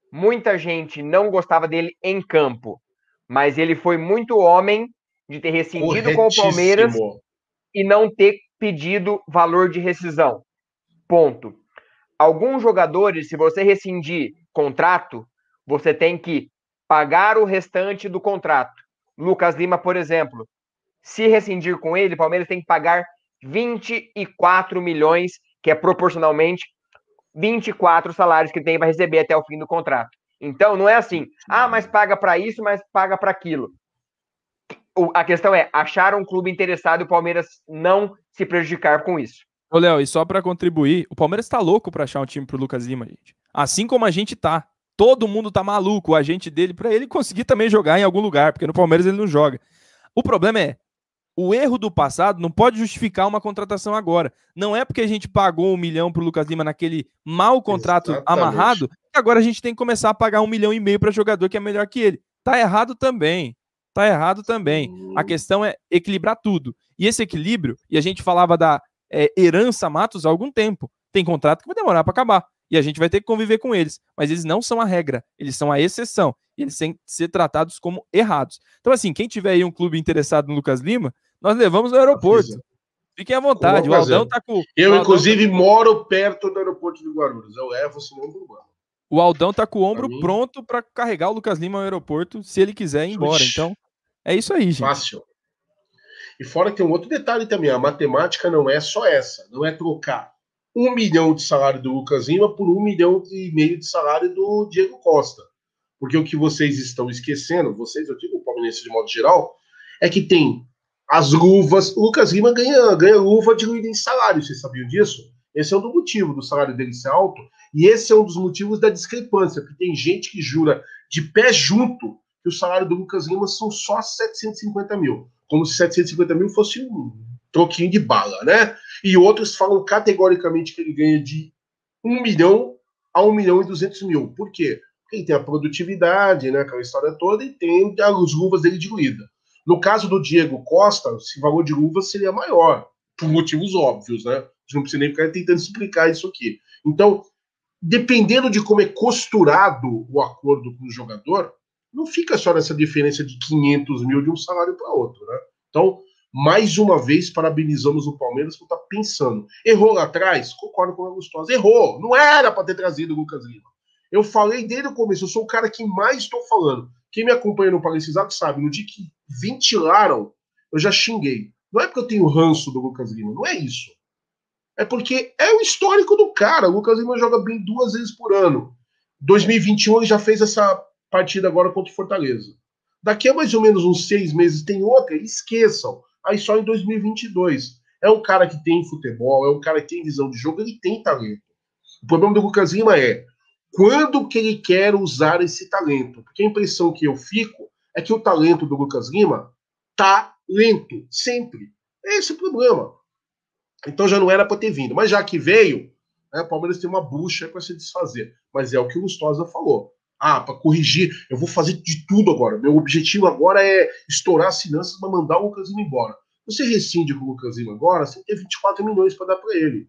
muita gente não gostava dele em campo, mas ele foi muito homem de ter rescindido com o Palmeiras e não ter pedido valor de rescisão. Ponto. Alguns jogadores, se você rescindir contrato, você tem que pagar o restante do contrato. Lucas Lima, por exemplo, se rescindir com ele, o Palmeiras tem que pagar vinte e quatro milhões, que é proporcionalmente vinte e quatro salários que tem para receber até o fim do contrato. Então, não é assim, ah, mas paga para isso, mas paga para aquilo. O, a questão é achar um clube interessado e o Palmeiras não se prejudicar com isso. Ô, Léo, e só pra contribuir, o Palmeiras tá louco pra achar um time pro Lucas Lima, gente. Assim como a gente tá. Todo mundo tá maluco, o agente dele, pra ele conseguir também jogar em algum lugar, porque no Palmeiras ele não joga. O problema é, o erro do passado não pode justificar uma contratação agora. Não é porque a gente pagou um milhão pro Lucas Lima naquele mau contrato Exatamente. amarrado, que agora a gente tem que começar a pagar um milhão e meio pra jogador que é melhor que ele. Tá errado também. Tá errado também. A questão é equilibrar tudo. E esse equilíbrio, e a gente falava da É, herança Matos há algum tempo. Tem contrato que vai demorar para acabar. E a gente vai ter que conviver com eles. Mas eles não são a regra. Eles são a exceção. E eles têm que ser tratados como errados. Então, assim, quem tiver aí um clube interessado no Lucas Lima, nós levamos no aeroporto. Fiquem à vontade. O Aldão tá com... Eu, Aldão inclusive, tá... moro perto do aeroporto de Guarulhos. Eu levo, senão não vou. O Aldão tá com o ombro pronto para carregar o Lucas Lima ao aeroporto, se ele quiser ir embora. Ixi. Então, é isso aí, gente. Fácil. E fora que tem um outro detalhe também, a matemática não é só essa, não é trocar um milhão de salário do Lucas Lima por um milhão e meio de salário do Diego Costa. Porque o que vocês estão esquecendo, vocês, eu digo o palmeirense de modo geral, é que tem as luvas, o Lucas Lima ganha, ganha luva diluída em salário, vocês sabiam disso? Esse é um dos motivos do salário dele ser alto, e esse é um dos motivos da discrepância, porque tem gente que jura de pé junto que o salário do Lucas Lima são só setecentos e cinquenta mil. Como se setecentos e cinquenta mil fosse um troquinho de bala, né? E outros falam categoricamente que ele ganha de um milhão a um milhão e duzentos mil. Por quê? Porque ele tem a produtividade, né? Aquela história toda, e tem as luvas dele diluída. No caso do Diego Costa, esse valor de luvas seria maior, por motivos óbvios, né? A gente não precisa nem ficar tentando explicar isso aqui. Então, dependendo de como é costurado o acordo com o jogador, não fica só nessa diferença de quinhentos mil de um salário para outro, né? Então, mais uma vez, parabenizamos o Palmeiras por estar pensando. Errou lá atrás? Concordo com o Augustosa. Errou. Não era para ter trazido o Lucas Lima. Eu falei desde o começo, eu sou o cara que mais estou falando. Quem me acompanha no Palestrizado sabe, no dia que ventilaram, eu já xinguei. Não é porque eu tenho ranço do Lucas Lima, não é isso. É porque é o histórico do cara. O Lucas Lima joga bem duas vezes por ano. dois mil e vinte e um ele já fez essa partida agora contra o Fortaleza. Daqui a mais ou menos uns seis meses tem outra, esqueçam. Aí só em dois mil e vinte e dois. É um cara que tem futebol, é um cara que tem visão de jogo, ele tem talento. O problema do Lucas Lima é quando que ele quer usar esse talento. Porque a impressão que eu fico é que o talento do Lucas Lima tá lento, sempre. É esse o problema. Então já não era para ter vindo. Mas já que veio, né, o Palmeiras tem uma bucha para se desfazer. Mas é o que o Lustosa falou. Ah, para corrigir, eu vou fazer de tudo agora. Meu objetivo agora é estourar as finanças para mandar o Lucas Lima embora. Você rescinde com o Lucas Lima agora, você tem vinte e quatro milhões para dar para ele.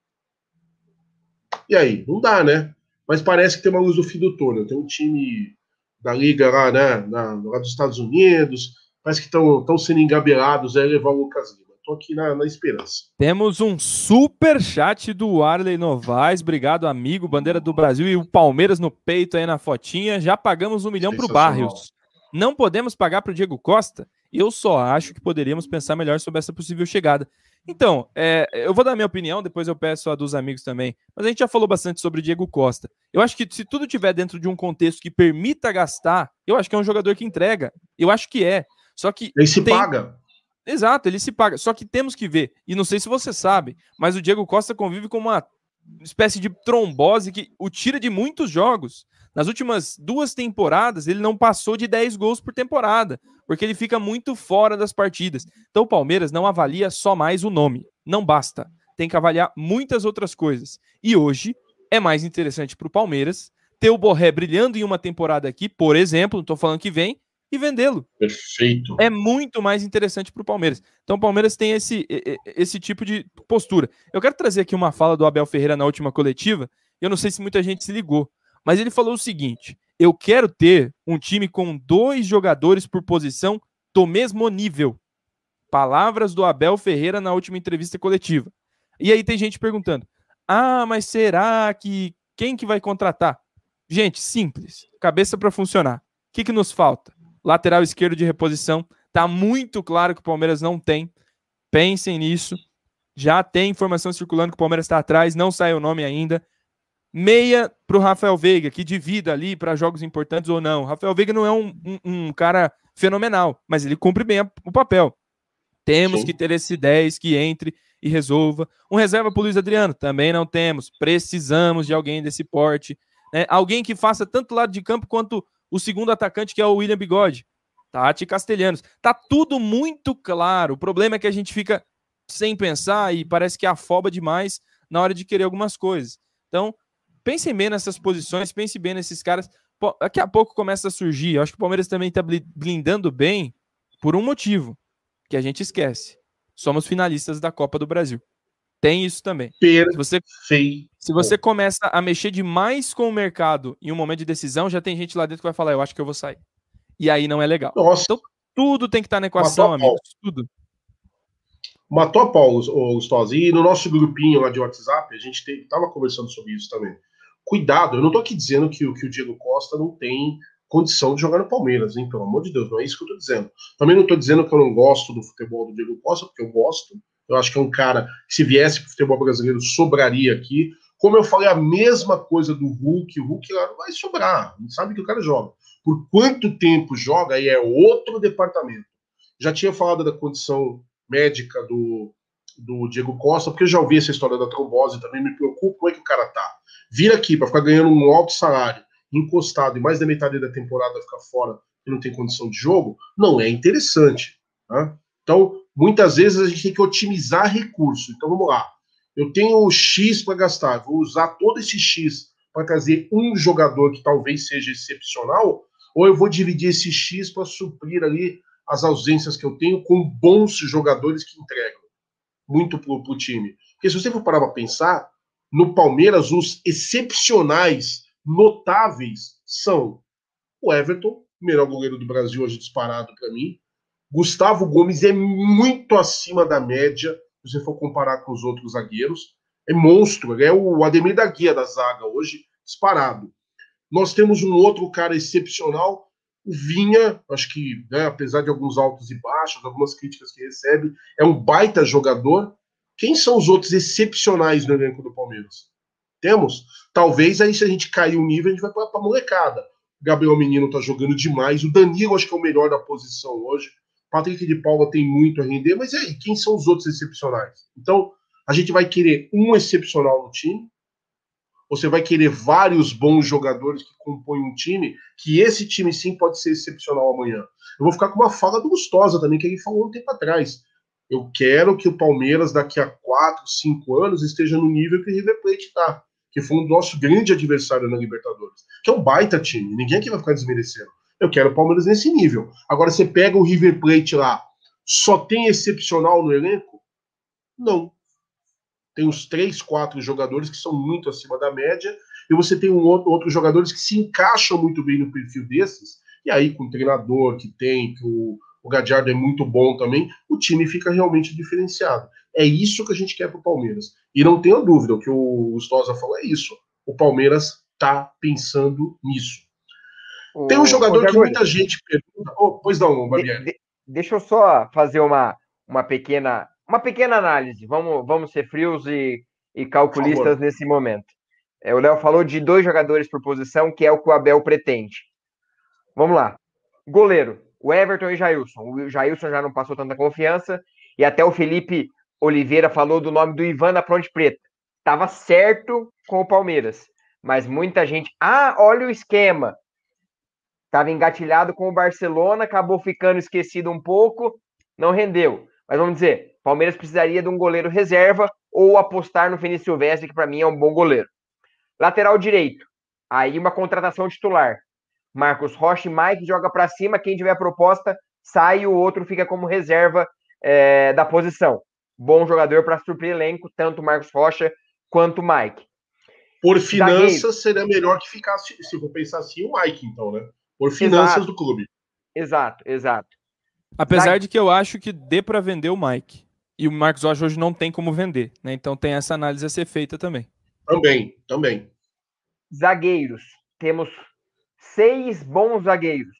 E aí? Não dá, né? Mas parece que tem uma luz do fim do túnel. Tem um time da Liga lá, né, na, lá dos Estados Unidos, parece que estão sendo engabelados a levar o Lucas Lima. Estou aqui na, na esperança. Temos um super chat do Arley Novaes. Obrigado, amigo. Bandeira do Brasil e o Palmeiras no peito aí na fotinha. Já pagamos um milhão pro Barrios. Não podemos pagar pro Diego Costa? Eu só acho que poderíamos pensar melhor sobre essa possível chegada. Então, é, eu vou dar minha opinião, depois eu peço a dos amigos também. Mas a gente já falou bastante sobre o Diego Costa. Eu acho que se tudo tiver dentro de um contexto que permita gastar, eu acho que é um jogador que entrega. Eu acho que é. Só que ele se tem... paga. Exato, ele se paga. Só que temos que ver, e não sei se você sabe, mas o Diego Costa convive com uma espécie de trombose que o tira de muitos jogos. Nas últimas duas temporadas, ele não passou de dez gols por temporada, porque ele fica muito fora das partidas. Então o Palmeiras não avalia só mais o nome. Não basta. Tem que avaliar muitas outras coisas. E hoje é mais interessante para o Palmeiras ter o Borré brilhando em uma temporada aqui, por exemplo, não estou falando que vem, e vendê-lo. Perfeito. É muito mais interessante para o Palmeiras. Então o Palmeiras tem esse, esse tipo de postura. Eu quero trazer aqui uma fala do Abel Ferreira na última coletiva, eu não sei se muita gente se ligou. Mas ele falou o seguinte: eu quero ter um time com dois jogadores por posição do mesmo nível. Palavras do Abel Ferreira na última entrevista coletiva. E aí tem gente perguntando: ah, mas será que quem que vai contratar? Gente, simples. Cabeça para funcionar. O que, que nos falta? Lateral esquerdo de reposição. Tá muito claro que o Palmeiras não tem. Pensem nisso. Já tem informação circulando que o Palmeiras está atrás. Não saiu o nome ainda. Meia para o Rafael Veiga, que divida ali para jogos importantes ou não. Rafael Veiga não é um, um, um cara fenomenal, mas ele cumpre bem o papel. Temos Sim. que ter esse dez que entre e resolva. Um reserva para o Luiz Adriano, também não temos. Precisamos de alguém desse porte. Né? Alguém que faça tanto lado de campo quanto o segundo atacante, que é o William Bigode. Tati Castelhanos. Tá tudo muito claro. O problema é que a gente fica sem pensar e parece que afoba demais na hora de querer algumas coisas. Então, pensem bem nessas posições, pensem bem nesses caras. Pô, daqui a pouco começa a surgir. Eu acho que o Palmeiras também está blindando bem por um motivo, que a gente esquece. Somos finalistas da Copa do Brasil. Tem isso também. Se você, se você começa a mexer demais com o mercado em um momento de decisão, já tem gente lá dentro que vai falar, eu acho que eu vou sair. E aí não é legal. Nossa. Então, tudo tem que estar na equação, Matou amigos. Tudo. Matou a pau, Gustosa. E no nosso grupinho lá de WhatsApp, a gente te, tava conversando sobre isso também. Cuidado, eu não tô aqui dizendo que, que o Diego Costa não tem condição de jogar no Palmeiras, hein? Pelo amor de Deus, não é isso que eu tô dizendo. Também não tô dizendo que eu não gosto do futebol do Diego Costa, porque eu gosto. Eu acho que é um cara que, se viesse pro futebol brasileiro, sobraria aqui. Como eu falei, a mesma coisa do Hulk. O Hulk lá não vai sobrar. Não sabe que o cara joga. Por quanto tempo joga, aí é outro departamento. Já tinha falado da condição médica do, do Diego Costa, porque eu já ouvi essa história da trombose, também me preocupa como é que o cara tá. Vir aqui para ficar ganhando um alto salário, encostado, e mais da metade da temporada ficar fora e não tem condição de jogo, não é interessante. Tá? Então, muitas vezes a gente tem que otimizar recurso. Então, vamos lá. Eu tenho X para gastar, vou usar todo esse X para trazer um jogador que talvez seja excepcional, ou eu vou dividir esse X para suprir ali as ausências que eu tenho com bons jogadores que entregam muito pro, pro time. Porque se você for parar para pensar, no Palmeiras, os excepcionais, notáveis, são o Everton, melhor goleiro do Brasil hoje disparado para mim. Gustavo Gomes é muito acima da média, se você for comparar com os outros zagueiros. É monstro, ele é o Ademir da Guia da zaga hoje, disparado. Nós temos um outro cara excepcional, o Vinha, acho que, né, apesar de alguns altos e baixos, algumas críticas que recebe, é um baita jogador. Quem são os outros excepcionais no elenco do Palmeiras? Temos? Talvez aí, se a gente cair o nível, a gente vai para a molecada. O Gabriel Menino tá jogando demais, o Danilo acho que é o melhor da posição hoje, Patrick de Paula tem muito a render, mas e aí, quem são os outros excepcionais? Então, a gente vai querer um excepcional no time, ou você vai querer vários bons jogadores que compõem um time, que esse time sim pode ser excepcional amanhã. Eu vou ficar com uma fala do Gustosa também, que ele falou um tempo atrás. Eu quero que o Palmeiras, daqui a quatro, cinco anos, esteja no nível que o River Plate está, que foi um nosso grande adversário na Libertadores, que é um baita time, ninguém aqui vai ficar desmerecendo. Eu quero o Palmeiras nesse nível. Agora, você pega o River Plate lá, só tem excepcional no elenco? Não. Tem uns três, quatro jogadores que são muito acima da média, e você tem um outro, outros jogadores que se encaixam muito bem no perfil desses, e aí com o treinador que tem, que o, o Gadiardo é muito bom também, o time fica realmente diferenciado. É isso que a gente quer pro Palmeiras. E não tenha dúvida, o que o Gustosa falou é isso. O Palmeiras tá pensando nisso. O, tem um jogador que muita gente pergunta... Oh, pois não, Barbieri. De, de, deixa eu só fazer uma, uma pequena... Uma pequena análise, vamos, vamos ser frios e, e calculistas nesse momento. É, o Léo falou de dois jogadores por posição, que é o que o Abel pretende. Vamos lá. Goleiro, o Everton e o Jailson. O Jailson já não passou tanta confiança, e até o Felipe Oliveira falou do nome do Ivan da Ponte Preta. Estava certo com o Palmeiras, mas muita gente... Ah, olha o esquema. Estava engatilhado com o Barcelona, acabou ficando esquecido um pouco, não rendeu. Mas vamos dizer, Palmeiras precisaria de um goleiro reserva ou apostar no Vinícius Silvestre, que para mim é um bom goleiro. Lateral direito, aí uma contratação titular. Marcos Rocha e Mike joga para cima, quem tiver proposta sai e o outro fica como reserva é, da posição. Bom jogador para suprir elenco, tanto Marcos Rocha quanto Mike. Por finanças, zagueiro. Seria melhor que ficasse, se for pensar assim, o Mike, então, né? Por finanças exato. Do clube. Exato, exato. Apesar Zague... de que eu acho que dê para vender o Mike. E o Marcos Rocha hoje não tem como vender, né? Então tem essa análise a ser feita também. Também, também. Zagueiros. Temos seis bons zagueiros.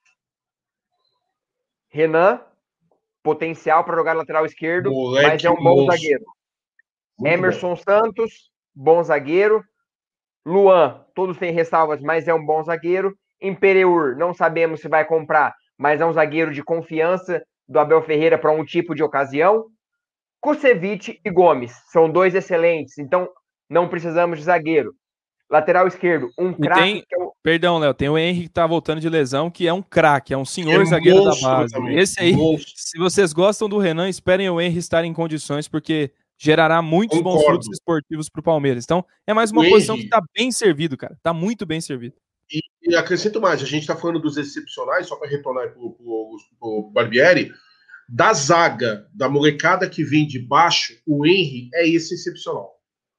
Renan, potencial para jogar lateral esquerdo, Moleque mas é um bom monstro. Zagueiro. Muito Emerson bom. Santos, bom zagueiro. Luan, todos têm ressalvas, mas é um bom zagueiro. Imperiur, não sabemos se vai comprar, mas é um zagueiro de confiança do Abel Ferreira para um tipo de ocasião. Kusevich e Gomes, são dois excelentes, então não precisamos de zagueiro. Lateral esquerdo, um craque. É o... Perdão, Léo, tem o Henry que tá voltando de lesão, que é um craque, é um senhor é zagueiro da base. Também. Esse aí, monstro. Se vocês gostam do Renan, esperem o Henry estar em condições, porque gerará muitos Concordo. Bons frutos esportivos pro Palmeiras. Então, é mais uma o posição Henry... que tá bem servido, cara. Tá muito bem servido. E, e acrescento mais, a gente tá falando dos excepcionais, só para retornar pro, pro, pro Barbieri, da zaga, da molecada que vem de baixo, o Henry é esse excepcional.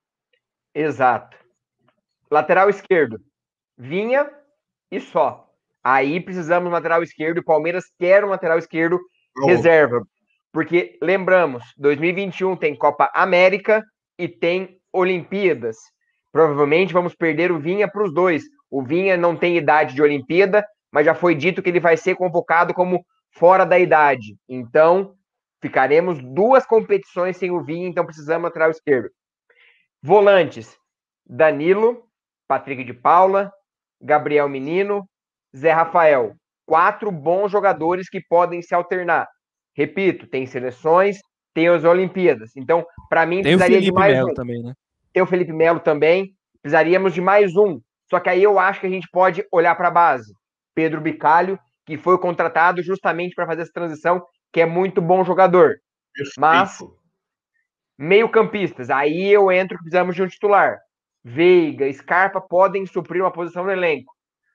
Exato. Lateral esquerdo, Vinha e só. Aí precisamos de lateral esquerdo, o Palmeiras quer um lateral esquerdo oh. reserva. Porque, lembramos, dois mil e vinte e um tem Copa América e tem Olimpíadas. Provavelmente vamos perder o Vinha para os dois. O Vinha não tem idade de Olimpíada, mas já foi dito que ele vai ser convocado como fora da idade. Então, ficaremos duas competições sem o Vinha, então precisamos de lateral esquerdo. Volantes, Danilo, Patrick de Paula, Gabriel Menino, Zé Rafael. Quatro bons jogadores que podem se alternar. Repito, tem seleções, tem as Olimpíadas. Então, para mim, tem precisaria o Felipe de mais Melo um. Também, né? Tem o Felipe Melo também. Precisaríamos de mais um. Só que aí eu acho que a gente pode olhar para a base. Pedro Bicalho, que foi contratado justamente para fazer essa transição, que é muito bom jogador. Perfeito. Mas, meio-campistas, aí eu entro que precisamos de um titular. Veiga, Scarpa podem suprir uma posição no elenco.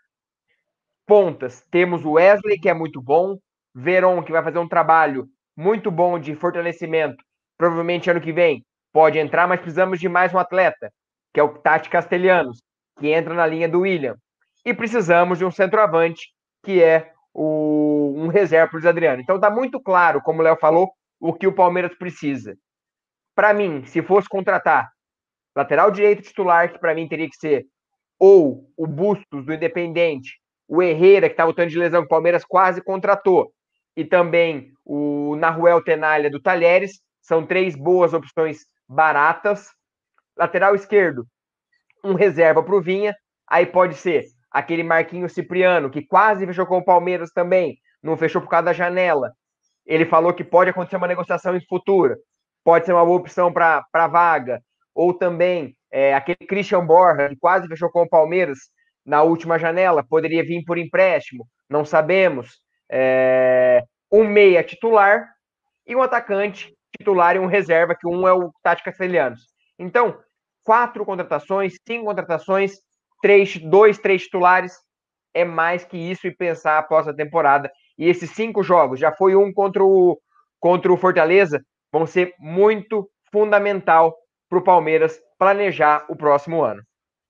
Pontas, temos o Wesley, que é muito bom, Veron, que vai fazer um trabalho muito bom de fortalecimento, provavelmente ano que vem pode entrar, mas precisamos de mais um atleta, que é o Tati Castelhanos, que entra na linha do William. E precisamos de um centroavante, que é o, um reserva para o Luiz Adriano. Então tá muito claro, como o Léo falou, o que o Palmeiras precisa. Para mim, se fosse contratar lateral direito titular, que para mim teria que ser ou o Bustos do Independente, o Herrera, que está voltando de lesão, que o Palmeiras quase contratou, e também o Nahuel Tenalha do Talheres, são três boas opções baratas. Lateral esquerdo, um reserva para o Vinha, aí pode ser aquele Marquinhos Cipriano, que quase fechou com o Palmeiras também, não fechou por causa da janela. Ele falou que pode acontecer uma negociação em futuro, pode ser uma boa opção para a vaga. Ou também é, aquele Christian Borja, que quase fechou com o Palmeiras na última janela, poderia vir por empréstimo, não sabemos. É, um meia titular e um atacante titular e um reserva, que um é o Tati Castelhanos. Então, quatro contratações, cinco contratações, três, dois, três titulares, é mais que isso e pensar após a temporada. E esses cinco jogos, já foi um contra o, contra o Fortaleza, vão ser muito fundamental para o Palmeiras planejar o próximo ano.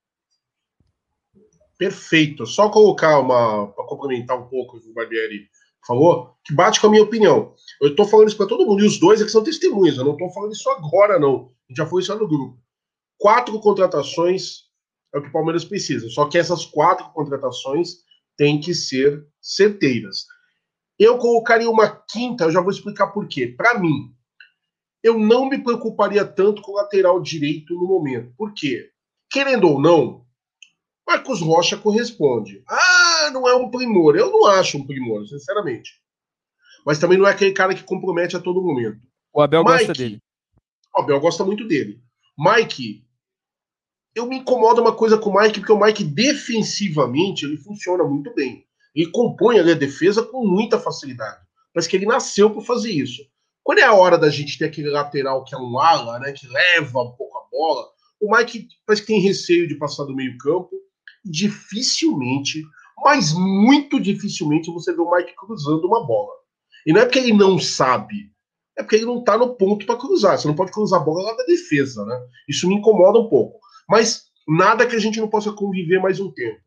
Perfeito. Só colocar uma, para complementar um pouco o que o Barbieri falou, que bate com a minha opinião. Eu estou falando isso para todo mundo, e os dois é que são testemunhas, eu não estou falando isso agora, não. A gente já foi isso lá no grupo. Quatro contratações é o que o Palmeiras precisa, só que essas quatro contratações têm que ser certeiras. Eu colocaria uma quinta, eu já vou explicar por quê. Para mim, eu não me preocuparia tanto com o lateral direito no momento. Por quê? Querendo ou não, Marcos Rocha corresponde. Ah, não é um primor. Eu não acho um primor, sinceramente. Mas também não é aquele cara que compromete a todo momento. O Abel Mike, gosta dele. O Abel gosta muito dele. Mike, eu me incomodo uma coisa com o Mike, porque o Mike defensivamente ele funciona muito bem. Ele compõe ali a defesa com muita facilidade. Parece que ele nasceu para fazer isso. Quando é a hora da gente ter aquele lateral que é um ala, né, que leva um pouco a bola, o Mike parece que tem receio de passar do meio campo. Dificilmente, mas muito dificilmente você vê o Mike cruzando uma bola. E não é porque ele não sabe, é porque ele não tá no ponto para cruzar. Você não pode cruzar a bola lá da defesa, né? Isso me incomoda um pouco. Mas nada que a gente não possa conviver mais um tempo.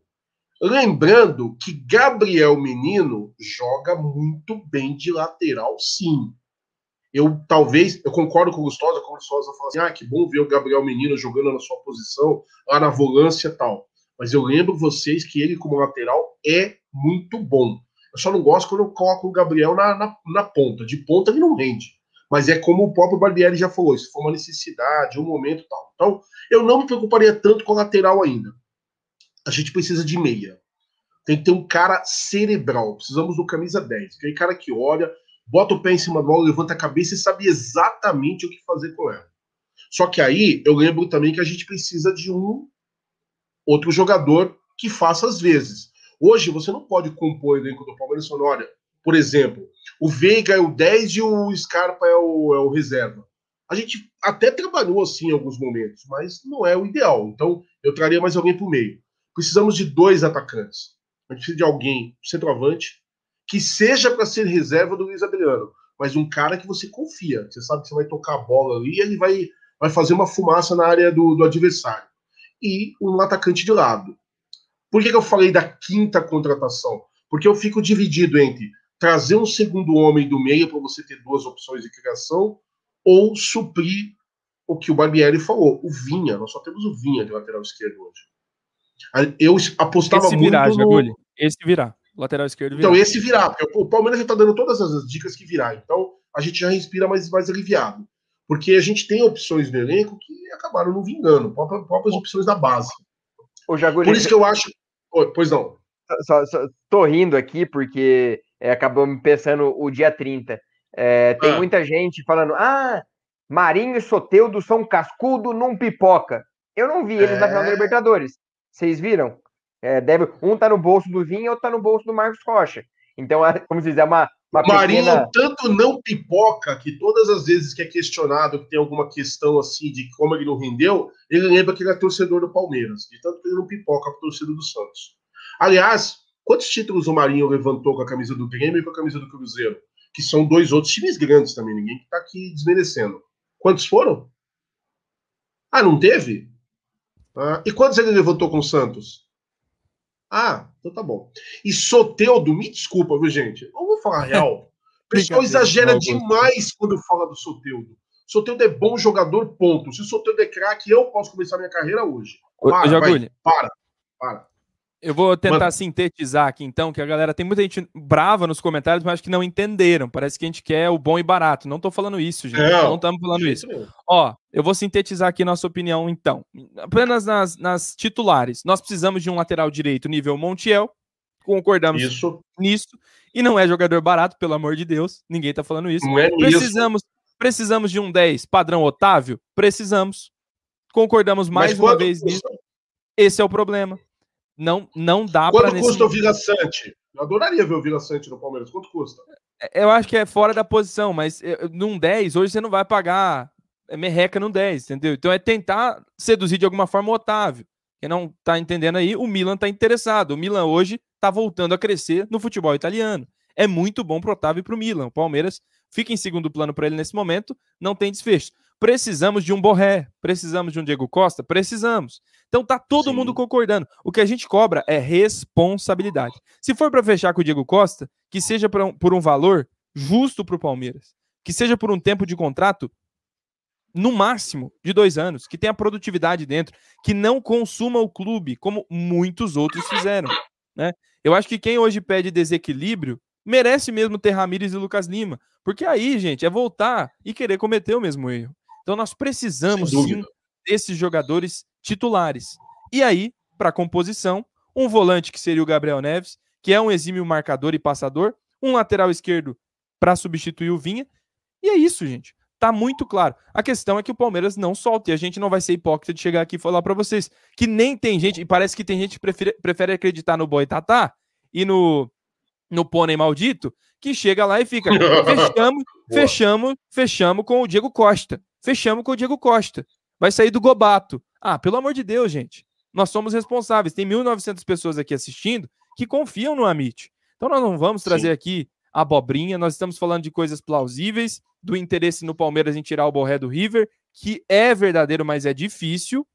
Lembrando que Gabriel Menino joga muito bem de lateral, sim. Eu talvez, eu concordo com o Lustosa, com o Lustosa fala assim, ah, que bom ver o Gabriel Menino jogando na sua posição, lá na volância e tal. Mas eu lembro vocês que ele, como lateral, é muito bom. Eu só não gosto quando eu coloco o Gabriel na, na, na ponta. De ponta ele não rende. Mas é como o próprio Barbieri já falou, se for uma necessidade, um momento e tal. Então, eu não me preocuparia tanto com o lateral ainda. A gente precisa de meia. Tem que ter um cara cerebral. Precisamos do camisa dez. Aquele cara que olha, bota o pé em cima da bola, levanta a cabeça e sabe exatamente o que fazer com ela. Só que aí, eu lembro também que a gente precisa de um outro jogador que faça às vezes. Hoje, você não pode compor o elenco do Palmeiras falando, olha, por exemplo, o Veiga é o dez e o Scarpa é o, é o reserva. A gente até trabalhou assim em alguns momentos, mas não é o ideal. Então, eu traria mais alguém para o meio. Precisamos de dois atacantes. A gente precisa de alguém, centroavante, que seja para ser reserva do Luiz Adriano, mas um cara que você confia. Você sabe que você vai tocar a bola ali e ele vai, vai fazer uma fumaça na área do, do adversário. E um atacante de lado. Por que, que eu falei da quinta contratação? Porque eu fico dividido entre trazer um segundo homem do meio para você ter duas opções de criação ou suprir o que o Barbieri falou, o Vinha. Nós só temos o Vinha de lateral esquerdo hoje. Eu apostava esse muito virar, no... Jagulho. Esse virar. Lateral esquerdo virar. Então esse virar, porque o Palmeiras já está dando todas as dicas que virar. Então a gente já respira mais, mais aliviado. Porque a gente tem opções no elenco que acabaram não vingando, próprias, próprias opções da base. Ô, Jagulho, por isso que eu acho... Pois não. Só, só, tô rindo aqui porque é, acabou me pensando o dia trinta. É, tem ah. muita gente falando, ah, Marinho e Soteldo são cascudo num pipoca. Eu não vi eles é... na final da Libertadores. Vocês viram? É, deve, um tá no bolso do Vinha e outro tá no bolso do Marcos Rocha. Então, é, como se diz, é uma, uma o Marinho pequena... tanto não pipoca que todas as vezes que é questionado que tem alguma questão assim de como ele não rendeu, ele lembra que ele é torcedor do Palmeiras, de tanto que ele não pipoca a torcida do Santos. Aliás, quantos títulos o Marinho levantou com a camisa do Grêmio e com a camisa do Cruzeiro? Que são dois outros times grandes também, ninguém que tá aqui desmerecendo. Quantos foram? Ah, não teve? Ah, e quantos ele levantou com o Santos? Ah, então tá bom. E Soteldo, me desculpa, viu, gente? Eu vou falar a real. O pessoal exagera demais quando fala do Soteldo. Soteldo é bom jogador, ponto. Se o Soteldo é craque, eu posso começar minha carreira hoje. Para, Ô, vai, para, para. Eu vou tentar Mano. sintetizar aqui, então, que a galera tem muita gente brava nos comentários, mas acho que não entenderam. Parece que a gente quer o bom e barato. Não tô falando isso, gente. Não estamos falando isso. Mesmo. Ó, eu vou sintetizar aqui nossa opinião, então. Apenas nas, nas titulares. Nós precisamos de um lateral direito nível Montiel. Concordamos isso. nisso. E não é jogador barato, pelo amor de Deus. Ninguém tá falando isso. Não é precisamos, precisamos de um dez padrão Otávio? Precisamos. Concordamos mais uma vez custa? nisso. Esse é o problema. Não, não dá para. Quanto custa o Vila Sante? Eu adoraria ver o Vila Sante no Palmeiras. Quanto custa? Eu acho que é fora da posição, mas num dez, hoje você não vai pagar merreca no dez, entendeu? Então é tentar seduzir de alguma forma o Otávio. Quem não tá entendendo aí, o Milan tá interessado. O Milan hoje tá voltando a crescer no futebol italiano. É muito bom pro Otávio e pro Milan. O Palmeiras fica em segundo plano para ele nesse momento, não tem desfecho. Precisamos de um Borré, precisamos de um Diego Costa, precisamos. Então tá todo Sim. mundo concordando. O que a gente cobra é responsabilidade. Se for para fechar com o Diego Costa, que seja por um, por um valor justo para o Palmeiras, que seja por um tempo de contrato no máximo de dois anos, que tenha produtividade dentro, que não consuma o clube como muitos outros fizeram, né? Eu acho que quem hoje pede desequilíbrio merece mesmo ter Ramírez e Lucas Lima, porque aí, gente, é voltar e querer cometer o mesmo erro. Então nós precisamos sim desses jogadores titulares. E aí, para composição, um volante que seria o Gabriel Neves, que é um exímio marcador e passador, um lateral esquerdo para substituir o Vinha. E é isso, gente. Tá muito claro. A questão é que o Palmeiras não solta, e a gente não vai ser hipócrita de chegar aqui e falar para vocês que nem tem gente, e parece que tem gente que prefere, prefere acreditar no Boitatá e no, no pônei maldito, que chega lá e fica, fechamos, fechamos, fechamos com o Diego Costa. Fechamos com o Diego Costa. Vai sair do Gobato. Ah, pelo amor de Deus, gente. Nós somos responsáveis. Tem mil e novecentas pessoas aqui assistindo que confiam no Amit. Então nós não vamos trazer Sim. aqui abobrinha. Nós estamos falando de coisas plausíveis, do interesse no Palmeiras em tirar o Borré do River, que é verdadeiro, mas é difícil.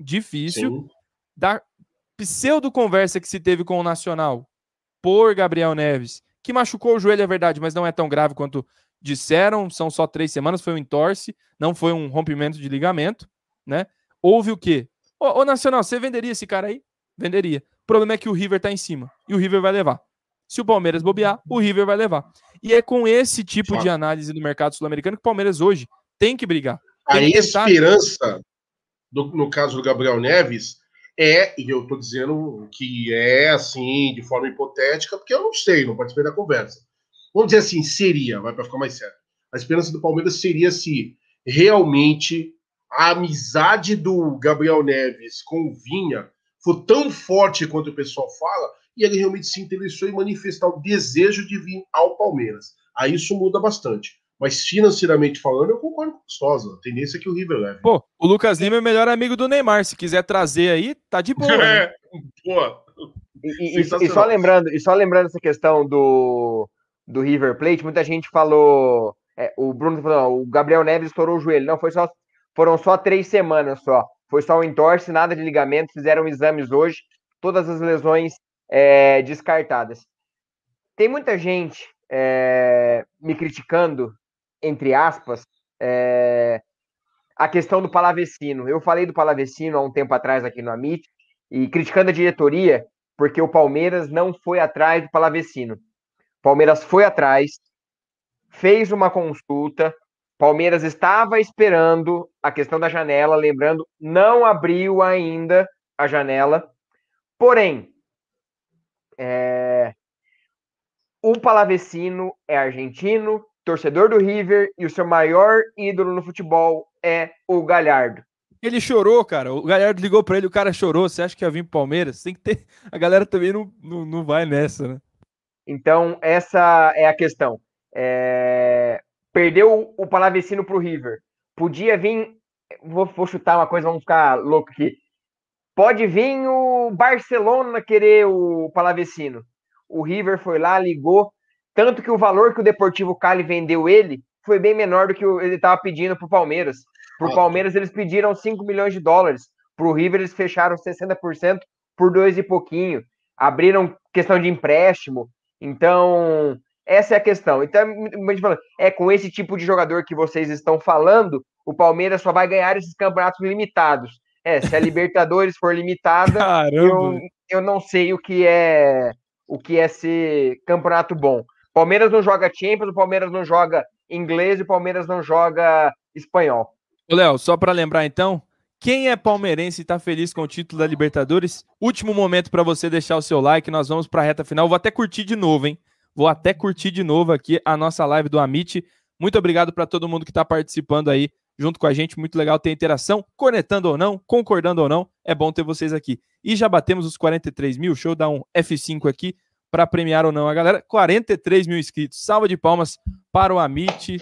difícil Sim. da pseudo-conversa que se teve com o Nacional por Gabriel Neves, que machucou o joelho, é verdade, mas não é tão grave quanto disseram, são só três semanas, foi um entorse, não foi um rompimento de ligamento, né? Houve o quê? Ô, ô Nacional, você venderia esse cara aí? Venderia. O problema é que o River tá em cima, e o River vai levar. Se o Palmeiras bobear, o River vai levar. E é com esse tipo de análise do mercado sul-americano que o Palmeiras hoje tem que brigar. A Tem que tentar... esperança, do, no caso do Gabriel Neves, é, e eu tô dizendo que é assim, de forma hipotética, porque eu não sei, não participei da conversa. Vamos dizer assim, seria, vai para ficar mais certo. A esperança do Palmeiras seria se realmente a amizade do Gabriel Neves com o Vinha for tão forte quanto o pessoal fala, e ele realmente se interessou em manifestar o desejo de vir ao Palmeiras. Aí isso muda bastante. Mas financeiramente falando, eu concordo com o Stosa. A tendência é que o River leve. Pô, o Lucas Lima é o melhor amigo do Neymar. Se quiser trazer aí, tá de boa. Né? É, boa. E, e, e, só lembrando, e só lembrando essa questão do, do River Plate, muita gente falou. É, o Bruno falou, o Gabriel Neves estourou o joelho. Não, foi só, foram só três semanas só. Foi só um entorse, nada de ligamento. Fizeram exames hoje, todas as lesões é, descartadas. Tem muita gente é, me criticando, entre aspas, é, a questão do Palavecino. Eu falei do Palavecino há um tempo atrás aqui no Amit, e criticando a diretoria, porque o Palmeiras não foi atrás do Palavecino. O Palmeiras foi atrás, fez uma consulta, Palmeiras estava esperando a questão da janela, lembrando, não abriu ainda a janela, porém, é, o Palavecino é argentino, torcedor do River, e o seu maior ídolo no futebol é o Galhardo. Ele chorou, cara. O Galhardo ligou pra ele, o cara chorou. Você acha que ia vir pro Palmeiras? Tem que ter... A galera também não, não, não vai nessa, né? Então, essa é a questão. É... Perdeu o Palavecino pro River. Podia vir... Vou, vou chutar uma coisa, vamos ficar louco aqui. Pode vir o Barcelona querer o Palavecino. O River foi lá, ligou. Tanto que o valor que o Deportivo Cali vendeu ele foi bem menor do que ele estava pedindo pro Palmeiras. Pro Palmeiras eles pediram cinco milhões de dólares. Pro River eles fecharam sessenta por cento por dois e pouquinho. Abriram questão de empréstimo. Então, essa é a questão. Então, é com esse tipo de jogador que vocês estão falando, o Palmeiras só vai ganhar esses campeonatos limitados. É, se a Libertadores for limitada, eu, eu não sei o que é o que é ser campeonato bom. Palmeiras não joga Champions, o Palmeiras não joga inglês e o Palmeiras não joga espanhol. Léo, só para lembrar então, quem é palmeirense e tá feliz com o título da Libertadores, último momento para você deixar o seu like, nós vamos para a reta final. Vou até curtir de novo, hein? Vou até curtir de novo aqui a nossa live do Amit. Muito obrigado para todo mundo que tá participando aí junto com a gente, muito legal ter interação, cornetando ou não, concordando ou não, é bom ter vocês aqui. E já batemos os quarenta e três mil, deixa eu dar um F cinco aqui para premiar ou não a galera. quarenta e três mil inscritos, salva de palmas para o Amit.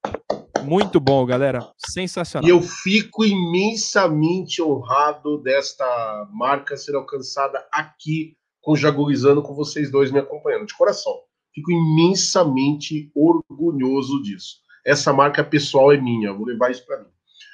Muito bom, galera, sensacional. E eu fico imensamente honrado desta marca ser alcançada aqui, com o Jagurizando, com vocês dois me acompanhando, de coração. Fico imensamente orgulhoso disso. Essa marca pessoal é minha, vou levar isso para mim.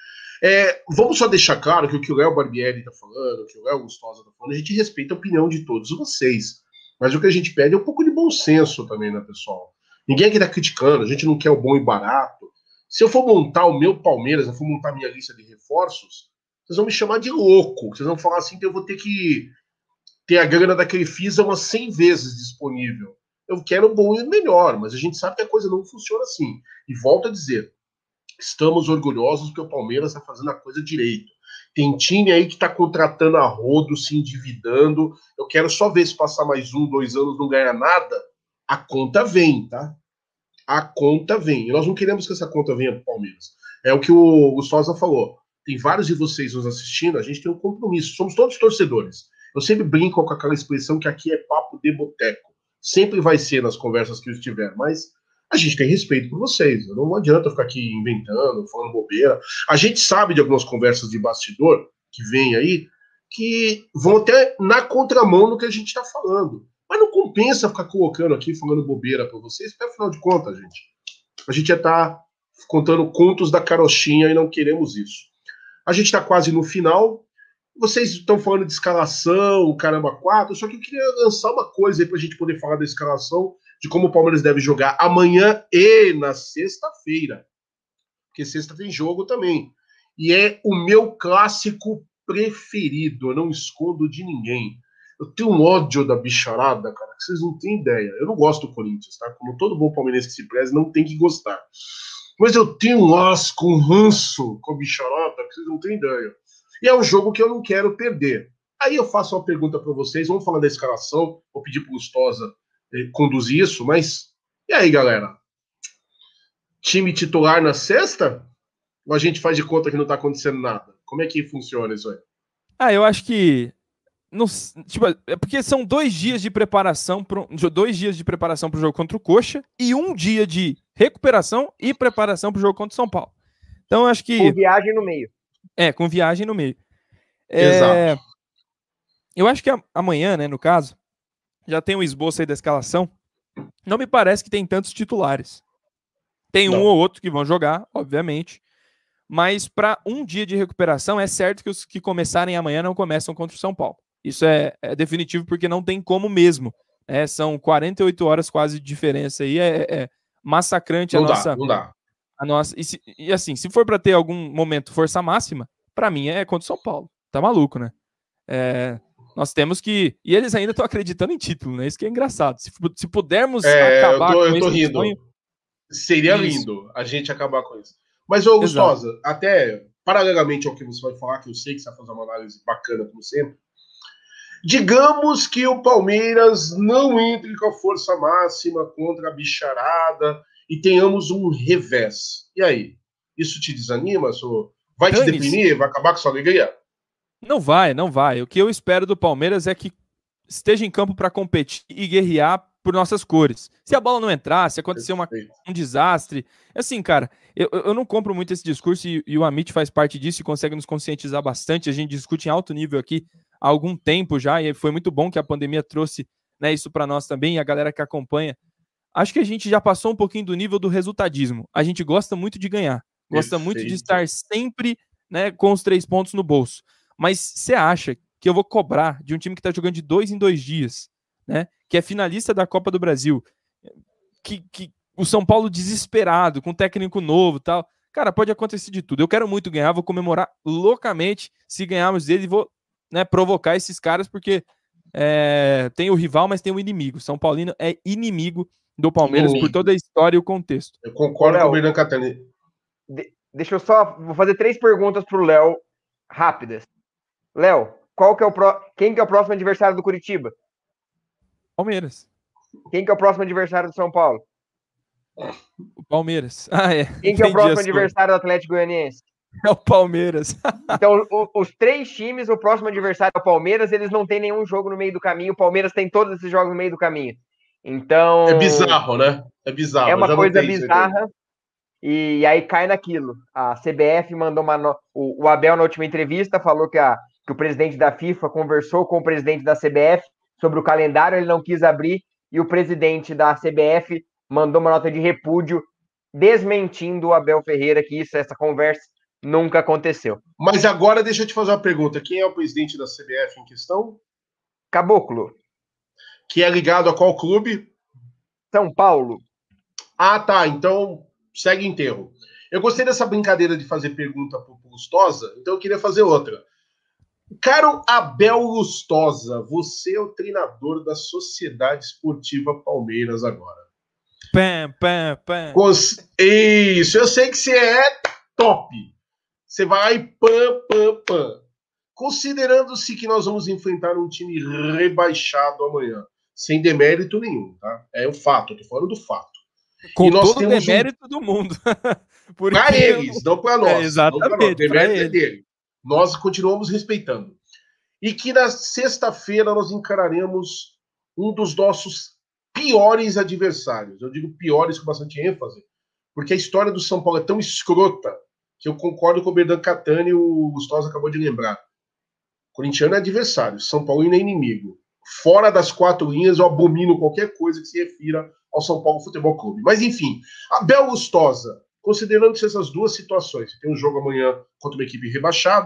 É, vamos só deixar claro que o que o Léo Barbieri está falando, o que o Léo Gustosa está falando, a gente respeita a opinião de todos vocês. Mas o que a gente pede é um pouco de bom senso também, né, pessoal? Ninguém aqui está criticando, a gente não quer o bom e barato. Se eu for montar o meu Palmeiras, eu for montar a minha lista de reforços, vocês vão me chamar de louco. Vocês vão falar assim que eu vou ter que ter a grana da Crefisa umas cem vezes disponível. Eu quero um bom e melhor, mas a gente sabe que a coisa não funciona assim. E volto a dizer, estamos orgulhosos porque o Palmeiras está fazendo a coisa direito. Tem time aí que está contratando a rodo, se endividando. Eu quero só ver se passar mais um, dois anos não ganhar nada. A conta vem, tá? A conta vem. E nós não queremos que essa conta venha para o Palmeiras. É o que o Gustosa falou. Tem vários de vocês nos assistindo, a gente tem um compromisso. Somos todos torcedores. Eu sempre brinco com aquela expressão que aqui é papo de boteco. Sempre vai ser nas conversas que eu estiver, mas a gente tem respeito por vocês. Não adianta ficar aqui inventando, falando bobeira. A gente sabe de algumas conversas de bastidor que vem aí, que vão até na contramão do que a gente está falando. Mas não compensa ficar colocando aqui, falando bobeira para vocês, porque afinal de contas, gente, a gente já está contando contos da carochinha e não queremos isso. A gente está quase no final. vocês estão falando de escalação, o caramba quatro, só que eu queria lançar uma coisa aí pra gente poder falar da escalação, de como o Palmeiras deve jogar amanhã e na sexta-feira. Porque sexta tem jogo também. E é o meu clássico preferido, eu não escondo de ninguém. Eu tenho um ódio da bicharada, cara, que vocês não têm ideia. Eu não gosto do Corinthians, tá? Como todo bom palmeirense que se preze, não tem que gostar. Mas eu tenho um asco, um ranço com a bicharada, que vocês não têm ideia. E é um jogo que eu não quero perder. Aí eu faço uma pergunta para vocês, vamos falar da escalação, vou pedir para o Lustosa eh, conduzir isso, mas e aí, galera? Time titular na sexta? Ou a gente faz de conta que não tá acontecendo nada? Como é que funciona isso aí? Ah, eu acho que não, tipo, é porque são dois dias de preparação pro, dois dias de preparação para o jogo contra o Coxa e um dia de recuperação e preparação para o jogo contra o São Paulo. Então eu acho que com viagem no meio. É, com viagem no meio. É, Exato. Eu acho que amanhã, né, no caso, já tem um esboço aí da escalação. Não me parece que tem tantos titulares. Tem um Não. ou outro que vão jogar, obviamente. Mas para um dia de recuperação, é certo que os que começarem amanhã não começam contra o São Paulo. Isso é, é definitivo, porque não tem como mesmo. É, são quarenta e oito horas quase de diferença aí. É, é massacrante não a dá, nossa... Não dá, A nossa, e, se, e assim, se for para ter algum momento força máxima, para mim é contra o São Paulo. Tá maluco, né? É, nós temos que... E eles ainda estão acreditando em título, né? Isso que é engraçado. Se, se pudermos é, acabar eu tô, com eu tô esse rindo. sonho... Seria Isso. lindo a gente acabar com isso. Mas, ô Gustosa, até paralelamente ao que você vai falar, que eu sei que você vai fazer uma análise bacana, como sempre, digamos que o Palmeiras não entre com a força máxima contra a bicharada e tenhamos um revés. E aí? Isso te desanima? Vai te deprimir? Vai acabar com sua alegria? Não vai, não vai. O que eu espero do Palmeiras é que esteja em campo para competir e guerrear por nossas cores. Se a bola não entrar, se acontecer uma, um desastre... Assim, cara, eu, eu não compro muito esse discurso e, e o Amit faz parte disso e consegue nos conscientizar bastante. A gente discute em alto nível aqui há algum tempo já e foi muito bom que a pandemia trouxe, né, isso para nós também e a galera que acompanha. Acho que a gente já passou um pouquinho do nível do resultadismo. A gente gosta muito de ganhar. Gosta Perfeito. muito de estar sempre, né, com os três pontos no bolso. Mas você acha que eu vou cobrar de um time que está jogando de dois em dois dias, né, que é finalista da Copa do Brasil, que, que o São Paulo desesperado, com técnico novo e tal, cara, pode acontecer de tudo. Eu quero muito ganhar, vou comemorar loucamente se ganharmos dele e vou, né, provocar esses caras, porque é, tem o rival, mas tem o inimigo. São Paulino é inimigo do Palmeiras inimigo. Por toda a história e o contexto. Eu concordo Léo, com o Bernardo Catani. De, deixa eu só, vou fazer três perguntas pro Léo, rápidas. Léo, qual que é o pro... quem que é o próximo adversário do Curitiba? Palmeiras. Quem que é o próximo adversário do São Paulo? O Palmeiras. Ah, é. Quem que é o próximo adversário do Atlético Goianiense? É o Palmeiras. Então, o, os três times, o próximo adversário é o Palmeiras, eles não têm nenhum jogo no meio do caminho. O Palmeiras tem todos esses jogos no meio do caminho. Então... É bizarro, né? É bizarro. É uma coisa bizarra. E, e aí cai naquilo. A C B F mandou uma... No... O, o Abel, na última entrevista, falou que, a, que o presidente da FIFA conversou com o presidente da C B F sobre o calendário, ele não quis abrir, e o presidente da C B F mandou uma nota de repúdio desmentindo o Abel Ferreira que isso, essa conversa nunca aconteceu. Mas agora deixa eu te fazer uma pergunta. Quem é o presidente da C B F em questão? Caboclo. Que é ligado a qual clube? São Paulo. Ah, tá. Então, segue enterro. Eu gostei dessa brincadeira de fazer pergunta pro Lustosa, então eu queria fazer outra. Caro Abel Lustosa, você é o treinador da Sociedade Esportiva Palmeiras agora. Pam, pam, pam. Cons... Isso, eu sei que você é top. Você vai pam, pam, pam. Considerando-se que nós vamos enfrentar um time rebaixado amanhã, sem demérito nenhum, tá? É o fato, eu tô falando do fato. Com todo o demérito um... do mundo. Para eles, não para nós. É, exatamente. Não nós. Demérito é dele. Nós continuamos respeitando. E que na sexta-feira nós encararemos um dos nossos piores adversários. Eu digo piores com bastante ênfase, porque a história do São Paulo é tão escrota que eu concordo com o Bernardo Catani e o Gustavo acabou de lembrar. Corintiano é adversário, São Paulino é inimigo. Fora das quatro linhas, eu abomino qualquer coisa que se refira ao São Paulo Futebol Clube. Mas enfim, Abel Lustosa, considerando essas duas situações, você tem um jogo amanhã contra uma equipe rebaixada,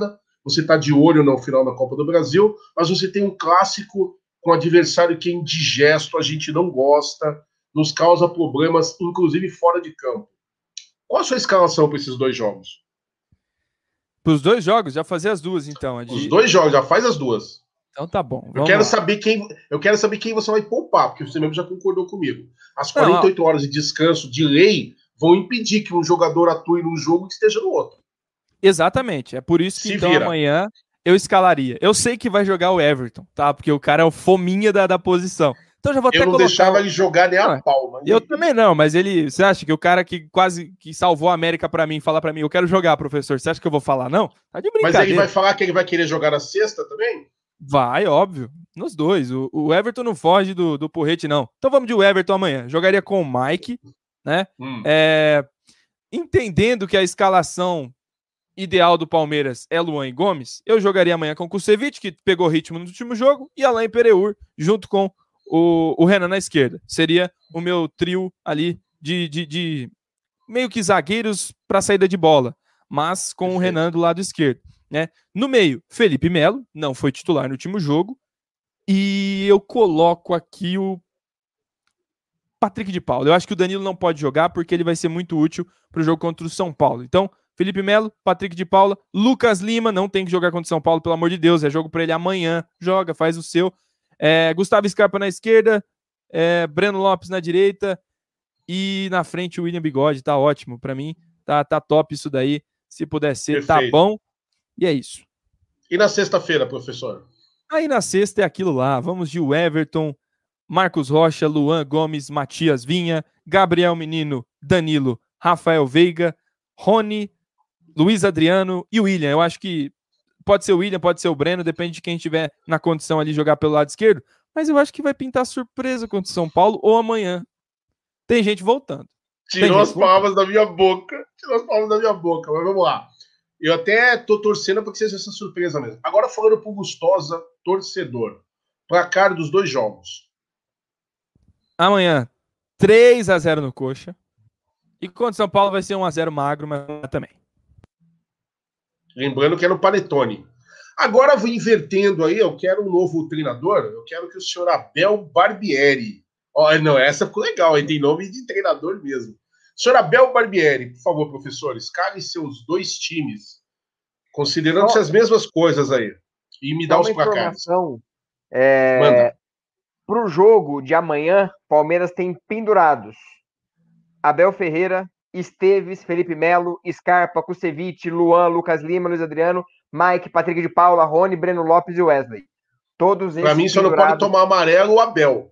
você está de olho no final da Copa do Brasil, mas você tem um clássico com adversário que é indigesto, a gente não gosta, nos causa problemas, inclusive fora de campo. Qual a sua escalação para esses dois jogos? Para os dois jogos? Já fazer as duas, então. De... Os dois jogos, já faz as duas. Então tá bom. Eu quero, saber quem, eu quero saber quem você vai poupar, porque você mesmo já concordou comigo. As quarenta e oito não, horas de descanso de lei vão impedir que um jogador atue num jogo e esteja no outro. Exatamente. É por isso que Se então vira. Amanhã eu escalaria. Eu sei que vai jogar o Everton, tá? Porque o cara é o fominha da, da posição. Então já vou até eu não colocar... deixava ele jogar nem a não, palma. Eu também não, mas ele... Você acha que o cara que quase que salvou a América pra mim, falar pra mim, eu quero jogar, professor, você acha que eu vou falar não? Tá de brincadeira. Mas ele vai falar que ele vai querer jogar na sexta também? Vai, óbvio. Nos dois. O, o Everton não foge do, do porrete, não. Então vamos de Everton amanhã. Jogaria com o Mike, né? Hum. É... Entendendo que a escalação ideal do Palmeiras é Luan e Gomes, eu jogaria amanhã com o Kusevich, que pegou ritmo no último jogo, e Alain Pereur, junto com o, o Renan na esquerda. Seria o meu trio ali de, de, de meio que zagueiros para saída de bola, mas com Perfeito. O Renan do lado esquerdo. Né? No meio, Felipe Melo, não foi titular no último jogo, e eu coloco aqui o Patrick de Paula. Eu acho que o Danilo não pode jogar porque ele vai ser muito útil para o jogo contra o São Paulo. Então, Felipe Melo, Patrick de Paula, Lucas Lima, não tem que jogar contra o São Paulo, pelo amor de Deus, é jogo para ele amanhã, joga, faz o seu. É, Gustavo Scarpa na esquerda, é, Breno Lopes na direita e na frente o William Bigode, tá ótimo para mim, tá, tá top isso daí, se puder ser, Perfeito. Tá bom, e é isso. E na sexta-feira, professor? Aí na sexta é aquilo lá, vamos de Everton, Marcos Rocha, Luan Gomes, Matias Vinha, Gabriel Menino, Danilo, Rafael Veiga, Rony, Luiz Adriano e o William. Eu acho que pode ser o William, pode ser o Breno, depende de quem estiver na condição ali jogar pelo lado esquerdo, mas eu acho que vai pintar surpresa contra o São Paulo ou amanhã. Tem gente voltando. Tirou as palavras da minha boca, tirou as palavras da minha boca, mas vamos lá. Eu até tô torcendo para que seja essa surpresa mesmo. Agora falando pro Gustosa, torcedor, placar dos dois jogos. Amanhã, três a zero no Coxa. E contra o São Paulo vai ser um a zero magro, mas também. Lembrando que é no Panetone. Agora vou invertendo aí, eu quero um novo treinador, eu quero que o senhor Abel Barbieri. Ó, não, essa ficou legal, aí tem nome de treinador mesmo. Senhor Abel Barbieri, por favor, professor, escale seus dois times, considerando Só... as mesmas coisas aí, e me dá os placares. É... Para o jogo de amanhã, Palmeiras tem pendurados Abel Ferreira, Esteves, Felipe Melo, Scarpa, Kusevich, Luan, Lucas Lima, Luiz Adriano, Mike, Patrick de Paula, Rony, Breno Lopes e Wesley. Todos esses. Para mim só pendurados... não pode tomar amarelo o Abel.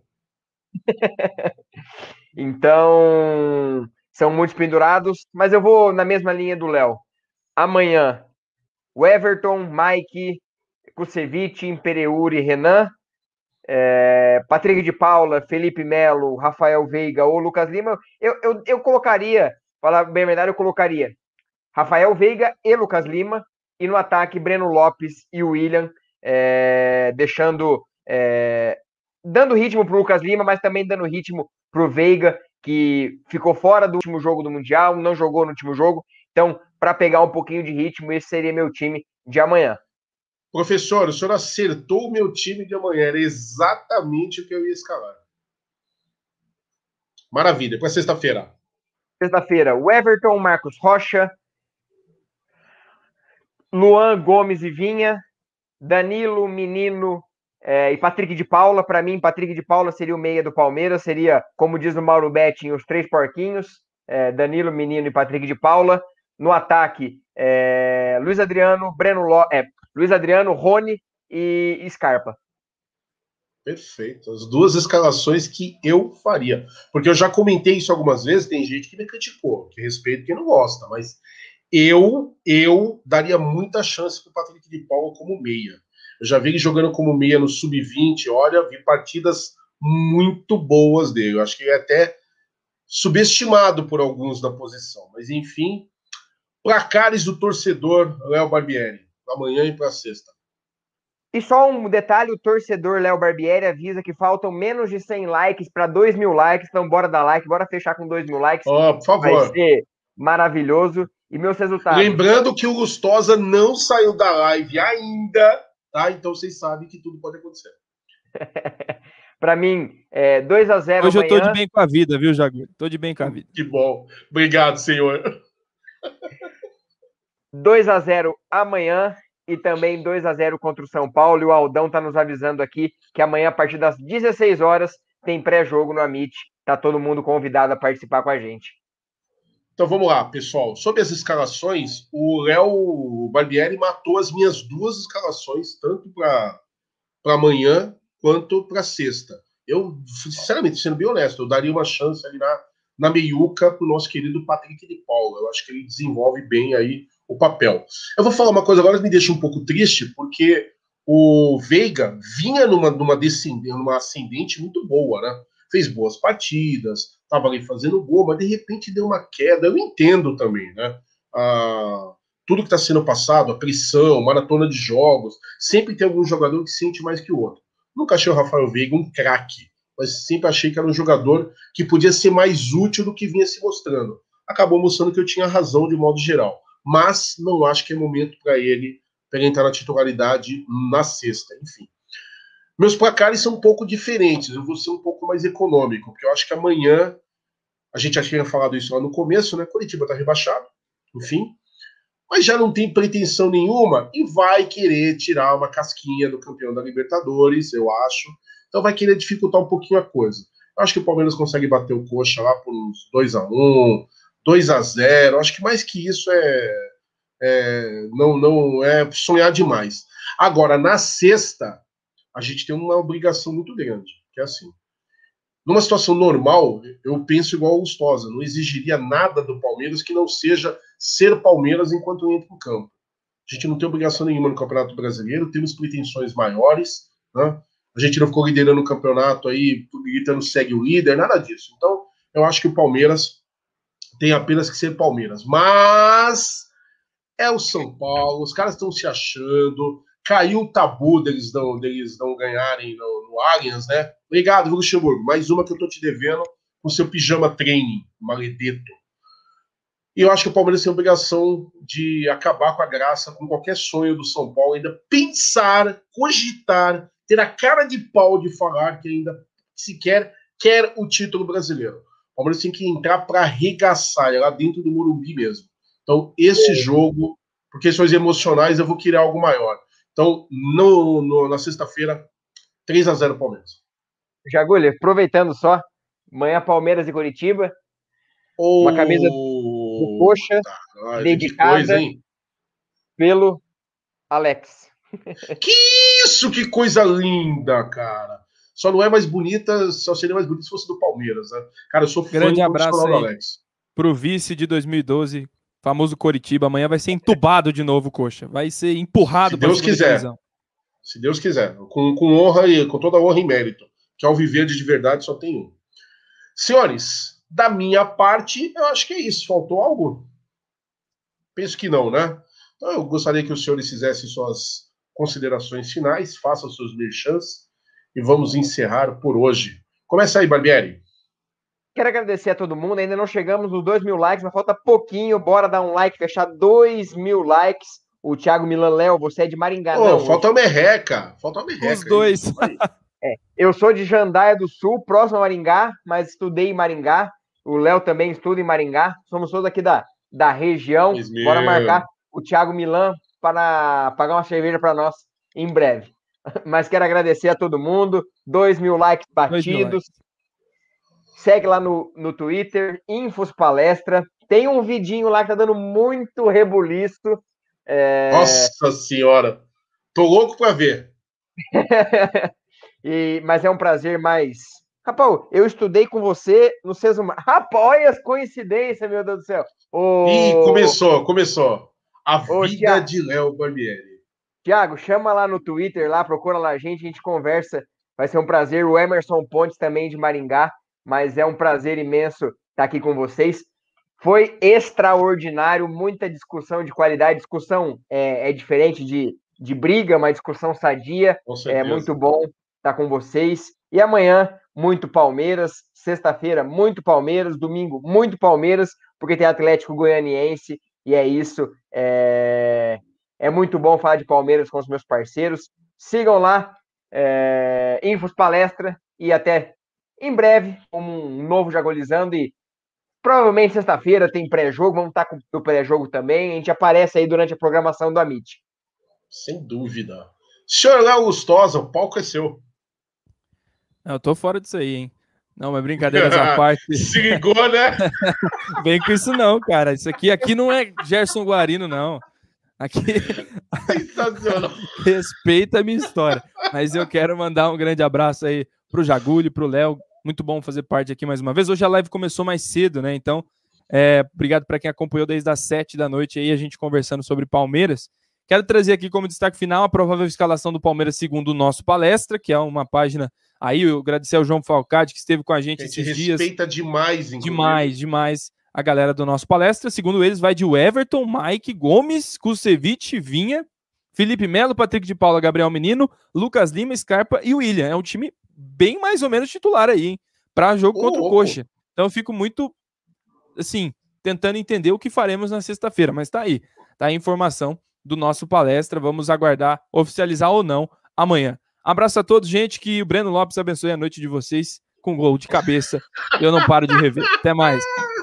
Então, são muitos pendurados, mas eu vou na mesma linha do Léo. Amanhã, o Everton, Mike, Kusevich, Pereur e Renan. É, Patrick de Paula, Felipe Melo, Rafael Veiga ou Lucas Lima, eu, eu, eu colocaria, falar bem a verdade, eu colocaria Rafael Veiga e Lucas Lima, e no ataque Breno Lopes e William, é, deixando, é, dando ritmo pro Lucas Lima, mas também dando ritmo pro Veiga, que ficou fora do último jogo do Mundial, não jogou no último jogo, então, para pegar um pouquinho de ritmo, esse seria meu time de amanhã. Professor, o senhor acertou o meu time de amanhã. Era exatamente o que eu ia escalar. Maravilha. Para sexta-feira. Sexta-feira, o Everton, Marcos Rocha, Luan Gomes e Vinha, Danilo, Menino é, e Patrick de Paula. Para mim, Patrick de Paula seria o meia do Palmeiras. Seria, como diz o Mauro Betting, os três porquinhos. É, Danilo, Menino e Patrick de Paula. No ataque, é, Luiz Adriano, Breno Lopes... É, Luiz Adriano, Rony e Scarpa. Perfeito. As duas escalações que eu faria. Porque eu já comentei isso algumas vezes, tem gente que me criticou, que respeito quem não gosta, mas eu, eu daria muita chance para o Patrick de Paula como meia. Eu já vi ele jogando como meia no sub vinte, olha, vi partidas muito boas dele. Eu acho que ele é até subestimado por alguns da posição. Mas, enfim, placares do torcedor Léo Barbieri. Amanhã e para sexta. E só um detalhe, o torcedor Léo Barbieri avisa que faltam menos de cem likes para dois mil likes, então bora dar like, bora fechar com dois mil likes. Oh, por favor. Vai ser maravilhoso. E meus resultados. Lembrando que o Lustosa não saiu da live ainda, tá? Então vocês sabem que tudo pode acontecer. Para mim, é dois a zero Hoje amanhã. eu tô de bem com a vida, viu, Jagu? Tô de bem com a vida. Que bom. Obrigado, senhor. dois a zero amanhã e também dois a zero contra o São Paulo. E o Aldão tá nos avisando aqui que amanhã, a partir das dezesseis horas, tem pré-jogo no Amit. Tá todo mundo convidado a participar com a gente. Então vamos lá, pessoal. Sobre as escalações, o Léo Barbieri matou as minhas duas escalações, tanto para amanhã quanto para sexta. Eu, sinceramente, sendo bem honesto, eu daria uma chance ali na, na meiuca para o nosso querido Patrick de Paula. Eu acho que ele desenvolve bem aí o papel. Eu vou falar uma coisa agora que me deixa um pouco triste, porque o Veiga vinha numa, numa, descendente, numa ascendente muito boa, né? Fez boas partidas, estava ali fazendo gol, mas de repente deu uma queda. Eu entendo também, né? Ah, tudo que está sendo passado, a pressão, maratona de jogos, sempre tem algum jogador que sente mais que o outro. Nunca achei o Rafael Veiga um craque, mas sempre achei que era um jogador que podia ser mais útil do que vinha se mostrando. Acabou mostrando que eu tinha razão de modo geral, mas não acho que é momento para ele, para ele entrar na titularidade na sexta, enfim. Meus placares são um pouco diferentes, eu vou ser um pouco mais econômico, porque eu acho que amanhã, a gente já tinha falado isso lá no começo, né? Curitiba está rebaixado, enfim, mas já não tem pretensão nenhuma e vai querer tirar uma casquinha do campeão da Libertadores, eu acho. Então vai querer dificultar um pouquinho a coisa. Eu acho que o Palmeiras consegue bater o Coxa lá por uns dois a um, dois a zero. Acho que mais que isso é, é não, não é sonhar demais. Agora, na sexta, a gente tem uma obrigação muito grande, que é assim. Numa situação normal, eu penso igual o Lustosa, não exigiria nada do Palmeiras que não seja ser Palmeiras enquanto entra em campo. A gente não tem obrigação nenhuma no Campeonato Brasileiro, temos pretensões maiores, né? A gente não ficou liderando o campeonato aí, gritando segue o líder, nada disso. Então, eu acho que o Palmeiras tem apenas que ser Palmeiras. Mas é o São Paulo, os caras estão se achando, caiu o tabu deles não, deles não ganharem no, no Allianz, né? Obrigado, Luxemburgo. Mais uma que eu tô te devendo com seu pijama training, maledeto. E eu acho que o Palmeiras tem a obrigação de acabar com a graça, com qualquer sonho do São Paulo, ainda pensar, cogitar, ter a cara de pau de falar que ainda sequer quer o título brasileiro. O Palmeiras tem que entrar para arregaçar, é lá dentro do Morumbi mesmo. Então, esse jogo, por questões emocionais, eu vou querer algo maior. Então, no, no, na sexta-feira, três a zero Palmeiras. Jagulha, aproveitando só, amanhã Palmeiras e Curitiba, oh, uma camisa do Coxa, tá, dedicada que coisa, hein? pelo Alex. Que isso, que coisa linda, cara. Só não é mais bonita, só seria mais bonita se fosse do Palmeiras, né? Cara, eu sou fã Grande abraço aí do Alex. Pro vice de dois mil e doze, famoso Coritiba. Amanhã vai ser entubado de novo, Coxa. Vai ser empurrado. Se Deus quiser. Divisão. Se Deus quiser. Com, com honra e com toda honra e mérito. Que ao viver de verdade só tem um. Senhores, da minha parte, eu acho que é isso. Faltou algo? Penso que não, né? Então eu gostaria que os senhores fizessem suas considerações finais, façam seus merchans e vamos encerrar por hoje. Começa aí, Barbieri. Quero agradecer a todo mundo. Ainda não chegamos nos dois mil likes, mas falta pouquinho. Bora dar um like, fechar dois mil likes. O Thiago Milan, Léo, você é de Maringá, oh, não? Falta uma merreca. Falta uma merreca. Os dois. É, eu sou de Jandaia do Sul, próximo a Maringá, mas estudei em Maringá. O Léo também estuda em Maringá. Somos todos aqui da, da região. Bora marcar o Thiago Milan para pagar uma cerveja para nós em breve. Mas quero agradecer a todo mundo. Dois mil likes batidos. Mil likes. Segue lá no, no Twitter, Infos Palestra. Tem um vidinho lá que tá dando muito rebuliço. É... Nossa senhora! Tô louco pra ver. e, mas é um prazer mais... Rapaz, eu estudei com você no Sesumar. Rapaz, olha as coincidências, meu Deus do céu. O... Ih, começou, começou. A Ô, vida Thiago. de Léo Barbieri. Tiago, chama lá no Twitter, lá, procura lá a gente, a gente conversa. Vai ser um prazer. O Emerson Pontes também de Maringá. Mas é um prazer imenso estar aqui com vocês. Foi extraordinário, muita discussão de qualidade. Discussão é, é diferente de, de briga, uma discussão sadia. É muito bom estar com vocês. E amanhã, muito Palmeiras. Sexta-feira, muito Palmeiras. Domingo, muito Palmeiras, porque tem Atlético Goianiense E é isso. É, é muito bom falar de Palmeiras com os meus parceiros. Sigam lá, é... Infos Palestra, e até em breve, como um novo Jagulizando. E provavelmente sexta-feira tem pré-jogo, vamos estar com o pré-jogo também. A gente aparece aí durante a programação do Amit. Sem dúvida. Senhor Léo Lustosa, o palco é seu. Eu tô fora disso aí, hein? Não, mas brincadeiras à parte. Se ligou, né? Vem com isso não, cara. Isso aqui, aqui não é Gerson Guarino, não. Aqui... Sensacional. Respeita a minha história. Mas eu quero mandar um grande abraço aí pro Jaguli, pro Léo. Muito bom fazer parte aqui mais uma vez. Hoje a live começou mais cedo, né? Então, é, obrigado para quem acompanhou desde as sete da noite aí, a gente conversando sobre Palmeiras. Quero trazer aqui como destaque final a provável escalação do Palmeiras segundo o nosso Palestra, que é uma página aí. Eu agradecer ao João Falcade, que esteve com a gente, a gente esses dias. Respeita demais, inclusive. Demais, demais a galera do nosso Palestra. Segundo eles, vai de Everton, Mike, Gomes, Kusevich, Vinha, Felipe Melo, Patrick de Paula, Gabriel Menino, Lucas Lima, Scarpa e William. É um time bem mais ou menos titular aí, hein? Para jogo oh, contra o Coxa. Então eu fico muito, assim, tentando entender o que faremos na sexta-feira. Mas tá aí. Tá aí a informação do nosso Palestra. Vamos aguardar oficializar ou não amanhã. Abraço a todos, gente. Que o Breno Lopes abençoe a noite de vocês com gol de cabeça. Eu não paro de rever. Até mais.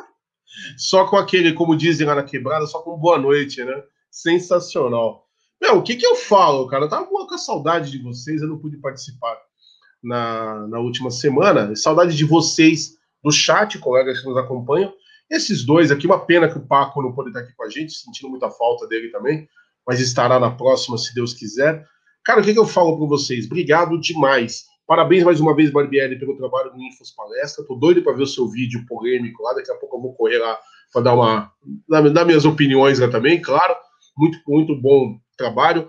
Só com aquele, como dizem lá na quebrada, só com boa noite, né? Sensacional. Meu, o que que eu falo, cara? Eu tava com a saudade de vocês, eu não pude participar na, na última semana. Saudade de vocês do chat, colegas que nos acompanham. Esses dois aqui, uma pena que o Paco não pode estar aqui com a gente, sentindo muita falta dele também, mas estará na próxima, se Deus quiser. Cara, o que que eu falo para vocês? Obrigado demais. Parabéns mais uma vez, Barbieri, pelo trabalho no Infos Palestra. Tô doido para ver o seu vídeo polêmico lá. Daqui a pouco eu vou correr lá para dar uma dar minhas opiniões lá também, claro. Muito, muito bom trabalho.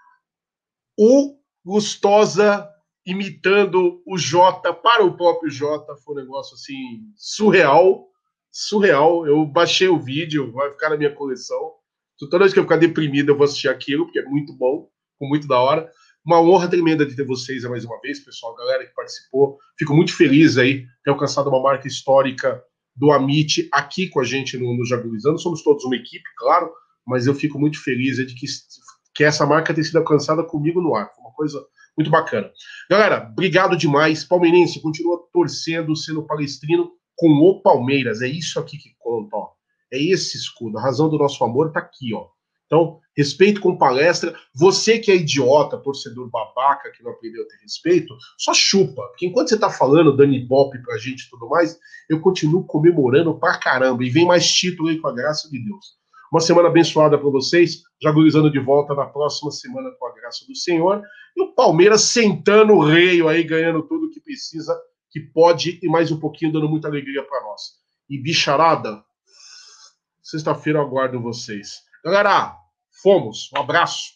O Lustosa imitando o Jota para o próprio Jota foi um negócio assim surreal. Surreal. Eu baixei o vídeo, vai ficar na minha coleção. Toda vez que eu ficar deprimido, eu vou assistir aquilo, porque é muito bom, ficou muito da hora. Uma honra tremenda de ter vocês mais uma vez, pessoal, galera que participou. Fico muito feliz aí de ter alcançado uma marca histórica do Amit aqui com a gente no, no Jagulizando. Somos todos uma equipe, claro, mas eu fico muito feliz de que, que essa marca tenha sido alcançada comigo no ar. Foi uma coisa muito bacana. Galera, obrigado demais. Palmeirense, continua torcendo, sendo palestrino com o Palmeiras. É isso aqui que conta, ó. É esse escudo. A razão do nosso amor tá aqui, ó. Então, respeito com Palestra. Você que é idiota, torcedor babaca, que não aprendeu a ter respeito, só chupa. Porque enquanto você tá falando, dando ibope pra gente e tudo mais, eu continuo comemorando pra caramba. E vem mais título aí com a graça de Deus. Uma semana abençoada pra vocês. Jagulizando de volta na próxima semana com a graça do Senhor. E o Palmeiras sentando o reio aí, ganhando tudo que precisa, que pode, e mais um pouquinho, dando muita alegria pra nós. E bicharada, sexta-feira eu aguardo vocês. Galera, fomos. Um abraço.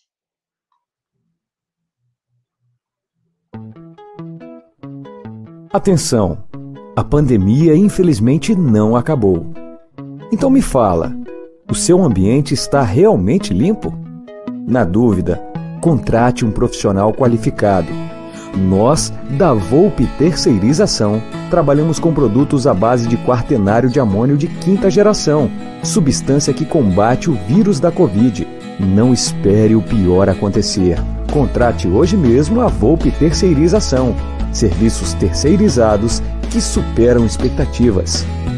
Atenção! A pandemia infelizmente não acabou. Então me fala, o seu ambiente está realmente limpo? Na dúvida, contrate um profissional qualificado. Nós, da Volpe Terceirização, trabalhamos com produtos à base de quaternário de amônio de quinta geração, substância que combate o vírus da Covid. Não espere o pior acontecer. Contrate hoje mesmo a Volpe Terceirização. Serviços terceirizados que superam expectativas.